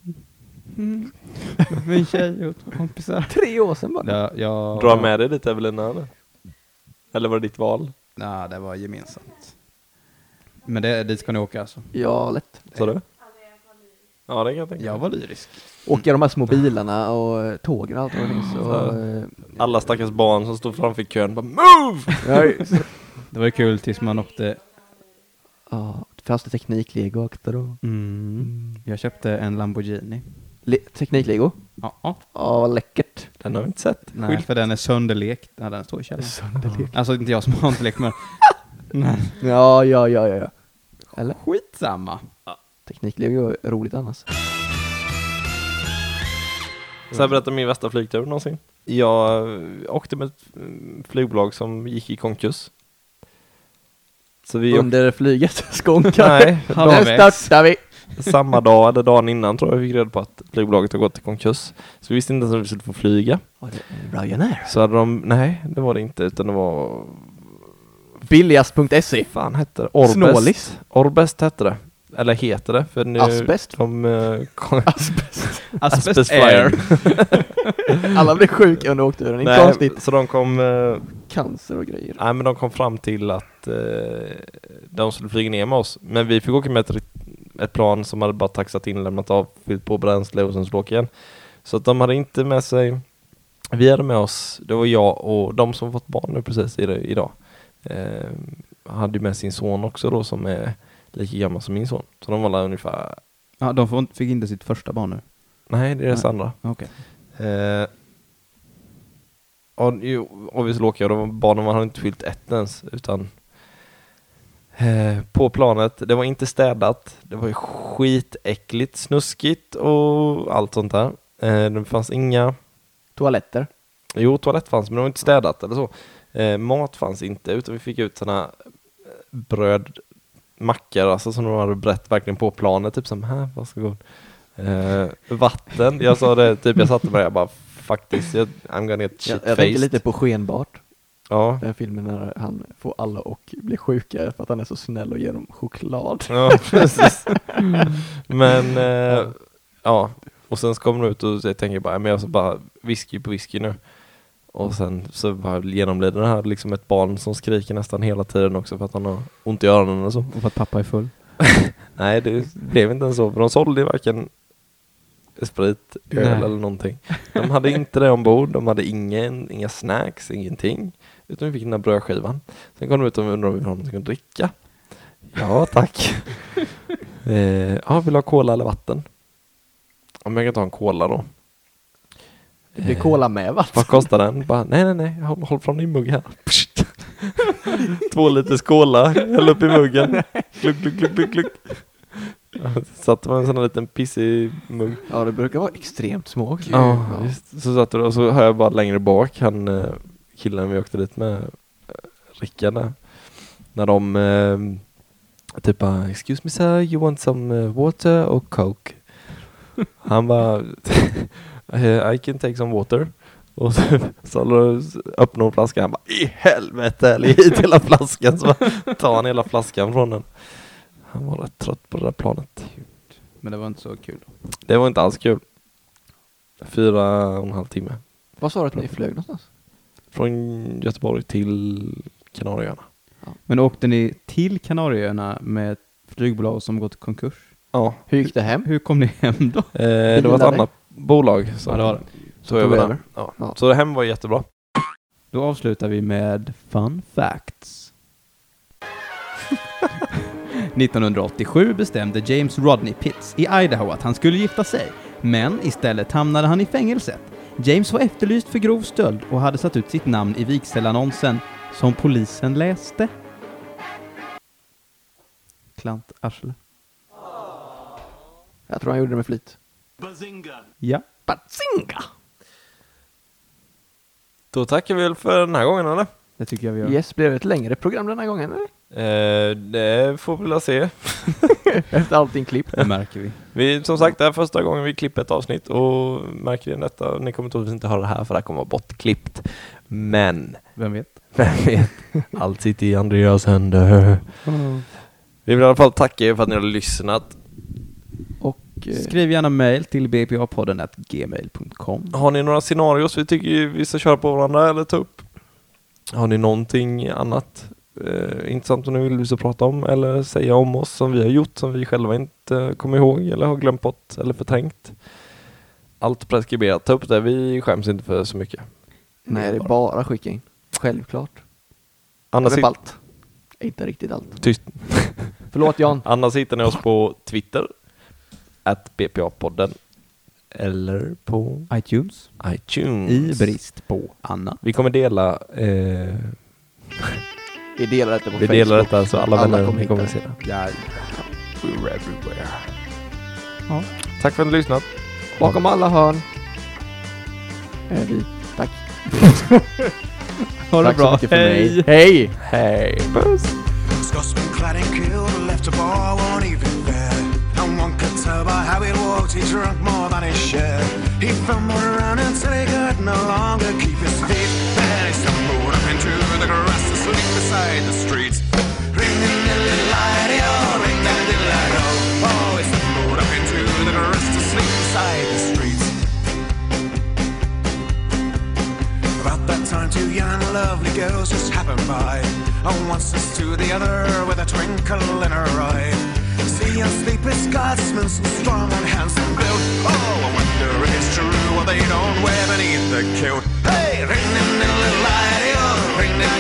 Min tjej och 2 kompisar. 3 år sedan bara. Ja, Dra med dig dit, Evelina, eller var det ditt val? Nej, det var gemensamt. Men dit ska ni åka alltså? Ja, lätt. Sa du? Ja, det kan jag tänka. Jag var lyrisk. Åka de här små bilarna och tågen och allt vad det finns. Och, Alla stackars barn som stod framför kön bara MOVE! Det var ju kul tills man åkte. ja, fanns det tekniklego också då? Jag köpte en Lamborghini. Tekniklego? Ja. Ja, vad läckert. Den har vi inte sett. Nej, för den är sönderlekt. Ja, den står i källaren. Sönderlek. Alltså inte jag som har inte lekt med den. Ja. Eller? Skitsamma. Tekniklego är roligt annars. Så jag berättar min värsta flygtur någonsin. Jag åkte med ett flygbolag som gick i konkurs. Så vi Under flyget skånkar. Nej, Där startar vi. samma dag eller dagen innan tror jag vi fick reda på att flygbolaget har gått i konkurs. Så vi visste inte ens om vi skulle få flyga. Var det Ryanair? Så hade nej, det var det inte, utan det var... Billigast.se. Fan hette det? Orbest. Snålis. Orbest hette det. Eller heter det? För nu Asbest. Asbest Flyer. Alla blev sjuka under åkturen. Inte Nej, konstigt. så de kom... Cancer och grejer. Nej, men de kom fram till att de skulle flyga ner med oss. Men vi fick åka med ett plan som hade bara taxat in, lämnat av, fyllt på bränsle och sen skulle åka igen. Så att de hade inte med sig... Vi hade med oss, det var jag och de som fått barn nu precis idag. Hade med sin son också då som är lika gammal som min son. Så de var där ungefär... Ja, de fick inte sitt första barn nu. Nej, det är det andra. Okej. Och vi skulle åka och då var barnen hade inte fyllt 1 ens, utan på planet, det var inte städat, det var ju skitäckligt, snuskigt och allt sånt där. Det fanns inga Toaletter. toalett fanns, men det var inte städat eller så. Mat fanns inte, utan vi fick ut såna mackar alltså, som de hade brett verkligen på planet. Typ som, här, varsågod. Vatten. Jag sa det, typ jag satte mig och jag bara, faktiskt, I'm gonna get shit-faced. Jag tänkte lite på Skenbart. Ja. Den filmen när han får alla och blir sjuka för att han är så snäll och ger dem choklad. Ja, precis. Men, ja. Och sen så kommer de ut och jag tänker bara, men jag så bara whisky på whisky nu. Och sen så bara genomlider det här liksom ett barn som skriker nästan hela tiden också för att han har ont i öronen och så. Och för att pappa är full. Nej, det blev inte ens så. För de sålde ju varken sprit, öl eller någonting. De hade inte det ombord. De hade inga snacks, ingenting. Utan vi fick den här brödskivan. Sen kom de ut och undrade om vi har någonting att dricka. Ja, tack. Ja, vill du ha cola eller vatten? Om jag kan ta en cola då. Det blir cola med vatten. Vad kostar den? Bara, nej. Håll fram din mugg här. 2 liters cola. Häll upp i muggen. Glugg. Satt man en sån här liten pissig mugg. Ja, det brukar vara extremt små. Ja, visst. Så satt det och så hör jag bara längre bak han killen vi åkte dit med, Rickard där. När de typ bara, excuse me sir, you want some water or coke? Han bara, I can take some water. Och så öppnar hon flaskan. Han bara, i helvete, eller hit hela flaskan. Så tar han hela flaskan från den. Han var rätt trött på det där planet. Men det var inte så kul. Det var inte alls kul. 4,5 timme. Vad sa du att ni flög någonstans? Från Göteborg till Kanarieöarna. Ja. Men åkte ni till Kanarieöarna med ett flygbolag som gått i konkurs? Ja. Hur gick det hem? Hur kom ni hem då? Det var ett annat bolag. Så ja, det var det. Så över. Ja. Ja. Så det hem var jättebra. Då avslutar vi med fun facts. 1987 bestämde James Rodney Pitts i Idaho att han skulle gifta sig, men istället hamnade han i fängelset. James var efterlyst för grov stöld och hade satt ut sitt namn i vigselannonsen som polisen läste. Klant arsle. Jag tror han gjorde det med flit. Ja. Bazinga! Då tackar vi väl för den här gången, eller? Det tycker jag vi gör. Yes, blir det ett längre program den här gången, eller? Det får vi väl se. Efter allting klippt. Det märker vi. Som sagt, det är första gången vi klipper ett avsnitt och märker ni detta, ni kommer troligtvis inte höra det här för det här kommer vara bortklippt. Men Vem vet? allt sitter i Andreas händer. Vi vill i alla fall tacka er för att ni har lyssnat. Och Skriv gärna mejl till bpa-podden@gmail.com. Har ni några scenarios vi tycker vi ska köra på varandra eller ta upp? Har ni någonting annat intressant som ni vill vi ska prata om eller säga om oss som vi har gjort som vi själva inte kommer ihåg eller har glömt bort eller förträngt? Allt preskriberat. Ta upp det. Vi skäms inte för så mycket. nej, det är bara skicka in. Självklart. Annars Annars allt. Inte riktigt allt. tyst. Förlåt Jan. Annars hittar ni oss på Twitter @bpa-podden eller på iTunes. iTunes. I brist på annat. Vi kommer dela Vi delar detta på vi Facebook. delar detta så alla vänner kommer kommer hitta se det. Ja. We're everywhere. Ja. Tack för att ni lyssnat. Bakom alla hörn. Vi. Tack. Ha det Tack så bra. mycket för Hej. mig. Hej! Hej. Puss. Scotsman clad in kilt, left a bar one evening there. And one could tell by how he walked, he drank more than his share. He fumbled around until he could no longer keep his feet. Then he stumbled up into the grass to sleep beside the street. Ring a diddle oh, ring a diddle oh, he stumbled up into the grass to sleep beside the street. About that time, 2 young lovely girls just happened by. One says to the other with a twinkle in her eye, see and sleep is Scotsman, so strong and handsome built. Oh, I wonder if it's true what they don't wear beneath the kilt. Hey, ring them little lighty, oh, ring them